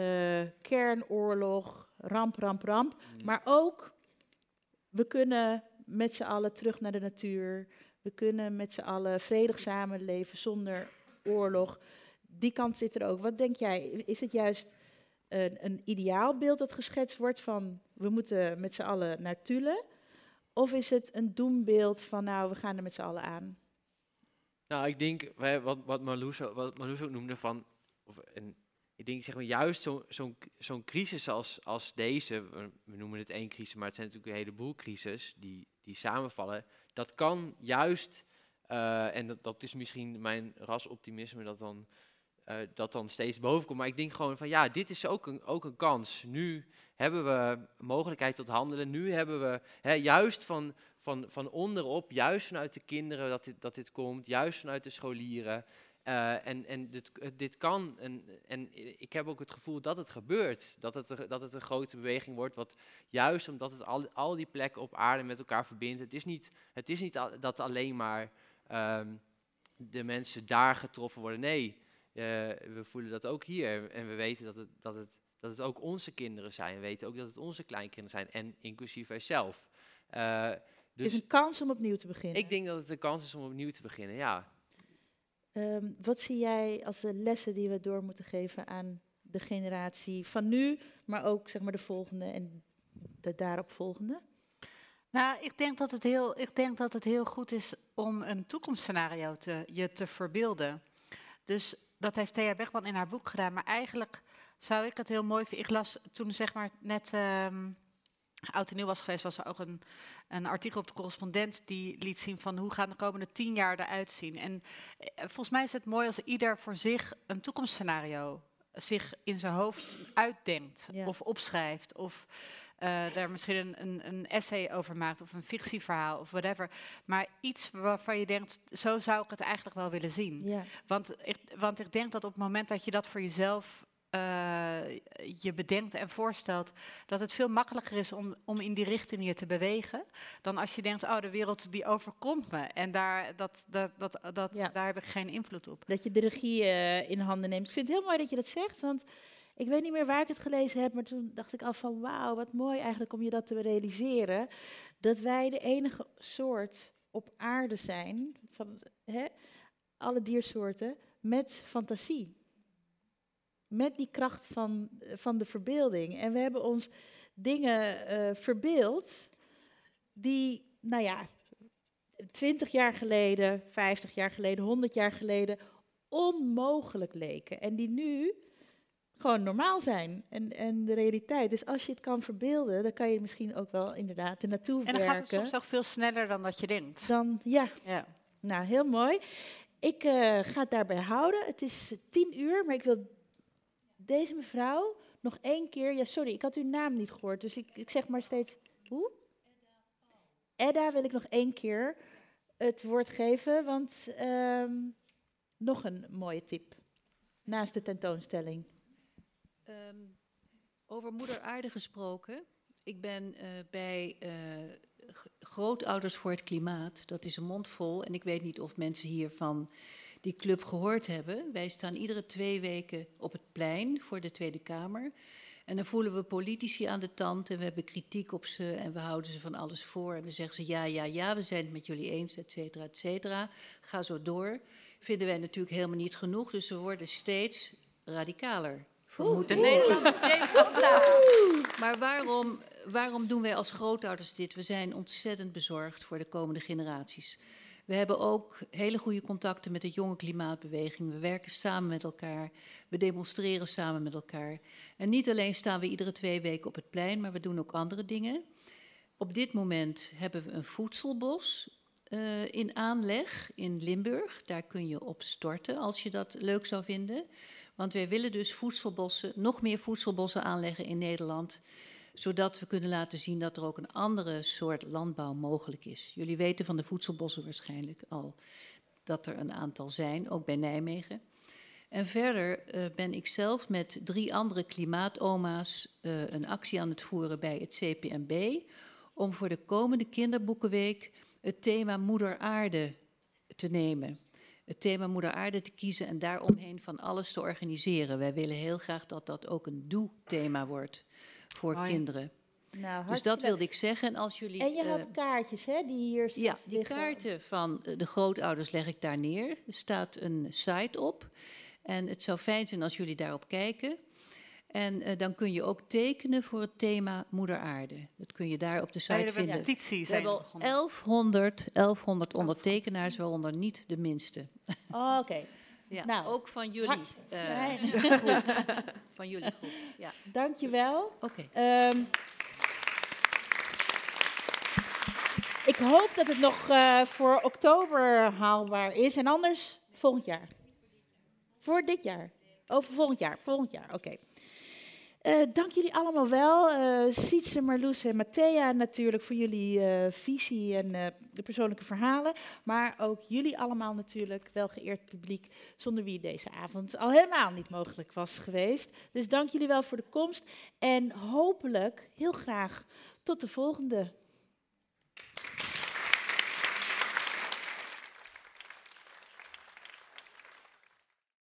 kernoorlog, ramp. Maar ook, we kunnen met z'n allen terug naar de natuur. We kunnen met z'n allen vredig samenleven zonder oorlog. Die kant zit er ook. Wat denk jij? Is het juist een ideaalbeeld dat geschetst wordt van we moeten met z'n allen naar Thule? Of is het een doembeeld van nou, we gaan er met z'n allen aan? Nou, ik denk, wat Marloes ook noemde van... ik denk, zeg maar, juist zo'n crisis als deze... We noemen het één crisis, maar het zijn natuurlijk een heleboel crises die samenvallen. Dat kan juist, en dat is misschien mijn rasoptimisme dat dan steeds boven komt. Maar ik denk gewoon van ja, dit is ook een kans. Nu hebben we mogelijkheid tot handelen. Nu hebben we juist van onderop, juist vanuit de kinderen dat dit komt. Juist vanuit de scholieren. En dit kan. En ik heb ook het gevoel dat het gebeurt. Dat het een grote beweging wordt. Wat juist omdat het al die plekken op aarde met elkaar verbindt. Het is niet dat alleen maar de mensen daar getroffen worden. Nee. We voelen dat ook hier en we weten dat het ook onze kinderen zijn. We weten ook dat het onze kleinkinderen zijn en inclusief wij zelf. Dus het is een kans om opnieuw te beginnen. Ik denk dat het een kans is om opnieuw te beginnen, ja. Wat zie jij als de lessen die we door moeten geven aan de generatie van nu, maar ook zeg maar de volgende en de daaropvolgende? Nou, ik denk dat het heel goed is om een toekomstscenario je te verbeelden. Dus dat heeft Thea Beckman in haar boek gedaan. Maar eigenlijk zou ik het heel mooi vinden. Ik las toen zeg maar net Oud en Nieuw was geweest, was er ook een artikel op de Correspondent die liet zien van hoe gaan de komende 10 jaar eruit zien. En volgens mij is het mooi als ieder voor zich een toekomstscenario zich in zijn hoofd uitdenkt of opschrijft of daar misschien een essay over maakt of een fictieverhaal of whatever. Maar iets waarvan je denkt, zo zou ik het eigenlijk wel willen zien. Ja. Want ik denk dat op het moment dat je dat voor jezelf je bedenkt en voorstelt, dat het veel makkelijker is om in die richting je te bewegen, dan als je denkt, oh, de wereld die overkomt me en daar heb ik geen invloed op. Dat je de regie in handen neemt. Ik vind het heel mooi dat je dat zegt, want ik weet niet meer waar ik het gelezen heb, maar toen dacht ik al van wauw, wat mooi eigenlijk om je dat te realiseren, dat wij de enige soort op aarde zijn, van alle diersoorten, met fantasie. Met die kracht van de verbeelding. En we hebben ons dingen verbeeld die, 20 jaar geleden, 50 jaar geleden, 100 jaar geleden onmogelijk leken. En die nu gewoon normaal zijn en de realiteit. Dus als je het kan verbeelden, dan kan je misschien ook wel inderdaad er naartoe werken. En dan gaat het soms ook veel sneller dan dat je denkt. Dan, ja. Nou, heel mooi. Ik ga het daarbij houden. Het is 10:00, maar ik wil deze mevrouw nog 1 keer... Ja, sorry, ik had uw naam niet gehoord, dus ik zeg maar steeds... Hoe? Edda wil ik nog 1 keer het woord geven, want nog een mooie tip. Naast de tentoonstelling. Over Moeder Aarde gesproken. Ik ben bij Grootouders voor het Klimaat. Dat is een mondvol. En ik weet niet of mensen hier van die club gehoord hebben. Wij staan iedere 2 weken op het plein voor de Tweede Kamer. En dan voelen we politici aan de tand en we hebben kritiek op ze en we houden ze van alles voor. En dan zeggen ze ja, we zijn het met jullie eens, et cetera, et cetera. Ga zo door. Vinden wij natuurlijk helemaal niet genoeg, dus we worden steeds radicaler. vermoed. De Nederlandse zeefontein. Maar waarom doen wij als grootouders dit? We zijn ontzettend bezorgd voor de komende generaties. We hebben ook hele goede contacten met de jonge klimaatbeweging. We werken samen met elkaar. We demonstreren samen met elkaar. En niet alleen staan we iedere 2 weken op het plein, maar we doen ook andere dingen. Op dit moment hebben we een voedselbos in aanleg in Limburg. Daar kun je op storten als je dat leuk zou vinden. Want wij willen dus nog meer voedselbossen aanleggen in Nederland, zodat we kunnen laten zien dat er ook een andere soort landbouw mogelijk is. Jullie weten van de voedselbossen waarschijnlijk al dat er een aantal zijn, ook bij Nijmegen. En verder ben ik zelf met 3 andere klimaatoma's een actie aan het voeren bij het CPMB om voor de komende kinderboekenweek het thema Moeder Aarde te nemen. Het thema Moeder Aarde te kiezen en daaromheen van alles te organiseren. Wij willen heel graag dat dat ook een doe-thema wordt voor kinderen. Nou, dus dat wilde ik zeggen. En, als jullie, en je had kaartjes, hè, die hier ja, die liggen. Kaarten van de grootouders leg ik daar neer. Er staat een site op. En het zou fijn zijn als jullie daarop kijken. En dan kun je ook tekenen voor het thema Moeder Aarde. Dat kun je daar op de site vinden. We hebben al 1100 ondertekenaars, waaronder niet de minste. Oh, oké. Ja, nou, ook van jullie groep. Van jullie groep, ja. Dankjewel. Oké. Ik hoop dat het nog voor oktober haalbaar is. En anders volgend jaar. Voor dit jaar. Over volgend jaar, oké. Dank jullie allemaal wel. Sietse, Marloes en Matthea natuurlijk voor jullie visie en de persoonlijke verhalen. Maar ook jullie allemaal natuurlijk, welgeëerd publiek, zonder wie deze avond al helemaal niet mogelijk was geweest. Dus dank jullie wel voor de komst en hopelijk heel graag tot de volgende.